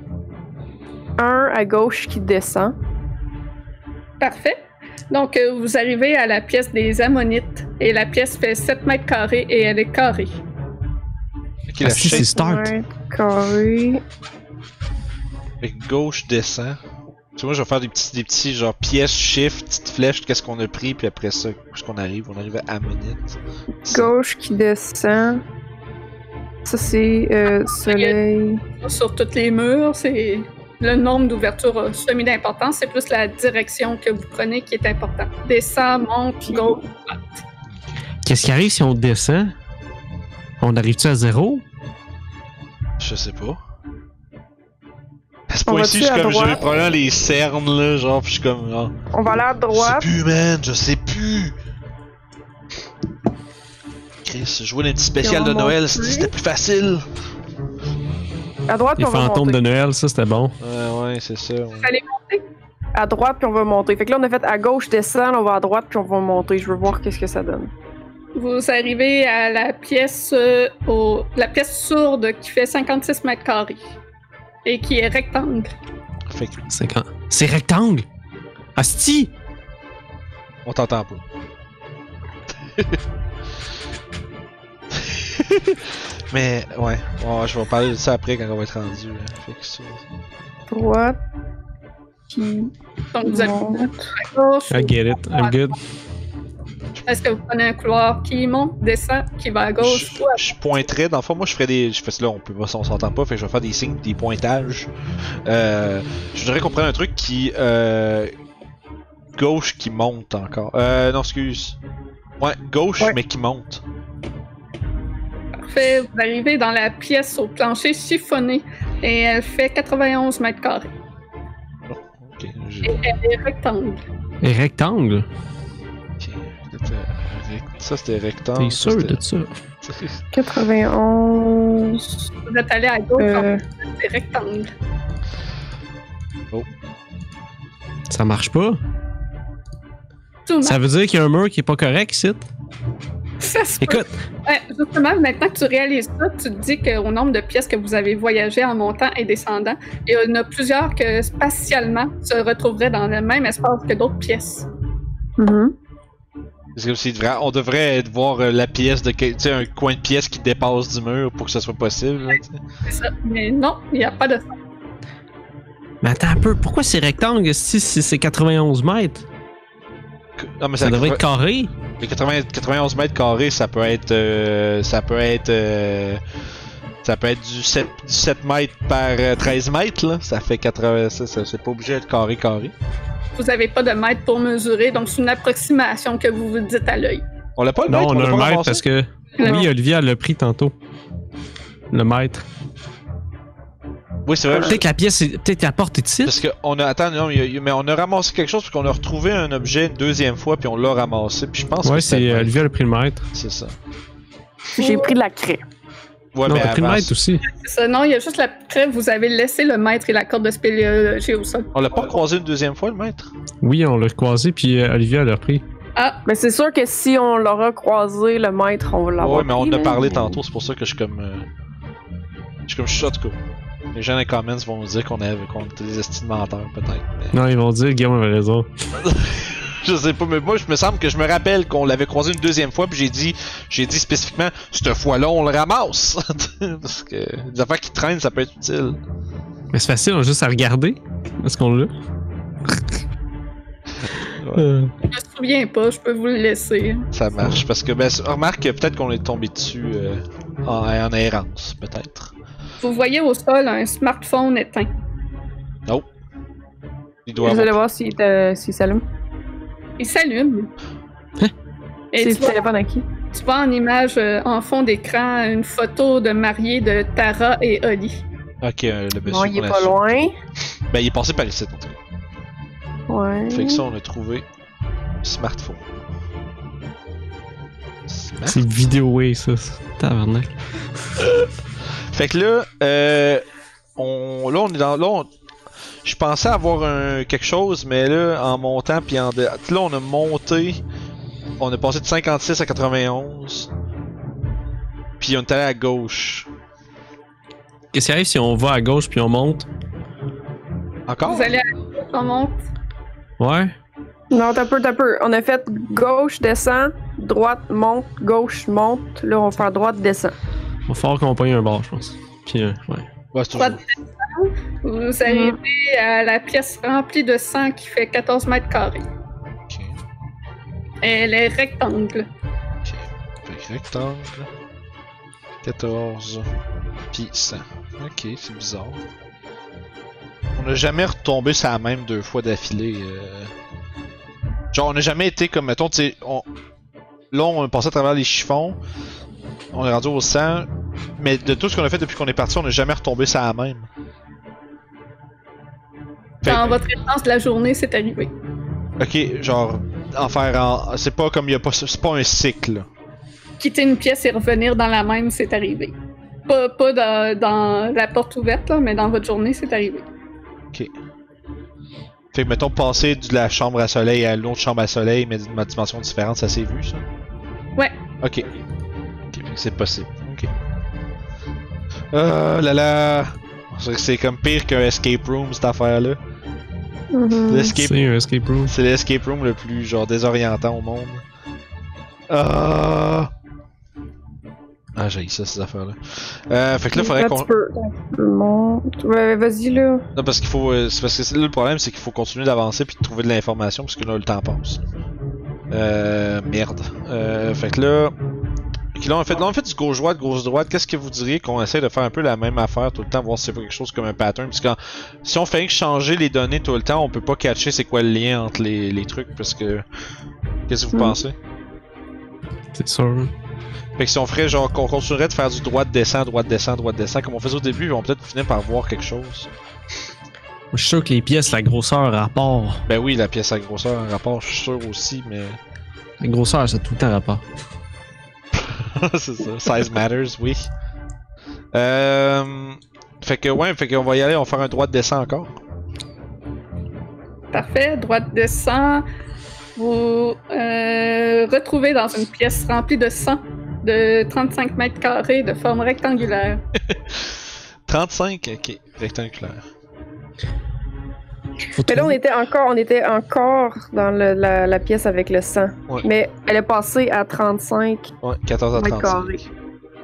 un à gauche qui descend. Parfait. Donc, euh, vous arrivez à la pièce des Ammonites. Et la pièce fait sept mètres carrés et elle est carrée. Ok, la Ah, si, shape. c'est start. Ouais, carré. Fait que gauche descend. Tu vois, je vais faire des petits, des petits genre pièces, shift, petites flèches, qu'est-ce qu'on a pris, puis après ça, où est-ce qu'on arrive? On arrive à Ammonite. Gauche qui descend. Ça, c'est euh, soleil. Sur tous les murs, c'est le nombre d'ouvertures a semi d'importance. C'est plus la direction que vous prenez qui est important. Descend, monte, gauche. Qu'est-ce qui arrive si on descend? On arrive-tu à zéro? Je sais pas. À ce On point-ci, je va-tu suis à comme, j'ai droite? probablement les cernes, là, genre, pis je suis comme, ah, On va aller à je sais droite. plus, man, je sais plus! Chris, jouer les petits spéciales de Puis on va Noël, monter. c'était c'était plus facile! À droite, Les puis on va fantômes monter. de Noël, ça, c'était bon. Ouais, ouais, c'est ça. ouais. Allez monter. À droite, puis on va monter. Fait que là, on a fait à gauche, descend, on va à droite, puis on va monter. Je veux voir qu'est-ce que ça donne. Vous arrivez à la pièce, euh, au, la pièce sourde qui fait cinquante-six mètres carrés et qui est rectangle. Fait que, cinquante. C'est rectangle! Asti! on t'entend pas. Mais, ouais, ouais, je vais parler de ça après quand on va être rendu. Là. Fait que ça. Droite. Qui Donc vous allez monte. à gauche. I get it. I'm good. Est-ce que vous prenez un couloir qui monte, descend, qui va à gauche Je, ou à je pointerais, dans le fond, moi je ferais des. Je fais là, on peut pas, on s'entend pas, fait que je vais faire des signes, des pointages. Euh, je voudrais qu'on prenne un truc qui. Euh, gauche qui monte encore. Euh, non, excuse. Ouais, gauche, Ouais. mais qui monte. Parfait. Vous arrivez dans la pièce au plancher chiffonné et elle fait quatre-vingt-onze mètres carrés. Oh, ok, j'ai. Et elle est rectangle. Et rectangle? Ok, peut-être, euh, rect- ça c'était rectangle. T'es ça, sûr c'était- de ça? quatre-vingt-onze. Vous êtes allé à gauche, Euh, c'est rectangle. Ça marche pas? Tout Ça veut dire qu'il y a un mur qui est pas correct ici? Ça se peut. Écoute, Ouais, justement, maintenant que tu réalises ça, tu te dis qu'au nombre de pièces que vous avez voyagé en montant et descendant, il y en a plusieurs que spatialement se retrouveraient dans le même espace que d'autres pièces. mhm. C'est comme si devrait- on devrait voir euh, la pièce de. quel- Tu sais, un coin de pièce qui dépasse du mur pour que ça soit possible. là, tu sais. C'est ça. Mais non, il n'y a pas de ça. mais attends un peu, pourquoi c'est rectangle si si c'est quatre-vingt-onze mètres? Non, mais Ça ça devrait être carré. Les quatre-vingts, quatre-vingt-onze mètres carrés, ça peut être. Euh, ça peut être. Euh, ça peut être du sept, du sept mètres par euh, treize mètres, là. Ça fait quatre-vingts. Ça, ça, c'est pas obligé d'être carré, carré. Vous n'avez pas de mètre pour mesurer, donc c'est une approximation que vous vous dites à l'œil. On l'a pas le Non, mètre, on a l'a un pas mètre ramassé? parce que. Non. Oui, Olivia l'a pris tantôt. Le mètre. Oui, c'est vrai. Peut-être que la pièce, est- peut-être la porte est ici. Parce que on a. Attends, non, il y a- mais on a ramassé quelque chose, puis qu'on a retrouvé un objet une deuxième fois, puis on l'a ramassé. Puis je pense Ouais, que c'est le mètre. Olivia a pris le mètre. C'est ça. J'ai pris de la craie. Ouais, non, mais t'as pris le avant, mètre aussi. C'est ça, non, il y a juste la preuve, vous avez laissé le mètre et la corde de spéléologie au sol. on l'a pas croisé une deuxième fois, le maître? Oui, on l'a croisé, puis euh, Olivia l'a repris. Ah, Mais c'est sûr que si on l'aura croisé, le maître, on va l'avoir. Ouais, mais on en pris, a là. parlé tantôt, c'est pour ça que je suis comme. Euh... Je suis comme. Je suis en tout cas. Les gens dans les comments vont nous dire qu'on avait qu'on était des estimes menteurs, peut-être. Mais... Non, ils vont dire Guillaume avait raison. Je sais pas, mais moi, je me semble que je me rappelle qu'on l'avait croisé une deuxième fois, puis j'ai dit, j'ai dit spécifiquement, cette fois-là, on le ramasse. Parce que les affaires qui traînent, ça peut être utile. Mais c'est facile, on a juste à regarder. Est-ce qu'on l'a? Euh, je me souviens pas, je peux vous le laisser. Ça marche, parce que, ben, remarque que peut-être qu'on est tombé dessus euh, en, en errance, peut-être. Vous voyez au sol un smartphone éteint. Non. Il doit Vous allez avoir... voir s'il euh, s'il s'allume. Il s'allume. Hein? Et C'est tu le vois, téléphone à qui? tu vois en image, euh, en fond d'écran, une photo de mariée de Tara et Oli. Ok, euh, le monsieur. Non, il est qu'on pas assume. loin. Ben, il est passé par ici, en tout cas. Ouais. Fait que ça, on a trouvé smartphone. Smart- c'est vidéoé, ça. Tabarnak. Fait que là, euh, on, là, on est dans. Là, on- je pensais avoir un, quelque chose, mais là, en montant, puis en. de- Là, on a monté. On est passé de cinquante-six à quatre-vingt-onze. Puis on est allé à gauche. Qu'est-ce qui arrive si on va à gauche puis on monte? Encore? Vous allez à gauche, on monte. Ouais. Non, t'as peu, t'as peu. On a fait gauche, descend, droite, monte, gauche, monte. Là, on va faire droite, descend. Va falloir qu'on pogne un bar, je pense. Puis, euh, ouais. Ouais, c'est Droite, toujours. Vous arrivez à la pièce remplie de sang qui fait quatorze mètres carrés. Ok. Elle est rectangle. Ok. Fait que rectangle. quatorze. Puis cent. Ok, c'est bizarre. On n'a jamais retombé sur la même deux fois d'affilée. euh. Genre, on n'a jamais été comme, mettons, tu sais, on... là, on est passé à travers les chiffons. On est rendu au cent. Mais de tout ce qu'on a fait depuis qu'on est parti, on n'a jamais retombé sur la même. Fait Dans que- votre essence de la journée, c'est arrivé. Ok, genre, en faire en. C'est pas comme il y a pas. C'est pas un cycle. là. Quitter une pièce et revenir dans la même, c'est arrivé. Pas, pas dans, dans la porte ouverte, là, mais dans votre journée, c'est arrivé. Fait que, mettons, passer de la chambre à soleil à l'autre chambre à soleil, mais d'une dimension différente, ça s'est vu, ça? Ouais. Ok. Ok, fait que c'est possible. Ok. Oh là là! C'est c'est comme pire qu'un escape room, cette affaire-là. Mhm. L'escape... C'est un escape room. C'est l'escape room le plus, genre, désorientant au monde. Ah! Ah, j'ai ça, ces affaires-là. Euh, fait que là, faudrait Là, qu'on... tu peux, tu peux monter. Ouais, vas-y, là. Non, parce qu'il faut. euh, c'est parce que c'est- là, le problème, c'est qu'il faut continuer d'avancer puis de trouver de l'information parce que là, le temps passe. Euh. Merde. Euh. Fait que là. Ok, là, on fait, là, on fait du gauche-droite, gauche-droite. Qu'est-ce que vous diriez qu'on essaie de faire un peu la même affaire tout le temps, voir si c'est pas quelque chose comme un pattern? Parce que si on fait que changer les données tout le temps, on peut pas catcher c'est quoi le lien entre les, les trucs parce que. Qu'est-ce que vous Mm. pensez? C'est sûr. Fait que si on ferait genre qu'on continuerait de faire du droite-descend, droite-descend, droite-descend, comme on faisait au début, ils vont peut-être finir par voir quelque chose. Moi, je suis sûr que les pièces, la grosseur rapport. Ben oui, la pièce à grosseur, un rapport, je suis sûr aussi, mais. La grosseur, ça a tout le temps rapport. C'est ça, size matters, oui. Euh. Fait que, ouais, fait qu'on va y aller, on va faire un droite-descend encore. Parfait. Droite descend. Vous euh, retrouvez dans une pièce remplie de sang de trente-cinq mètres carrés de forme rectangulaire. trente-cinq, ok, rectangulaire. Faut Mais là, on trouver- était encore, on était encore dans le- la, la pièce avec le sang. Ouais. Mais elle est passée à trente-cinq. Ouais, quatorze à Mètres trente-cinq. carrés.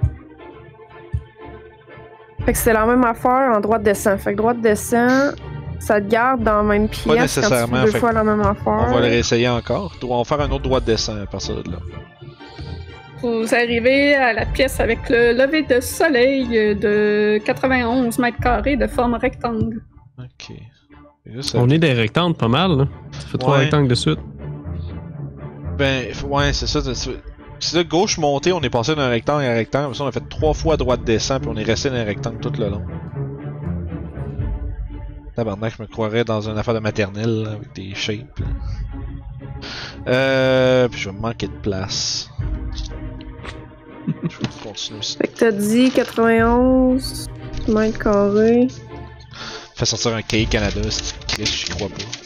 Fait que c'est la même affaire en droite descend. Fait que droite descend. ça te garde dans la même pièce Pas nécessairement. quand tu fais deux fait fois la même affaire. On va le réessayer encore. On va faire un autre droit de dessin à partir de là. Vous arrivez à la pièce avec le lever de soleil de quatre-vingt-onze mètres carrés de forme rectangle. Ok. Là, ça... On est des rectangles pas mal, là. Ça fait trois Ouais. rectangles de suite. Ben, ouais, c'est ça. C'est là, gauche montée, on est passé d'un rectangle à un rectangle. Après ça, on a fait trois fois droite descend, puis on est resté dans un rectangle tout le long. Tabarnak, je me croirais dans une affaire de maternelle, là, avec des shapes. Là. Euh. Puis je vais me manquer de place. Je vais continuer ici. Fait que t'as dit quatre-vingt-onze mètres carrés. Fais sortir un K Canada, si tu cries, j'y crois pas.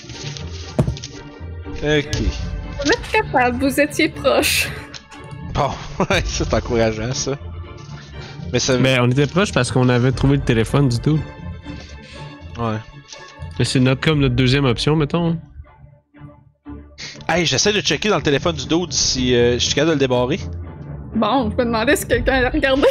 Ok. Vous êtes capable, vous étiez proche. Bon, ouais, ça, c'est encourageant, ça. Mais ça. Mais on était proche parce qu'on avait trouvé le téléphone du tout. Ouais. Mais c'est notre, comme notre deuxième option, mettons. Hey, j'essaie de checker dans le téléphone du dude si euh, je suis capable de le débarrer. Bon, je me demandais si quelqu'un l'a regardé.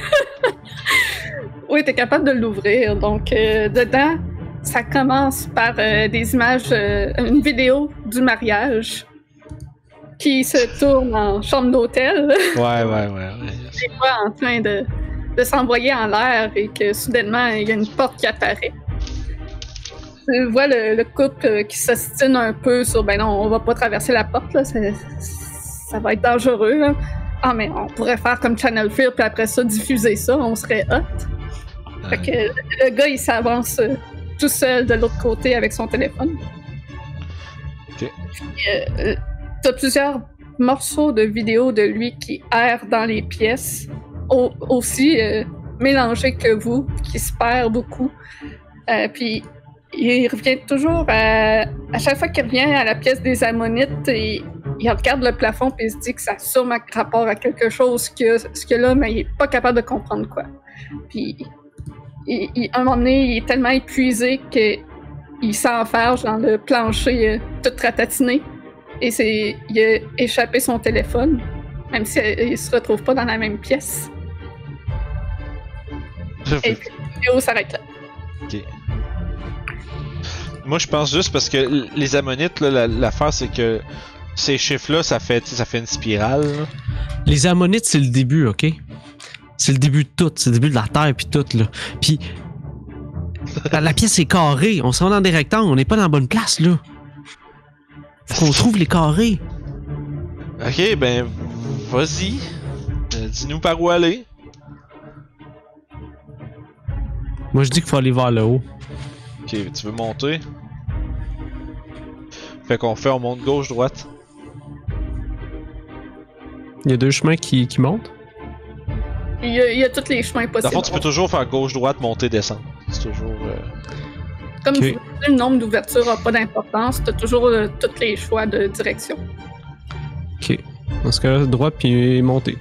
Oui, t'es capable de l'ouvrir. Donc, euh, dedans, ça commence par euh, des images, euh, une vidéo du mariage qui se tourne en chambre d'hôtel. Ouais, ouais, ouais. ouais. Des fois en train de, de s'envoyer en l'air et que soudainement, il y a une porte qui apparaît. Tu vois le, le couple qui s'ostine un peu sur « ben non, on va pas traverser la porte, là, ça, ça va être dangereux. Là. » Ah, mais on pourrait faire comme Channel Fear, puis après ça, diffuser ça, on serait hot. Fait que le, le gars, il s'avance euh, tout seul de l'autre côté avec son téléphone. Ok. Puis, euh, t'as plusieurs morceaux de vidéos de lui qui errent dans les pièces, au, aussi euh, mélangés que vous, qui se perd beaucoup. Euh, puis il revient toujours à, à chaque fois qu'il revient à la pièce des ammonites, et il regarde le plafond puis il se dit que ça a sûrement rapport à quelque chose que ce que là, mais il est pas capable de comprendre quoi. Puis il, il, à un moment donné, il est tellement épuisé qu'il s'enferge dans le plancher euh, tout ratatiné et c'est il a échappé son téléphone, même s'il il se retrouve pas dans la même pièce. Et puis la vidéo s'arrête là. Ok. Moi, je pense juste parce que les ammonites, là, l'affaire, c'est que ces chiffres-là, ça fait, ça fait une spirale. Là. Les ammonites, c'est le début, ok? C'est le début de tout. C'est le début de la Terre, puis tout, là. Puis, la, la pièce est carrée. On s'en va dans des rectangles. On n'est pas dans la bonne place, là. Faut qu'on trouve les carrés. Ok, ben, vas-y. Euh, dis-nous par où aller. Moi, je dis qu'il faut aller vers le haut. Ok, tu veux monter? Fait qu'on fait, on monte gauche-droite. Il y a deux chemins qui, qui montent. Il y, a, il y a tous les chemins Dans possibles. le fond, tu peux toujours faire gauche-droite, monter, descendre. C'est toujours... Euh... Comme Ok. je vous dis, le nombre d'ouvertures n'a pas d'importance, tu as toujours euh, tous les choix de direction. Ok. Dans ce cas-là, droite puis monter.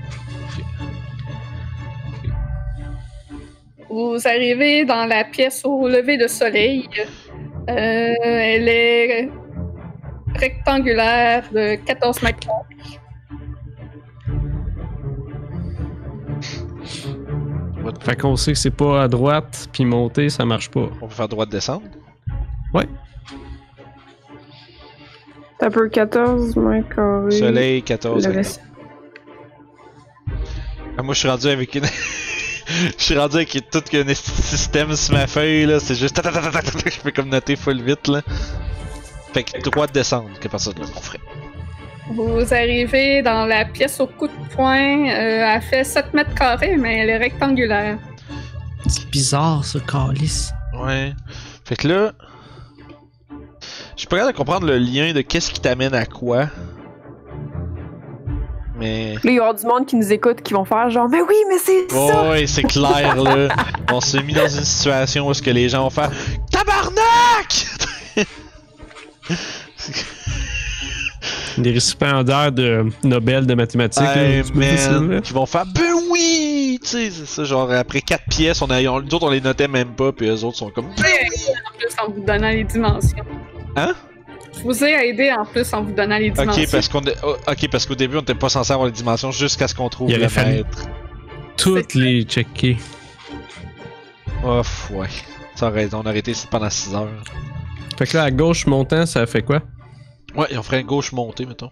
Vous arrivez dans la pièce au lever de soleil. Euh, elle est rectangulaire de quatorze mètres carrés. Fait qu'on sait que c'est pas à droite puis monter, ça marche pas. On peut faire droite-descendre. Ouais. T'as peu quatorze mètres carrés. Soleil, quatorze. Le rectangle. reste. Ah, moi, je suis rendu avec une... Je suis rendu avec tout un système sur ma feuille, là. C'est juste... Je peux comme noter full vite, là. Fait que droite-descendre, que partir de là, on ferait. Vous arrivez dans la pièce au coup de poing. Euh, elle fait sept mètres carrés, mais elle est rectangulaire. C'est bizarre, ce calice. Ouais. Fait que là... Je suis pas capable de comprendre le lien de qu'est-ce qui t'amène à quoi. Mais... Là, il va y avoir du monde qui nous écoute qui vont faire genre, mais oui, mais c'est Oh, ça! ouais, c'est clair, là. On s'est mis dans une situation où est-ce que les gens vont faire Tabarnak! Des récipiendaires de Nobel de mathématiques. Hey, là, tu me dis ça, là? man, qui vont faire ben oui! Tu sais, c'est ça, genre après quatre pièces, on a, on, nous autres on les notait même pas, puis eux autres sont comme ben oui! En plus, en vous donnant les dimensions. Hein? Je vous ai aidé en plus en vous donnant les dimensions. Ok, parce qu'on oh, ok, parce qu'au début on était pas censé avoir les dimensions jusqu'à ce qu'on trouve Il le aurait fallu- maître. Toutes les checker. Ouf, ouais. Ça aurait, on aurait été ici pendant six heures. Fait que là, à gauche montant, ça fait quoi? Ouais, on ferait une gauche montée, mettons.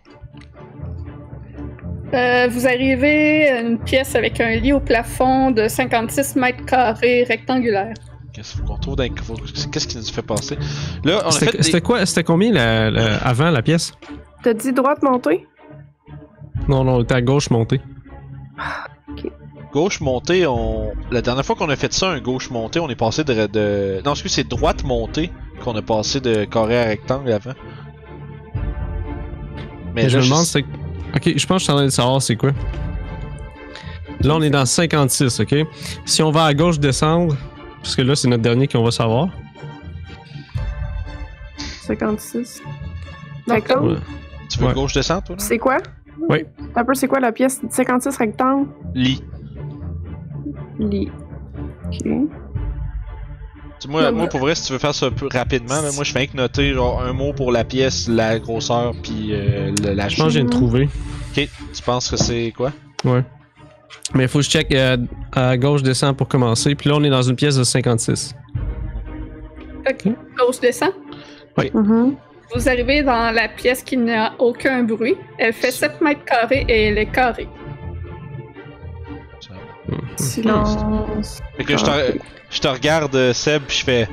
Euh, vous arrivez à une pièce avec un lit au plafond de cinquante-six mètres carrés rectangulaire. Qu'est-ce qu'on trouve dans les... Qu'est-ce qui nous fait passer? Là, on a C'était fait des... c'était quoi? C'était combien la, la- avant la pièce? T'as dit droite montée? Non, non, on était à gauche montée. Gauche montée, on... La dernière fois qu'on a fait ça, un gauche montée, on est passé de... de... Non, excuse, c'est droite montée qu'on a passé de carré à rectangle avant. Mais je me demande, c'est. Ok, je pense que je suis en train de savoir c'est quoi. Là, on est dans cinquante-six, ok? Si on va à gauche descendre, parce que là, c'est notre dernier qu'on va savoir. cinquante-six. Donc, Rectangle? Ouais. Tu veux Ouais. gauche descente, toi? Là? C'est quoi? Oui. Un peu, c'est quoi la pièce? cinquante-six rectangle? Lit. Lit. Ok. Tu- Moi, moi, pour vrai, si tu veux faire ça un peu rapidement, là, moi, je fais que noter genre un mot pour la pièce, la grosseur, puis euh, le- la Je pense que je viens de trouver. Ok, tu penses que c'est quoi? Ouais. Mais il faut que je check euh, à gauche descend pour commencer. Puis là, on est dans une pièce de cinquante-six. Ok. Gauche descend. Mhm. Vous arrivez dans la pièce qui n'a aucun bruit. Elle fait sept mètres carrés et elle est carrée. Ça. Silence. Fait que je te, je te regarde, euh, Seb, pis je fais.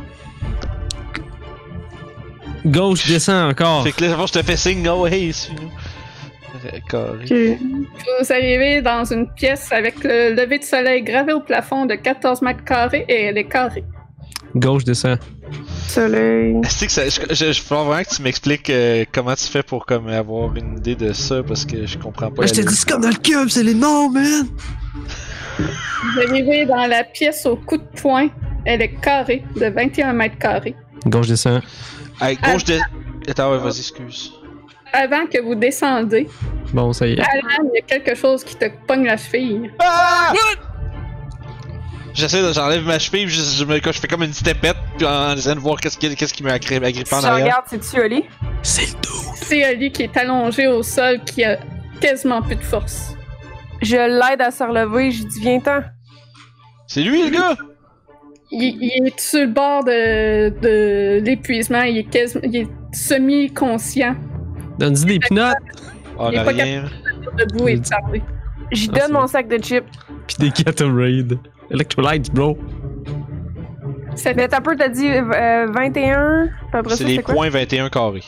Gauche descend encore. Fait que là, je te fais signe, oh hey, suis-nous. Carré. Ok. Vous arrivez dans une pièce avec le lever de soleil gravé au plafond de quatorze mètres carrés et elle est carrée. Gauche descend. Soleil. Est-ce que ça, je, je, je veux vraiment que tu m'expliques euh, comment tu fais pour comme avoir une idée de ça parce que je comprends pas. je te dis, c'est comme dans le cube, c'est les noms, man! Vous arrivez dans la pièce au coup de poing. Elle est carrée de vingt et un mètres carrés. Gauche descend. Hey, gauche de. Attends, ouais, vas-y, excuse. Avant que vous descendez, Bon, ça y est. Alan, il y a quelque chose qui te pogne la cheville. Ah! J'essaie de, j'enlève ma cheville, je, je, me, je fais comme une stepette, puis en essayant de voir qu'est-ce qui, qu'est-ce qui m'a agrippé Si en je arrière. regarde, c'est-tu Oli? C'est le dos. C'est Oli qui est allongé au sol, qui a quasiment plus de force. Je l'aide à se relever, je dis viens-t'en. C'est lui, le gars! Il, il est sur le bord de, de l'épuisement, il est, quasi, il est semi-conscient. Donne-y des pinottes. On Il est a pas rien. Debout et de parler. J'y Ah, donne c'est mon vrai. sac de chips. Pis des Gatorade. Electrolytes, bro. Ça Mais fait t'as peu, t'as dit euh, vingt et un. Puis après C'est ça, les c'est quoi? points vingt et un carrés.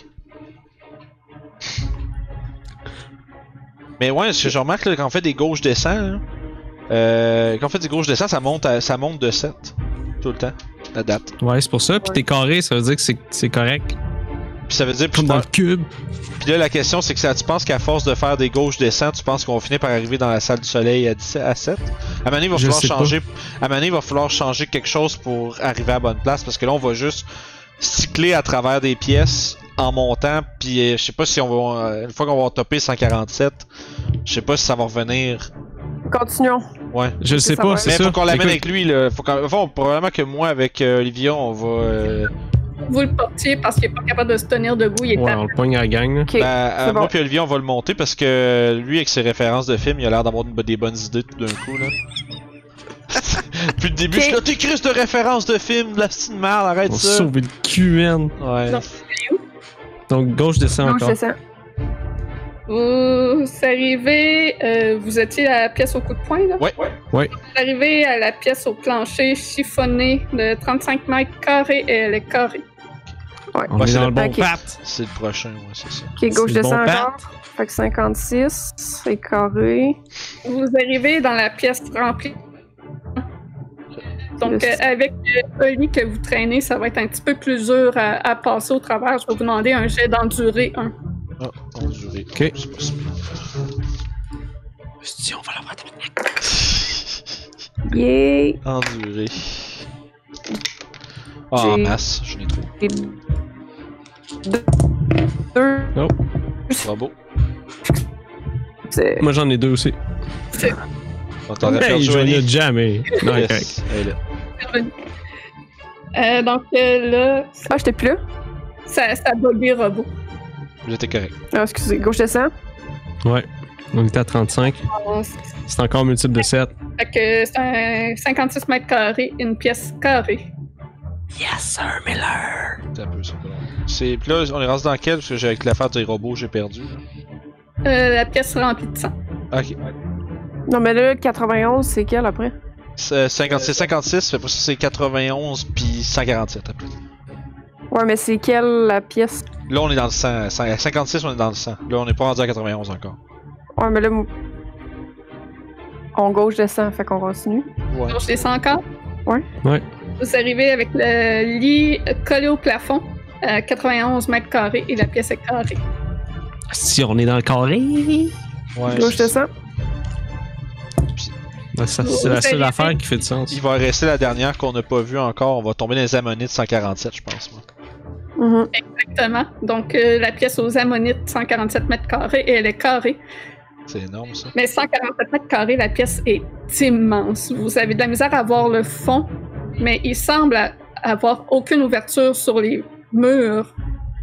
Mais ouais, ce que je remarque là, quand on fait des gauches descends, là, euh, quand on fait des gauches descends, ça monte, à- ça monte de sept. Tout le temps. La date. Ouais, c'est pour ça. Pis Ouais. t'es carré, ça veut dire que c'est- c'est correct. Puis ça veut dire, puis Comme dans le cube. Puis là, la question, c'est que ça, tu penses qu'à force de faire des gauches descends, tu penses qu'on va finir par arriver dans la salle du soleil à, dix, à sept? À un moment donné, il va Je falloir sais pas. changer. À un moment donné, il va falloir changer quelque chose pour arriver à la bonne place, parce que là, on va juste cycler à travers des pièces en montant, puis euh, je sais pas si on va. euh, Une fois qu'on va topper cent quarante-sept, je sais pas si ça va revenir. Continuons. Ouais. Je sais ça pas, va. c'est Mais ça. faut qu'on l'amène Écoute, avec lui, là. Faut qu'on... Enfin, probablement que moi, avec euh, Olivia, on va. euh, vous le portiez parce qu'il est pas capable de se tenir debout, il est Ouais, à- on le pogne à la gang, là. Ok. Ben, euh, c'est moi bon. puis Olivier, on va le monter parce que lui, avec ses références de films, il a l'air d'avoir une- des bonnes idées tout d'un coup, là. Depuis le début, Ok. je suis là, t'es Chris de références de films, de la petite merde, arrête On ça. sauve le cul, man. Ouais. Non. Donc, gauche descend Gauche encore. descend. Vous arrivez, euh, vous étiez à la pièce au coup de poing, là? Ouais. Ouais. Vous arrivez à la pièce au plancher chiffonné de trente-cinq mètres carrés et elle est carrée. Ouais. On Ouais, est c'est dans le- le bon Ok. pat. C'est le prochain, ouais, c'est ça. Ok, gauche C'est le descend bon encore. Fait que cinquante-six, c'est carré. Vous arrivez dans la pièce remplie. Donc, Yes. euh, avec euh, Oli que vous traînez, ça va être un petit peu plus dur à, à passer au travers. Je vais vous demander un jet d'endurée un. Ah, enduré. Ok. C'est pas si Si, on va l'avoir de Yay! enduré. Ah, en J'ai- masse, je n'ai trop. Et deux. Deux. Bravo. C'est- Moi, j'en ai deux aussi. On t'aurait Hey, perdu je un n'ai jamais. Non, correct. Yes, elle est là. Euh, donc euh, là, Ah, j'étais plus là? ça, ça buggy robot. J'étais correct. Ah, excusez, gauche descend. Ouais. On était à trente-cinq. Euh, C'est encore multiple de sept. Fait que c'est un cinquante-six mètres carrés, une pièce carrée. Yes, sir, Miller. C'est un peu ça. c'est. Puis là, on est rendu dans quel? Parce que j'ai avec l'affaire des robots, j'ai perdu. Euh, la pièce remplie de sang. Ok. Non, mais là, quatre-vingt-onze, c'est quel après? C'est cinquante-six, cinquante-six, fait pas ça, c'est quatre-vingt-onze puis cent quarante-sept après. Ouais, mais c'est quelle la pièce? Là, on est dans le sang. À cinquante-six, on est dans le sang. Là, on est pas rendu à quatre-vingt-onze encore. Ouais, mais là, on gauche descend, fait qu'on continue. Ouais. Gauche descend encore. Ouais. Ouais. Vous arrivez avec le lit collé au plafond à quatre-vingt-onze mètres carrés et la pièce est carrée. Si on est dans le carré. Ouais. Gauche descend. Ben, ça, c'est la seule affaire qui fait du sens. Il va rester la dernière qu'on n'a pas vue encore. On va tomber dans les ammonites cent quarante-sept, je pense. Moi. Mm-hmm. Exactement. Donc, euh, la pièce aux ammonites, cent quarante-sept mètres carrés, et elle est carrée. C'est énorme, ça. Mais cent quarante-sept mètres carrés, la pièce est immense. Vous avez de la misère à voir le fond, mais il semble avoir aucune ouverture sur les murs.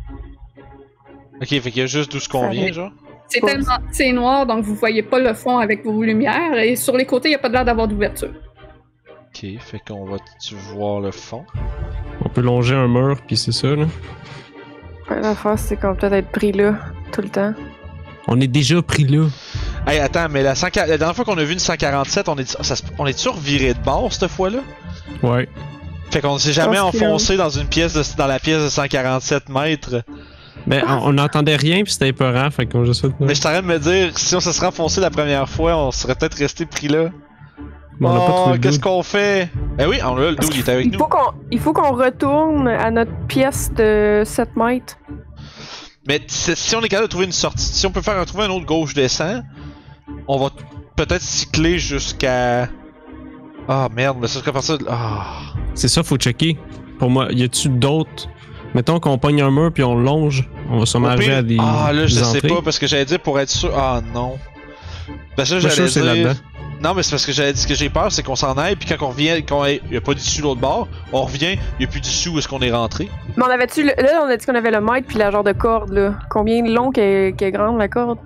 Ok, fait qu'il y a juste d'où ce qu'on vient, genre. C'est tellement c'est noir, donc vous voyez pas le fond avec vos lumières, et sur les côtés, il n'y a pas l'air d'avoir d'ouverture. Ok, fait qu'on va tu voir le fond. On peut longer un mur, puis c'est ça, là. Ouais, la face, c'est qu'on peut peut-être être pris là, tout le temps. On est déjà pris là. Hey, attends, mais la, cent quarante la dernière fois qu'on a vu une cent quarante-sept, on est, ça, on est-tu reviré de bord cette fois-là? Ouais. Fait qu'on s'est jamais Parce que- enfoncé dans une pièce de, dans la pièce de cent quarante-sept mètres. Ben, on n'entendait rien, puis c'était épeurant, fait qu'on juste fait. Mais je t'arrête de me dire, si on se serait enfoncé la première fois, on serait peut-être resté pris là. Mais on n'a pas Oh, trouvé le qu'est-ce dude. qu'on fait? Ben oui, on a le dude, il est avec Il nous. faut qu'on il faut qu'on retourne à notre pièce de sept mètres. Mais si si on est capable de trouver une sortie, si on peut faire trouver un autre gauche descend, on va peut-être cycler jusqu'à. Ah merde, mais ça serait pas ça. Ah. C'est ça, faut checker. Pour moi, y a-tu d'autres. Mettons qu'on pogne un mur, puis on le longe, on va sûrement Au arriver pire- à des. Ah là, je des sais entrées. pas, parce que j'allais dire pour être sûr. Ah non. Parce que Moi, je suis sûr j'allais que c'est dire. là-dedans. Non, mais c'est parce que j'allais dire ce que j'ai peur, c'est qu'on s'en aille, puis quand on revient, quand il y a pas d'issue de l'autre bord, on revient, il y a plus d'issue où est-ce qu'on est rentré. Mais on avait-tu. le- Là, on a dit qu'on avait le mètre puis la genre de corde, là. Combien de long qu'elle qu'elle est grande, la corde?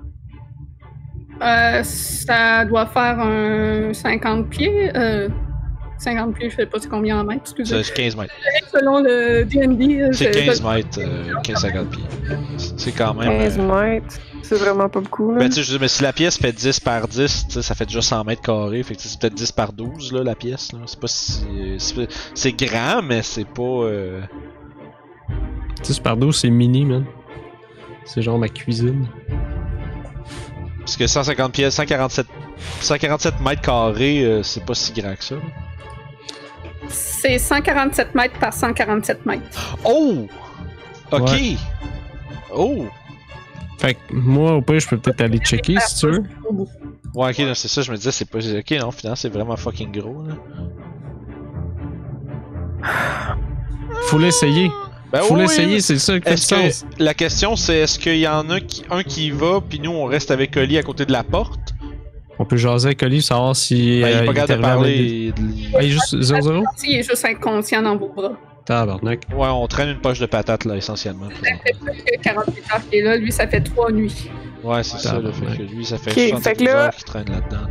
Euh, ça doit faire un cinquante pieds. Euh, cinquante pieds, je sais pas c'est combien en mètres, excusez. C'est quinze mètres. Selon le D and D, euh, C'est je- quinze mètres, euh, quinze à cinquante pieds. C'est quand même. quinze euh, mètres. C'est vraiment pas beaucoup, là. Ben, tu sais, je veux dire, mais si la pièce fait dix par dix, tu sais, ça fait déjà cent mètres carrés. Fait que tu sais, c'est peut-être dix par douze, là, la pièce. Là. C'est pas si. C'est, c'est grand, mais c'est pas. Euh... dix par douze, c'est mini, man. C'est genre ma cuisine. Parce que cent cinquante pièces, cent quarante-sept, cent quarante-sept mètres carrés, euh, c'est pas si grand que ça. c'est cent quarante-sept mètres par cent quarante-sept mètres. Oh! Ok! Ouais. Oh! Fait que moi, au pire, je peux peut-être aller checker si tu veux. Ouais, ok, non, c'est ça, je me disais, c'est pas. Ok, non, finalement, c'est vraiment fucking gros, là. Faut l'essayer. Ben Faut oui, l'essayer, mais c'est ça qui fait du Est-ce que sens. la question c'est est-ce qu'il y en a qui, un qui y va puis nous on reste avec Oli à côté de la porte? On peut jaser avec Oli, savoir si. Ben, il est euh, pas capable de arrivé avec parler. des- de- Ah, il est juste zéro zéro? Il est juste inconscient dans vos bras. Tabarnak. Ouais, on traîne une poche de patates là essentiellement. Ça fait plus que quarante-huit heures qu'il est là, lui ça fait trois nuits. Ouais, c'est ça, le Tabarnak. fait que lui ça fait Ok, fait soixante-dix que là- heures qu'il traîne là-dedans.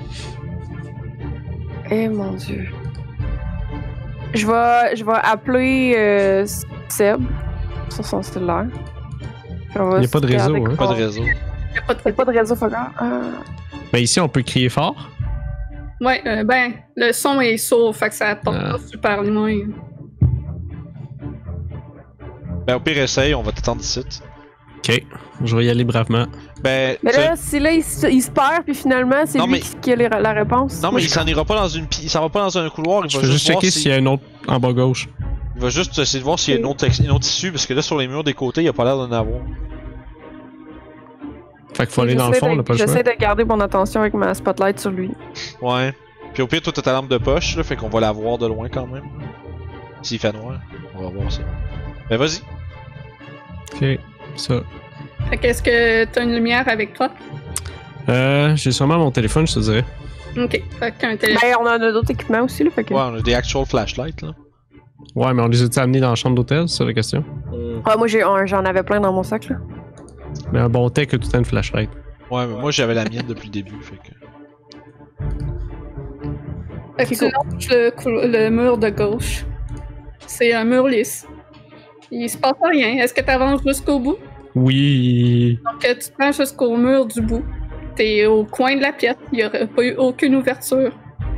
Eh mon dieu. Je vais, je vais appeler euh, Seb sur son cellulaire. Il n'y a pas de réseau, hein? Pas de réseau. Il n'y a pas de Il n'y a pas de réseau, fucker. Ah. Ben ici, on peut crier fort. Ouais, euh, ben, le son est sourd, fait que ça porte Ah. pas super loin. Ben au pire essaye, on va t'attendre ici. Ok, je vais y aller bravement. Ben, Mais tu- là, si là, il, se- il se perd, puis finalement, c'est Non, lui mais- qui, qui a les- la réponse. non Moi, mais il je- s'en ira pas dans une pi- il s'en va pas dans un couloir, il Je va vais juste juste voir checker si- s'il y a un autre en bas gauche. il va juste essayer de voir s'il y a une autre, ex- une autre issue parce que là sur les murs des côtés, il y a pas l'air d'en avoir. Fait qu'il faut aller dans le j'essaie fond, on de- n'a pas le choix. J'essaie de garder mon attention avec ma spotlight sur lui. Ouais. Puis au pire, toi t'as ta lampe de poche, là, fait qu'on va la voir de loin quand même. S'il fait noir, on va voir ça. Ben vas-y. Ok, ça. Fait qu'est-ce que t'as une lumière avec toi? Euh, j'ai sûrement mon téléphone, je te dirais. Ok, fait qu'un téléphone. Ben, on en a d'autres équipements aussi, là, fait que... Ouais, on a des actual flashlights là. Ouais, mais on les a-tu amenés dans la chambre d'hôtel, c'est ça la question? Ah, moi, j'ai un- j'en avais plein dans mon sac, là. Mais un bon tech a tout le temps une flashlight. Ouais, mais moi j'avais la mienne depuis le début, fait que. Fait que tu longes le, cou- le mur de gauche. C'est un mur lisse. Il se passe rien. Est-ce que tu avances jusqu'au bout? Oui. Donc, tu te rends jusqu'au mur du bout. T'es au coin de la pièce. Il n'y aurait pas eu aucune ouverture.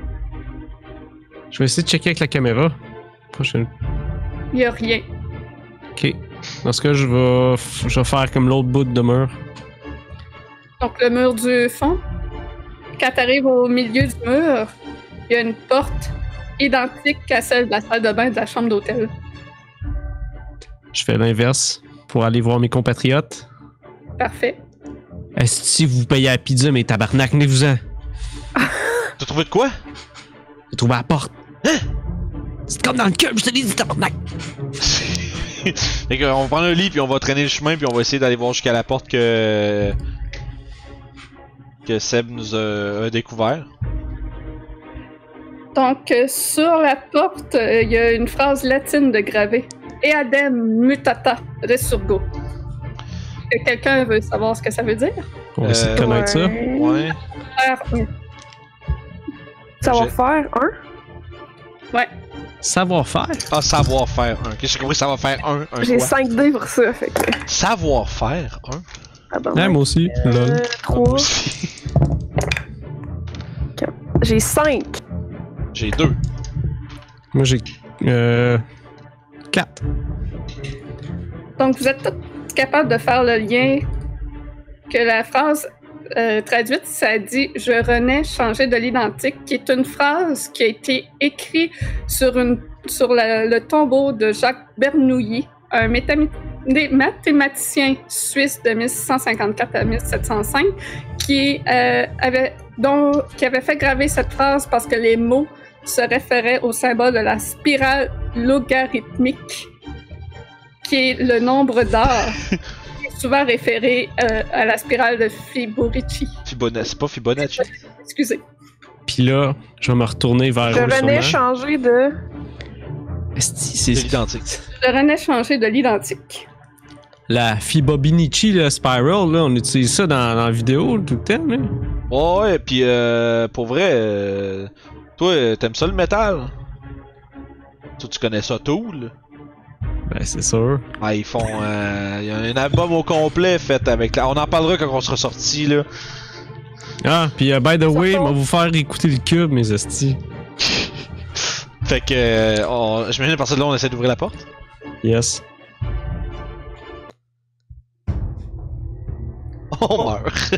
Je vais essayer de checker avec la caméra. Prochaine. Il n'y a rien. Ok. Dans ce cas, je vais, je vais faire comme l'autre bout de mur. Donc, le mur du fond. Quand tu arrives au milieu du mur, il y a une porte identique à celle de la salle de bain de la chambre d'hôtel. Je fais l'inverse pour aller voir mes compatriotes. Parfait. Est-ce que vous payez la pizza, mais tabarnak, venez-vous-en. T'as trouvé de quoi? J'ai trouvé la porte. Hein? C'est comme dans le cul, je te l'ai dit, tabarnak. Fait qu'on va prendre un lit, puis on va traîner le chemin, puis on va essayer d'aller voir jusqu'à la porte que. que Seb nous a, a découvert. Donc, euh, sur la porte, euh, il y a une phrase latine de gravée. Eadem mutata resurgo. Est-ce que quelqu'un veut savoir ce que ça veut dire? On va essayer de Euh, connaître ça. Ouais. Faire un. Savoir J'ai- faire un. Ouais. Savoir-faire. Ah, savoir-faire un. Qu'est-ce que j'ai compris? Ça va faire un. Un J'ai quoi? cinq dés pour ça, fait que. Savoir-faire un? Ah ben, Ouais, moi aussi. Lol. euh, trois. J'ai cinq. J'ai deux. Moi, j'ai. Euh. quatre. Donc, vous êtes tous capables de faire le lien que la phrase euh, traduite, ça dit « Je renais changer de l'identique », qui est une phrase qui a été écrite sur, une, sur la- le tombeau de Jacques Bernoulli, un métam- des mathématicien suisse de mille six cent cinquante-quatre à mille sept cent cinq, qui, euh, avait, dont, qui avait fait graver cette phrase parce que les mots se référaient au symbole de la spirale logarithmique, qui est le nombre d'heures, qui est souvent référé euh, à la spirale de Fibonacci. Fibonacci. C'est pas Fibonacci. Excusez. Puis là, je vais me retourner vers Je eux. venais sûrement. changer de. Esti, C'est c'est l'identique. Je renais changer de l'identique. la Fibonacci, le Spiral, là, on utilise ça dans, dans la vidéo tout le temps, là. Ouais, ouais, pis euh, pour vrai, euh, toi, euh, t'aimes ça le métal? Toi, tu connais ça, Tool? Ben, c'est sûr. Ouais, ils font. Euh, il y a un album au complet fait avec. La... On en parlera quand on sera sorti, là. Ah, puis uh, by the way, Ça on va vous faire écouter le cube, mes estis. Fait que. Euh, on... J'imagine à partir de là, on essaie d'ouvrir la porte. Yes. On meurt.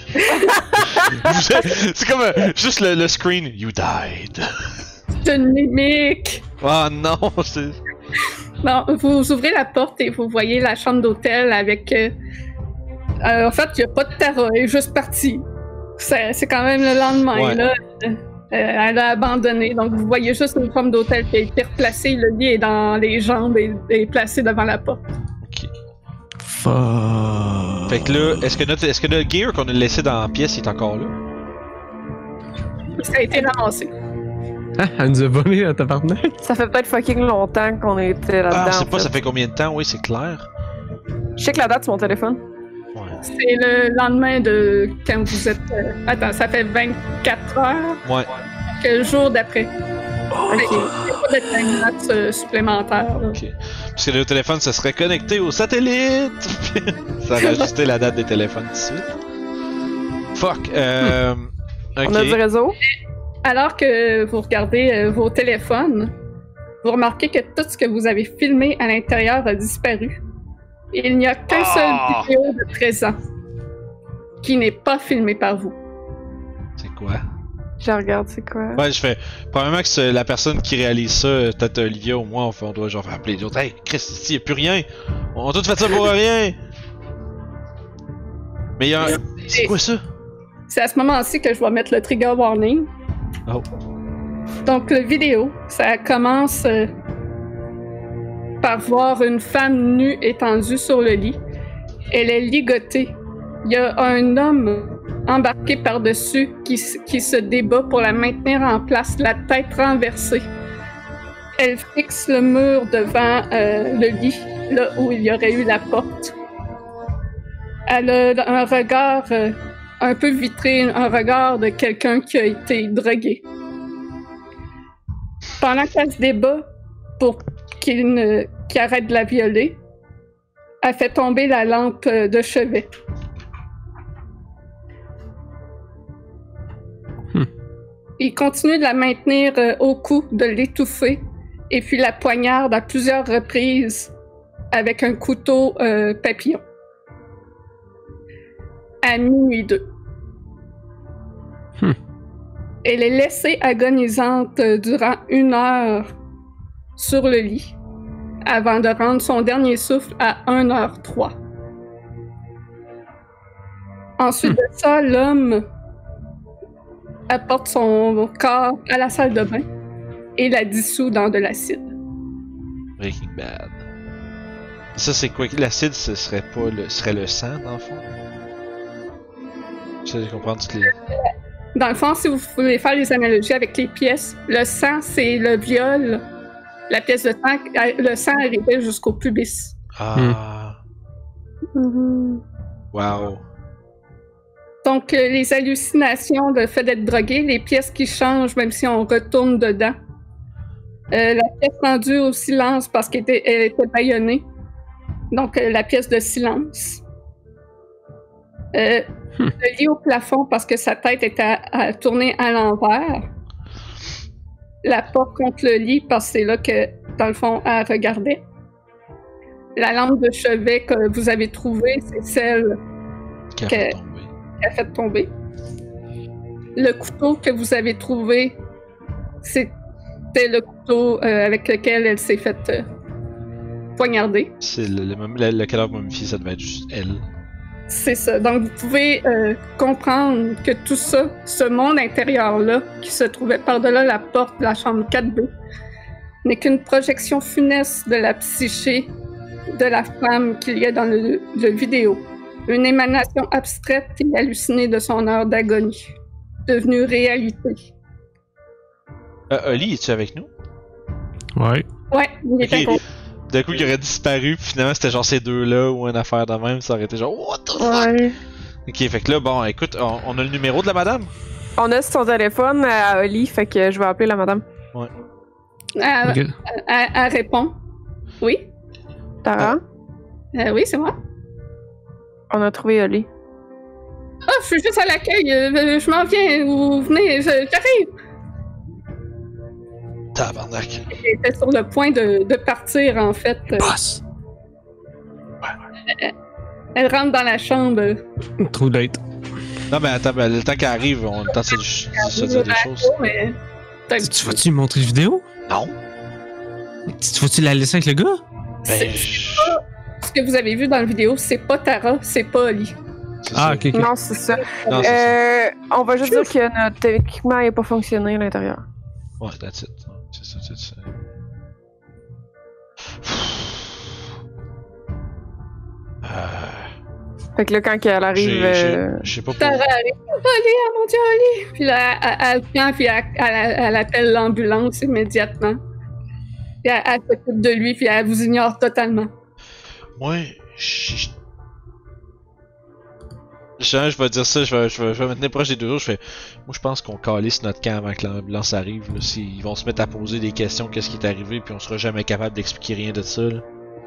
Vous êtes- C'est comme euh, juste le, le screen. You died. C'est une mimique! Oh non, c'est. Non, vous ouvrez la porte et vous voyez la chambre d'hôtel avec... euh, euh, en fait, il n'y a pas de Tara, elle est juste partie. C'est c'est quand même le lendemain, Ouais. là. Euh, elle a abandonné. Donc, vous voyez juste une chambre d'hôtel qui a été replacée. Le lit est dans les jambes et est placé devant la porte. Ok. Fuck. Fait que là, est-ce que notre, est-ce que notre gear qu'on a laissé dans la pièce est encore là? Ça a été ramassé. Ah, elle nous a volé la tabarnak. Ça fait peut-être fucking longtemps qu'on était là-dedans. Ah, je sais en pas, fait. ça fait combien de temps? Oui, c'est clair. Je sais que la date sur mon téléphone. Ouais. C'est le lendemain de quand vous êtes... euh, Attends, ça fait vingt-quatre heures Ouais. que le jour d'après. Ok. Il n'y a pas de time-lapse euh, supplémentaire. là. Ok. Parce que le téléphone, ça serait connecté au satellite. Ça aurait ajusté la date des téléphones tout de suite. Fuck. Euh. Ok. On a du réseau. Alors que vous regardez euh, vos téléphones, vous remarquez que tout ce que vous avez filmé à l'intérieur a disparu. Il n'y a qu'un Ah! seul vidéo de présent qui n'est pas filmé par vous. C'est quoi? Je regarde, c'est quoi. Ouais, je fais. Probablement que c'est la personne qui réalise ça, euh, peut-être Olivia ou moi, on, fait, on doit genre faire appeler les autres. Hey, Chris, ici, y a plus rien. On a tout fait ça pour rien. Mais il y a un. C'est quoi ça? C'est à ce moment-ci que je vais mettre le trigger warning. Oh. Donc, la vidéo, ça commence euh, par voir une femme nue étendue sur le lit. Elle est ligotée. Il y a un homme embarqué par-dessus qui, s- qui se débat pour la maintenir en place, la tête renversée. Elle fixe le mur devant euh, le lit, là où il y aurait eu la porte. Elle a un regard euh, un peu vitré, un regard de quelqu'un qui a été drogué. Pendant qu'elle se débat pour qu'il ne, qui arrête de la violer, elle fait tomber la lampe de chevet. Hmm. Il continue de la maintenir euh, au cou, de l'étouffer, et puis la poignarde à plusieurs reprises avec un couteau euh, papillon. À minuit deux. Hmm. Elle est laissée agonisante durant une heure sur le lit, avant de rendre son dernier souffle à une heure trois. Ensuite Hmm. de ça, l'homme apporte son corps à la salle de bain et la dissout dans de l'acide. Breaking Bad. Ça, c'est quoi? L'acide, ce serait pas le, serait le sang, dans le fond? J'essaie de comprendre toutes les... Dans le fond, si vous voulez faire les analogies avec les pièces, le sang, c'est le viol. La pièce de sang, le sang arrivait jusqu'au pubis. Ah... Mhm. Wow. Donc, euh, les hallucinations, le fait d'être drogué, les pièces qui changent même si on retourne dedans. Euh, la pièce rendue au silence parce qu'elle était, elle était bâillonnée. Donc, euh, la pièce de silence. Euh, Hmm. Le lit au plafond parce que sa tête était à, à tourner à l'envers. La porte contre le lit parce que c'est là que, dans le fond, elle regardait. La lampe de chevet que vous avez trouvée, c'est celle Qui a Que- fait tomber. qui a fait tomber. Le couteau que vous avez trouvé, c'était le couteau euh, avec lequel elle s'est faite euh, poignarder. C'est le, le, le, le cadavre momifié, ça devait être juste elle. C'est ça. Donc, vous pouvez euh, comprendre que tout ça, ce monde intérieur-là, qui se trouvait par-delà la porte de la chambre quatre B, n'est qu'une projection funeste de la psyché de la femme qu'il y a dans le, le vidéo. Une émanation abstraite et hallucinée de son heure d'agonie, devenue réalité. Euh, Oli, es-tu avec nous? Ouais. Ouais, il est Ok. inconscient. D'un coup, il aurait disparu, puis finalement, c'était genre ces deux-là ou une affaire de même, ça aurait été genre What the fuck? Ouais. Ok, fait que là, bon, écoute, on, on a le numéro de la madame? On a son téléphone à Oli, fait que je vais appeler la madame. Elle, Ok. elle- elle répond. Oui, Tara, Euh, oui, c'est moi. on a trouvé Oli. Ah, je suis juste à l'accueil. euh, je m'en viens. Vous venez, je- j'arrive. Tabarnak. Elle était sur le point de, de partir, en fait. Euh, Boss! Elle rentre dans la chambre. Trop late. Non, mais attends, ben, le temps qu'elle arrive, on a le temps de se, de se dire des choses. Mais... Tu vas-tu lui montrer la vidéo? Non? Tu vas-tu la laisser avec le gars? C'est- Ben, je- Ce que vous avez vu dans la vidéo, c'est pas Tara, c'est pas Oli. c'est Ah, ça. ok, ok. Non, c'est ça. Non, c'est ça. Euh, on va juste dire que notre équipement n'a pas fonctionné à l'intérieur. Ouais, that's it. C'est ça, c'est ça. Euh, Fait que là, quand elle arrive. j'ai- j'ai- euh, Je sais pas Tara pour... arrive. Oli, ah mon Dieu, Oli! Puis là, elle, elle prend, puis elle, elle- elle appelle l'ambulance immédiatement. Puis elle, elle s'occupe de lui, puis elle vous ignore totalement. Moi, je... je- Je, je vais dire ça, je vais, je, vais, je vais me tenir proche des deux autres. Je fais, moi, je pense qu'on calisse notre camp avant que l'ambulance arrive. Là. S'ils vont se mettre à poser des questions, qu'est-ce qui est arrivé, puis on sera jamais capable d'expliquer rien de ça. Là.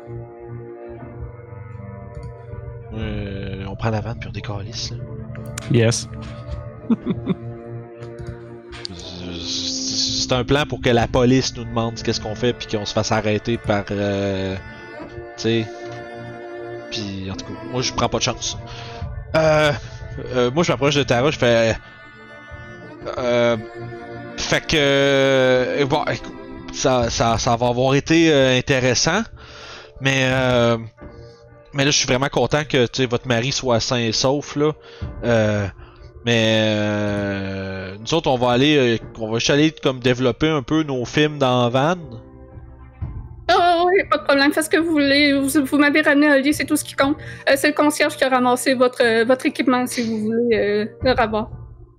Euh, on prend la vanne puis on décalisse. Là. Yes. C'est un plan pour que la police nous demande qu'est-ce qu'on fait, puis qu'on se fasse arrêter par, euh, tu sais. Puis en tout cas, moi, je prends pas de chance. Euh, euh, moi, je m'approche de Tara, je fais. Euh, fait que. Euh, bon, écoute, ça, ça, ça va avoir été euh, intéressant, mais. Euh, mais là, je suis vraiment content que tu sais, votre mari soit sain et sauf, là. Euh, mais. Euh, nous autres, on va aller. Euh, on va juste aller comme développer un peu nos films dans la van. Oh, oui, pas de problème, faites ce que vous voulez. Vous, vous m'avez ramené Oli, c'est tout ce qui compte. Euh, c'est le concierge qui a ramassé votre, euh, votre équipement si vous voulez euh, le rabat.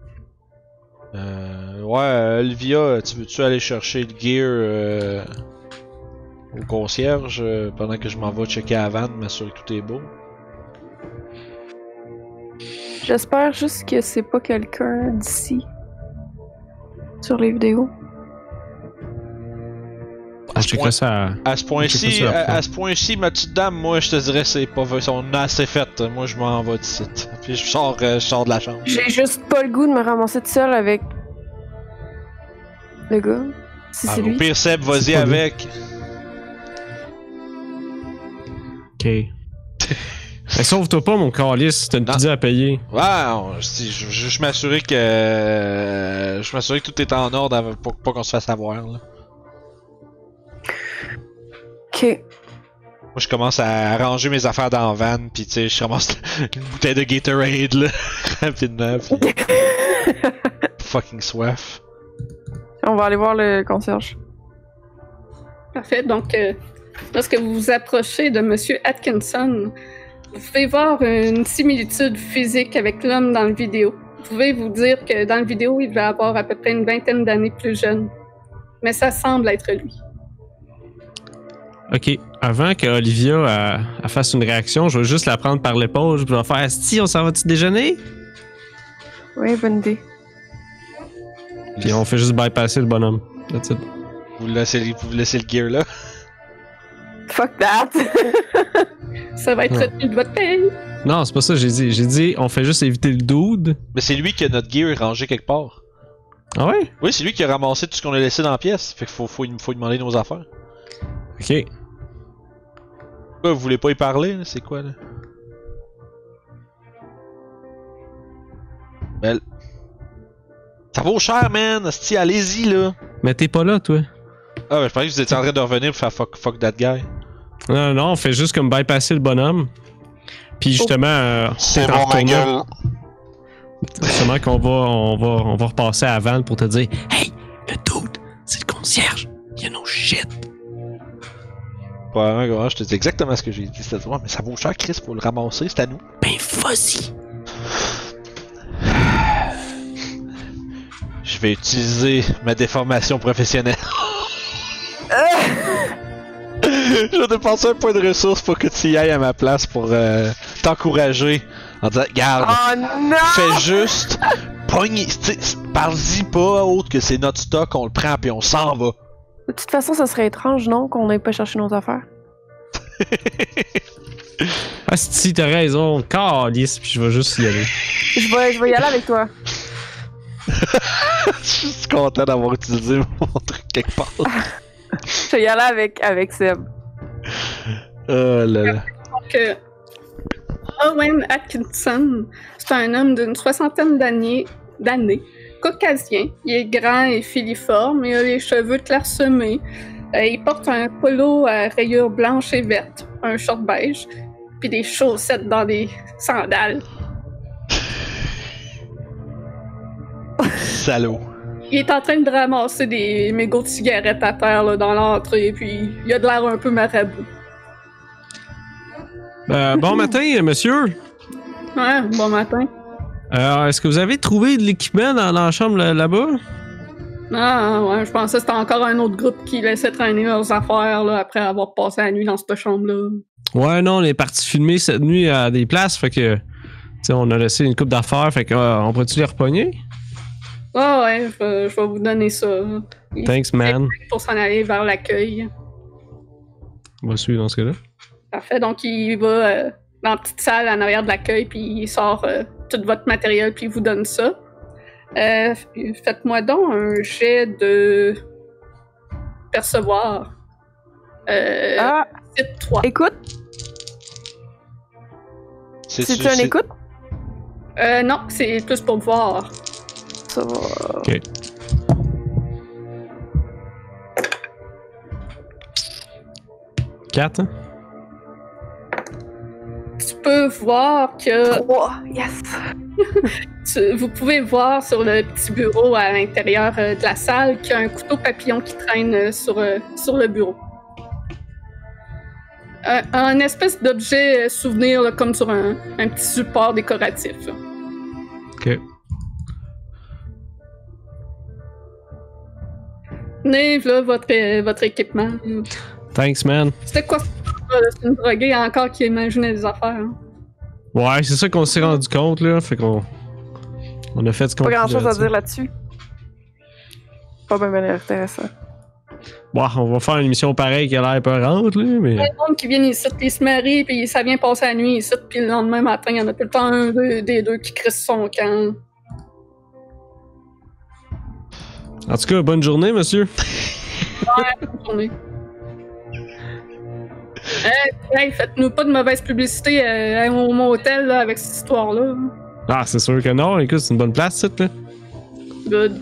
Euh, ouais, Olivia, tu veux-tu aller chercher le gear euh, au concierge euh, pendant que je m'en vais checker à la vanne, m'assurer que tout est beau? J'espère juste que c'est pas quelqu'un d'ici. Sur les vidéos. À ce, point, ça, à ce point-ci, à, à ce point-ci, ma petite dame, moi je te dirais c'est pas vrai, on a assez fait. Moi je m'en vais d'ici. Puis je sors, euh, je sors de la chambre. J'ai juste pas le goût de me ramasser tout seul avec le gars. Si ah, c'est lui. Au pire, Seb, vas-y avec. Ok. Mais sauve-toi pas, mon calice, t'as une pizza à payer. Ouais, on, je, je, je, je m'assurer que. Euh, je m'assurer que tout est en ordre pour pas qu'on se fasse avoir, là. Ok. Moi, je commence à ranger mes affaires dans la van, pis tu sais, je ramasse une bouteille de Gatorade, là, rapidement, pis... fucking soif. On va aller voir le concierge. Parfait. Donc, euh, lorsque vous vous approchez de Monsieur Atkinson, vous pouvez voir une similitude physique avec l'homme dans la vidéo. Vous pouvez vous dire que dans la vidéo, il devait avoir à peu près une vingtaine d'années plus jeune. Mais ça semble être lui. Ok, avant que Olivia euh, elle fasse une réaction, je vais juste la prendre par l'épaule. Je vais faire Asti, on s'en va-tu déjeuner? Oui, bonne idée. Puis on fait juste bypasser le bonhomme. That's it. Vous laissez, vous laissez le gear là? Fuck that! Ça va être retenu de votre paye. Non, c'est pas ça que j'ai dit. J'ai dit on fait juste éviter le dude. Mais c'est lui qui a notre gear rangé quelque part. Ah ouais? Oui, c'est lui qui a ramassé tout ce qu'on a laissé dans la pièce. Fait qu'il faut, faut, faut lui demander nos affaires. Ok. Pourquoi vous voulez pas y parler, là? C'est quoi, là? Belle. Ça vaut cher, man! Asti, allez-y, là! Mais t'es pas là, toi. Ah, ben, je pensais que vous étiez en train de revenir pour faire fuck, fuck that guy. Non, non, on fait juste comme bypasser le bonhomme. Puis justement, euh, C'est peut-être en bon, ma retournant- gueule. Justement qu'on va, on va, on va repasser à Van pour te dire Hey, le dude, c'est le concierge. Il y a nos shit. Ouais, ouais, je te dis exactement ce que j'ai dit. C'était ouais, mais ça vaut cher, Chris, pour le ramasser, c'est à nous. Ben, vas-y. Je vais utiliser ma déformation professionnelle. Je vais dépenser un point de ressources pour que tu y ailles à ma place pour euh, t'encourager en disant garde, Oh non! fais juste pogne, parle-y pas autre que c'est notre stock, on le prend puis on s'en va. De toute façon, ça serait étrange, non, qu'on n'aille pas chercher nos affaires. Ah, si t'as raison, calice, puis je vais juste y aller. Je vais, je vais y aller avec toi. Je suis content d'avoir utilisé mon truc quelque part. Je vais y aller avec, avec Seb. Oh là là. Donc, euh, Owen Atkinson, c'est un homme d'une soixantaine d'années, d'années, caucasien. Il est grand et filiforme, il a les cheveux clairsemés. Euh, il porte un polo à rayures blanches et vertes, un short beige, puis des chaussettes dans des sandales. Salaud. Il est en train de ramasser des mégots de cigarettes à terre là, dans l'entrée, puis il a de l'air un peu marabout. Euh, bon matin, monsieur. Ouais, bon matin. Euh, Est-ce que vous avez trouvé de l'équipement dans, dans la chambre là- là-bas? Ah, ouais, je pensais que c'était encore un autre groupe qui laissait traîner leurs affaires là, après avoir passé la nuit dans cette chambre-là. Ouais, non, on est parti filmer cette nuit à des places, fait que, tu sais, on a laissé une coupe d'affaires, fait que, euh, on peut-tu les repogner? Ah ouais, je, je vais vous donner ça. Il Thanks, man. pour s'en aller vers l'accueil. On va suivre dans ce cas-là. Parfait, donc il va euh, dans la petite salle en arrière de l'accueil, puis il sort euh, tout votre matériel, puis il vous donne ça. Euh, faites-moi donc un jet de percevoir. Euh, Ah, site trois. écoute. C'est-tu un écoute? Euh, non, c'est plus pour voir. Ça va. Ok. Quatre? Hein? Tu peux voir que Trois, yes! tu- vous pouvez voir sur le petit bureau à l'intérieur euh, de la salle qu'il y a un couteau papillon qui traîne euh, sur, euh, sur le bureau. Un, un espèce d'objet euh, souvenir là, comme sur un, un petit support décoratif. là. Ok. Tenez, là, votre, euh, votre équipement. Thanks, man. C'était quoi ça? là? C'est une droguée encore qui imaginait des affaires. hein. Ouais, c'est ça qu'on s'est rendu compte, là. Fait qu'on. On a fait ce qu'on Pas grand chose pouvait, à tu sais. dire là-dessus. Pas bien, bien intéressant. Bon, on va faire une émission pareille qui a l'air peurante, là, mais... Il y a des gens qui viennent ici, puis ils se marient, puis ça vient passer la nuit ici, puis le lendemain matin, il y en a tout le temps un deux, des deux qui crisse son camp. En tout cas, bonne journée, monsieur. Ouais, bonne journée. Hey, hey, faites-nous pas de mauvaise publicité euh, au motel là, avec cette histoire-là. Ah, c'est sûr que non. Écoute, c'est une bonne place, ça, là. Good.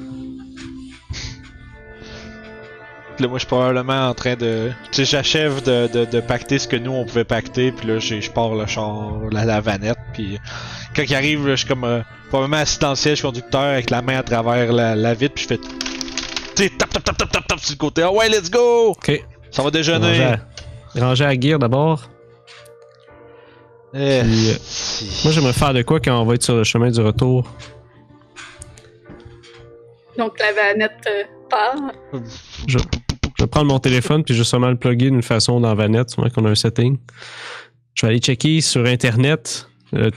Là, moi, je suis probablement en train de... Tu sais, j'achève de, de, de pacter ce que nous, on pouvait pacter, puis là, je pars le char, la, la vanette, puis quand il arrive, là, je suis comme euh, probablement assis dans le siège conducteur avec la main à travers la, la vitre, puis je fais... Tu sais, tap, tap, tap, tap, tap, tap sur le côté. Ah ouais, let's go! OK. Ça va déjeuner. Ranger à, ranger à gear, d'abord. Eh, Puis, euh, moi, j'aimerais faire de quoi quand on va être sur le chemin du retour? Donc la vanette euh, part. Je, je vais prendre mon téléphone puis justement le plugger d'une façon dans Vanette, sûrement qu'on a un setting. Je vais aller checker sur Internet euh,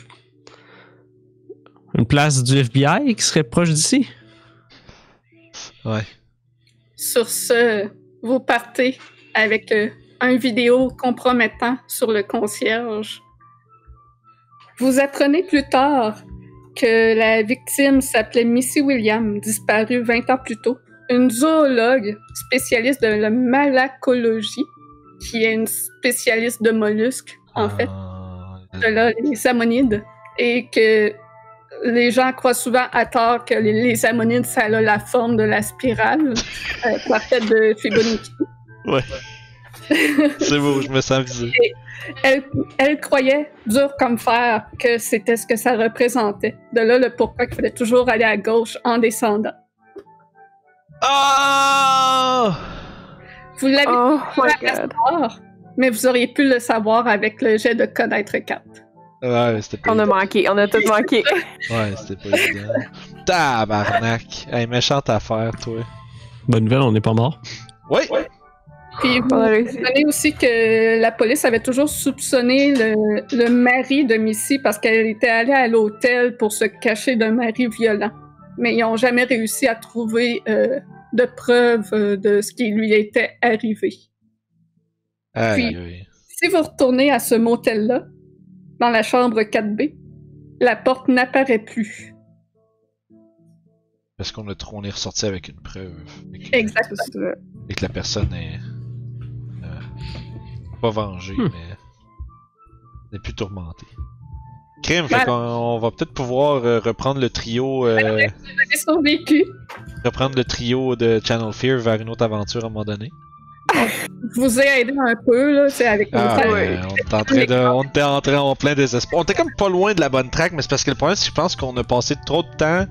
une place du F B I qui serait proche d'ici. Ouais. Sur ce, vous partez avec euh, un vidéo compromettant sur le concierge. Vous apprenez plus tard que la victime s'appelait Missy Williams, disparue vingt ans plus tôt. Une zoologue spécialiste de la malacologie, qui est une spécialiste de mollusques, en Ah, fait, de là, les ammonides, et que les gens croient souvent à tort que les, les ammonides, ça a la forme de la spirale, euh, parfaite de Fibonacci. Ouais. C'est beau, je me sens visé. Elle, elle croyait, dur comme fer, que c'était ce que ça représentait. De là le pourquoi qu'il fallait toujours aller à gauche en descendant. Oh! Vous l'avez Oh pas my à god. savoir, mais vous auriez pu le savoir avec le jet de connaître quatre. Ouais, c'était pas On a évident. manqué, on a tout manqué. Ouais, c'était pas évident. Tabarnak! Hey, méchante affaire, toi. Bonne nouvelle, on n'est pas mort. Ouais! Puis vous On a réussi. savez aussi que la police avait toujours soupçonné le, le mari de Missy parce qu'elle était allée à l'hôtel pour se cacher d'un mari violent. Mais ils n'ont jamais réussi à trouver euh, de preuves euh, de ce qui lui était arrivé. Aïe, Puis- aïe. Si vous retournez à ce motel-là, dans la chambre quatre B, la porte n'apparaît plus. Parce qu'on a trop, on est ressorti avec une preuve. Et que, Exactement. C'est ça. et que la personne est. euh, pas vengée, Hmm. mais. n'est plus tourmentée. Crime, Ben- fait qu'on on va peut-être pouvoir euh, reprendre le trio. euh, Vous avez survécu. reprendre le trio de Channel Fear vers une autre aventure à un moment donné. Je vous ai aidé un peu, là, c'est avec mon Ah, frère. ben, on était en train de, on était entré en plein désespoir. On était comme pas loin de la bonne track, mais c'est parce que le problème, c'est que je pense qu'on a passé trop de temps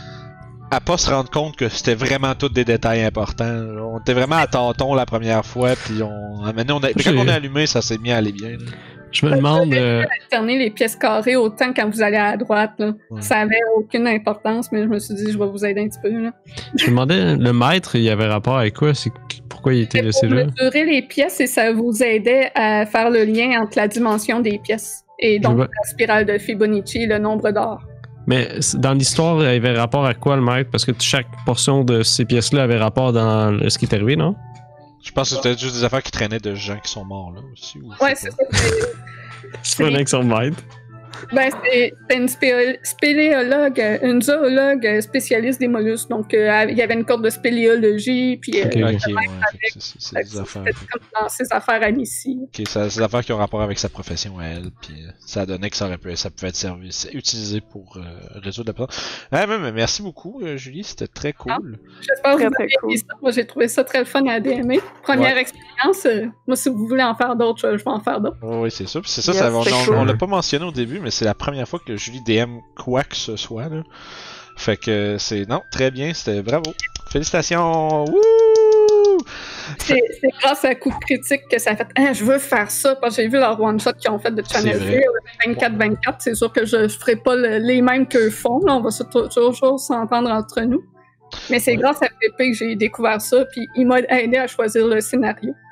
à pas se rendre compte que c'était vraiment tous des détails importants. On était vraiment à tâtons la première fois, puis on, maintenant, on a, quand on a allumé, ça s'est mis à aller bien. là. Je me demande... euh, Alterner les pièces carrées autant quand vous allez à droite. Là. Ouais. Ça avait aucune importance, mais je me suis dit, je vais vous aider un petit peu. Là. je me demandais, le maître, il avait rapport avec quoi? C'est pourquoi il était C'était laissé pour là? mesurer les pièces et ça vous aidait à faire le lien entre la dimension des pièces et donc Je vois. la spirale de Fibonacci et le nombre d'or. Mais c- dans l'histoire, il avait rapport à quoi, le maître? Parce que chaque portion de ces pièces-là avait rapport dans le- ce qui est arrivé, non? Je pense que c'était juste des affaires qui traînaient de gens qui sont morts là aussi. Ou Ouais, je c'est sais ça. c'est- C'est pas un avec son maître. Ben, c'est c'est une spé- spéléologue, euh, une zoologue spécialiste des mollusques. Donc, euh, il y avait une courbe de spéléologie, puis euh, Ok. pas. Ok, ouais, fait que c'est- c'est c'est des affaires. c'était comme dans ses affaires à Missy. Ok, c'est c'est des affaires qui ont rapport avec sa profession à elle, puis euh, ça donnait que ça aurait pu, ça pouvait être servi, c'est utilisé pour euh, résoudre la problème. Ah, mais, mais merci beaucoup, euh, Julie, c'était très cool. J'espère que Très, vous très avez cool. aimé ça. Moi, j'ai trouvé ça très le fun à D M A. Première Ouais. expérience. euh, moi, si vous voulez en faire d'autres, je je vais en faire d'autres. Oui, oui, c'est ça. Puis c'est ça, Yes, ça on, c'est on- cool. on l'a pas mentionné au début, mais c'est la première fois que Julie D M quoi que ce soit. Là. Fait que c'est. Non, très bien, c'était bravo. Félicitations! Wouh! C'est c'est grâce à Coup de Critique que ça a fait hein, je veux faire ça. Parce que j'ai vu leur one-shot qu'ils ont fait de Channel C'est vrai. Fear, le vingt-quatre vingt-quatre. C'est sûr que je ne ferai pas le- les mêmes qu'eux font. Là. On va se- toujours s'entendre entre nous. Mais c'est Ouais. grâce à Pépé que j'ai découvert ça. Puis il m'a aidé à choisir le scénario.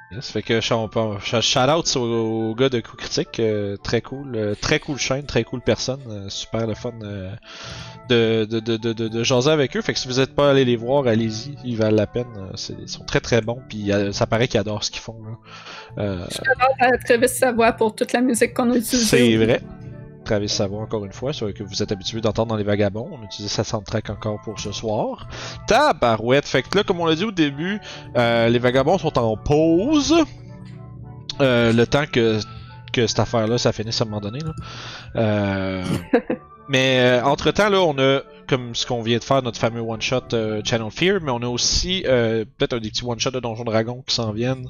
Yes, fait que shout-out au, au gars de Coup Critique, euh, très cool, euh, très cool chaîne, très cool personne, euh, super le fun euh, de, de, de, de, de, de jaser avec eux. Fait que si vous n'êtes pas allé les voir, allez-y, ils valent la peine. Euh, ils sont très très bons, puis euh, ça paraît qu'ils adorent ce qu'ils font. Là. Euh, Shout-out à Travis Savoie pour toute la musique qu'on a utilisée. C'est vrai. Travis Savoie, encore une fois, sur que vous êtes habitué d'entendre dans les Vagabonds. On utilise sa soundtrack encore pour ce soir. Tabarouette! Fait que là, comme on l'a dit au début, euh, les Vagabonds sont en pause. Euh, le temps que, que cette affaire-là, ça finisse à un moment donné. Là. Euh, mais euh, entre-temps, là, on a, comme ce qu'on vient de faire, notre fameux one-shot euh, Channel Fear, mais on a aussi euh, peut-être un des petits one-shots de Donjon Dragon qui s'en viennent.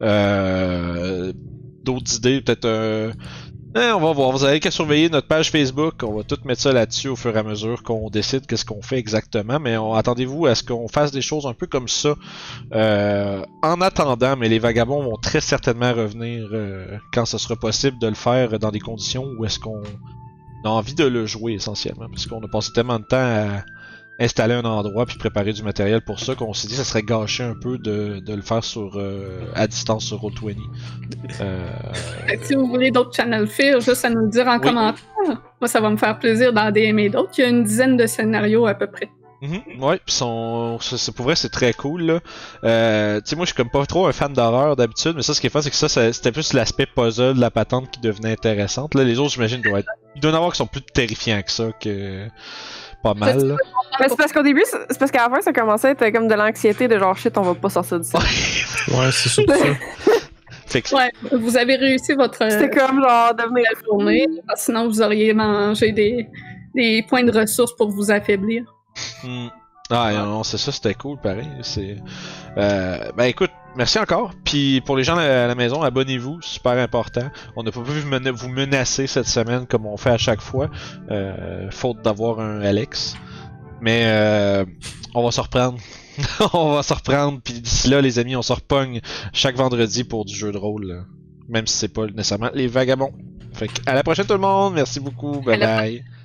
Euh, D'autres idées, peut-être... Euh, Eh, on va voir, vous avez qu'à surveiller notre page Facebook, on va tout mettre ça là-dessus au fur et à mesure qu'on décide qu'est-ce qu'on fait exactement, mais on, attendez-vous à ce qu'on fasse des choses un peu comme ça euh, en attendant, mais les Vagabonds vont très certainement revenir euh, quand ce sera possible de le faire dans des conditions où est-ce qu'on a envie de le jouer essentiellement, parce qu'on a passé tellement de temps à installer un endroit puis préparer du matériel pour ça qu'on s'est dit que ça serait gâché un peu de, de le faire sur euh, à distance sur Roll vingt. Euh... Si vous voulez d'autres Channel Fear, juste à nous le dire en oui. commentaire. Moi, ça va me faire plaisir d'en D M et d'autres. Il y a une dizaine de scénarios à peu près. Mm-hmm. Ouais, pis son... c'est pour vrai, c'est très cool, là. Euh, tu sais, moi, je suis comme pas trop un fan d'horreur d'habitude, mais ça, ce qui est fun, c'est que ça, ça c'était plus l'aspect puzzle de la patente qui devenait intéressante. Là, les autres, j'imagine, doivent être... il doit y en avoir qui sont plus terrifiants que ça, que... pas mal, là. Mais c'est parce qu'au début, c'est parce qu'à la fin, ça commençait à être comme de l'anxiété de genre, shit, on va pas sortir d'ici. Ouais, c'est surtout ça. Que... Ouais, vous avez réussi votre... C'était comme genre devenir journée, sinon vous auriez mangé des, des points de ressources pour vous affaiblir. Mm. Ah non, c'est ça, c'était cool, pareil. C'est, euh, ben écoute, merci encore. Puis pour les gens à la maison, abonnez-vous, super important. On n'a pas pu vous menacer cette semaine comme on fait à chaque fois, euh, faute d'avoir un Alex. Mais euh, on va se reprendre. on va se reprendre. Puis d'ici là, les amis, on se repogne chaque vendredi pour du jeu de rôle, là. Même si c'est pas nécessairement les Vagabonds. Fait que à la prochaine tout le monde. Merci beaucoup. Bye bye.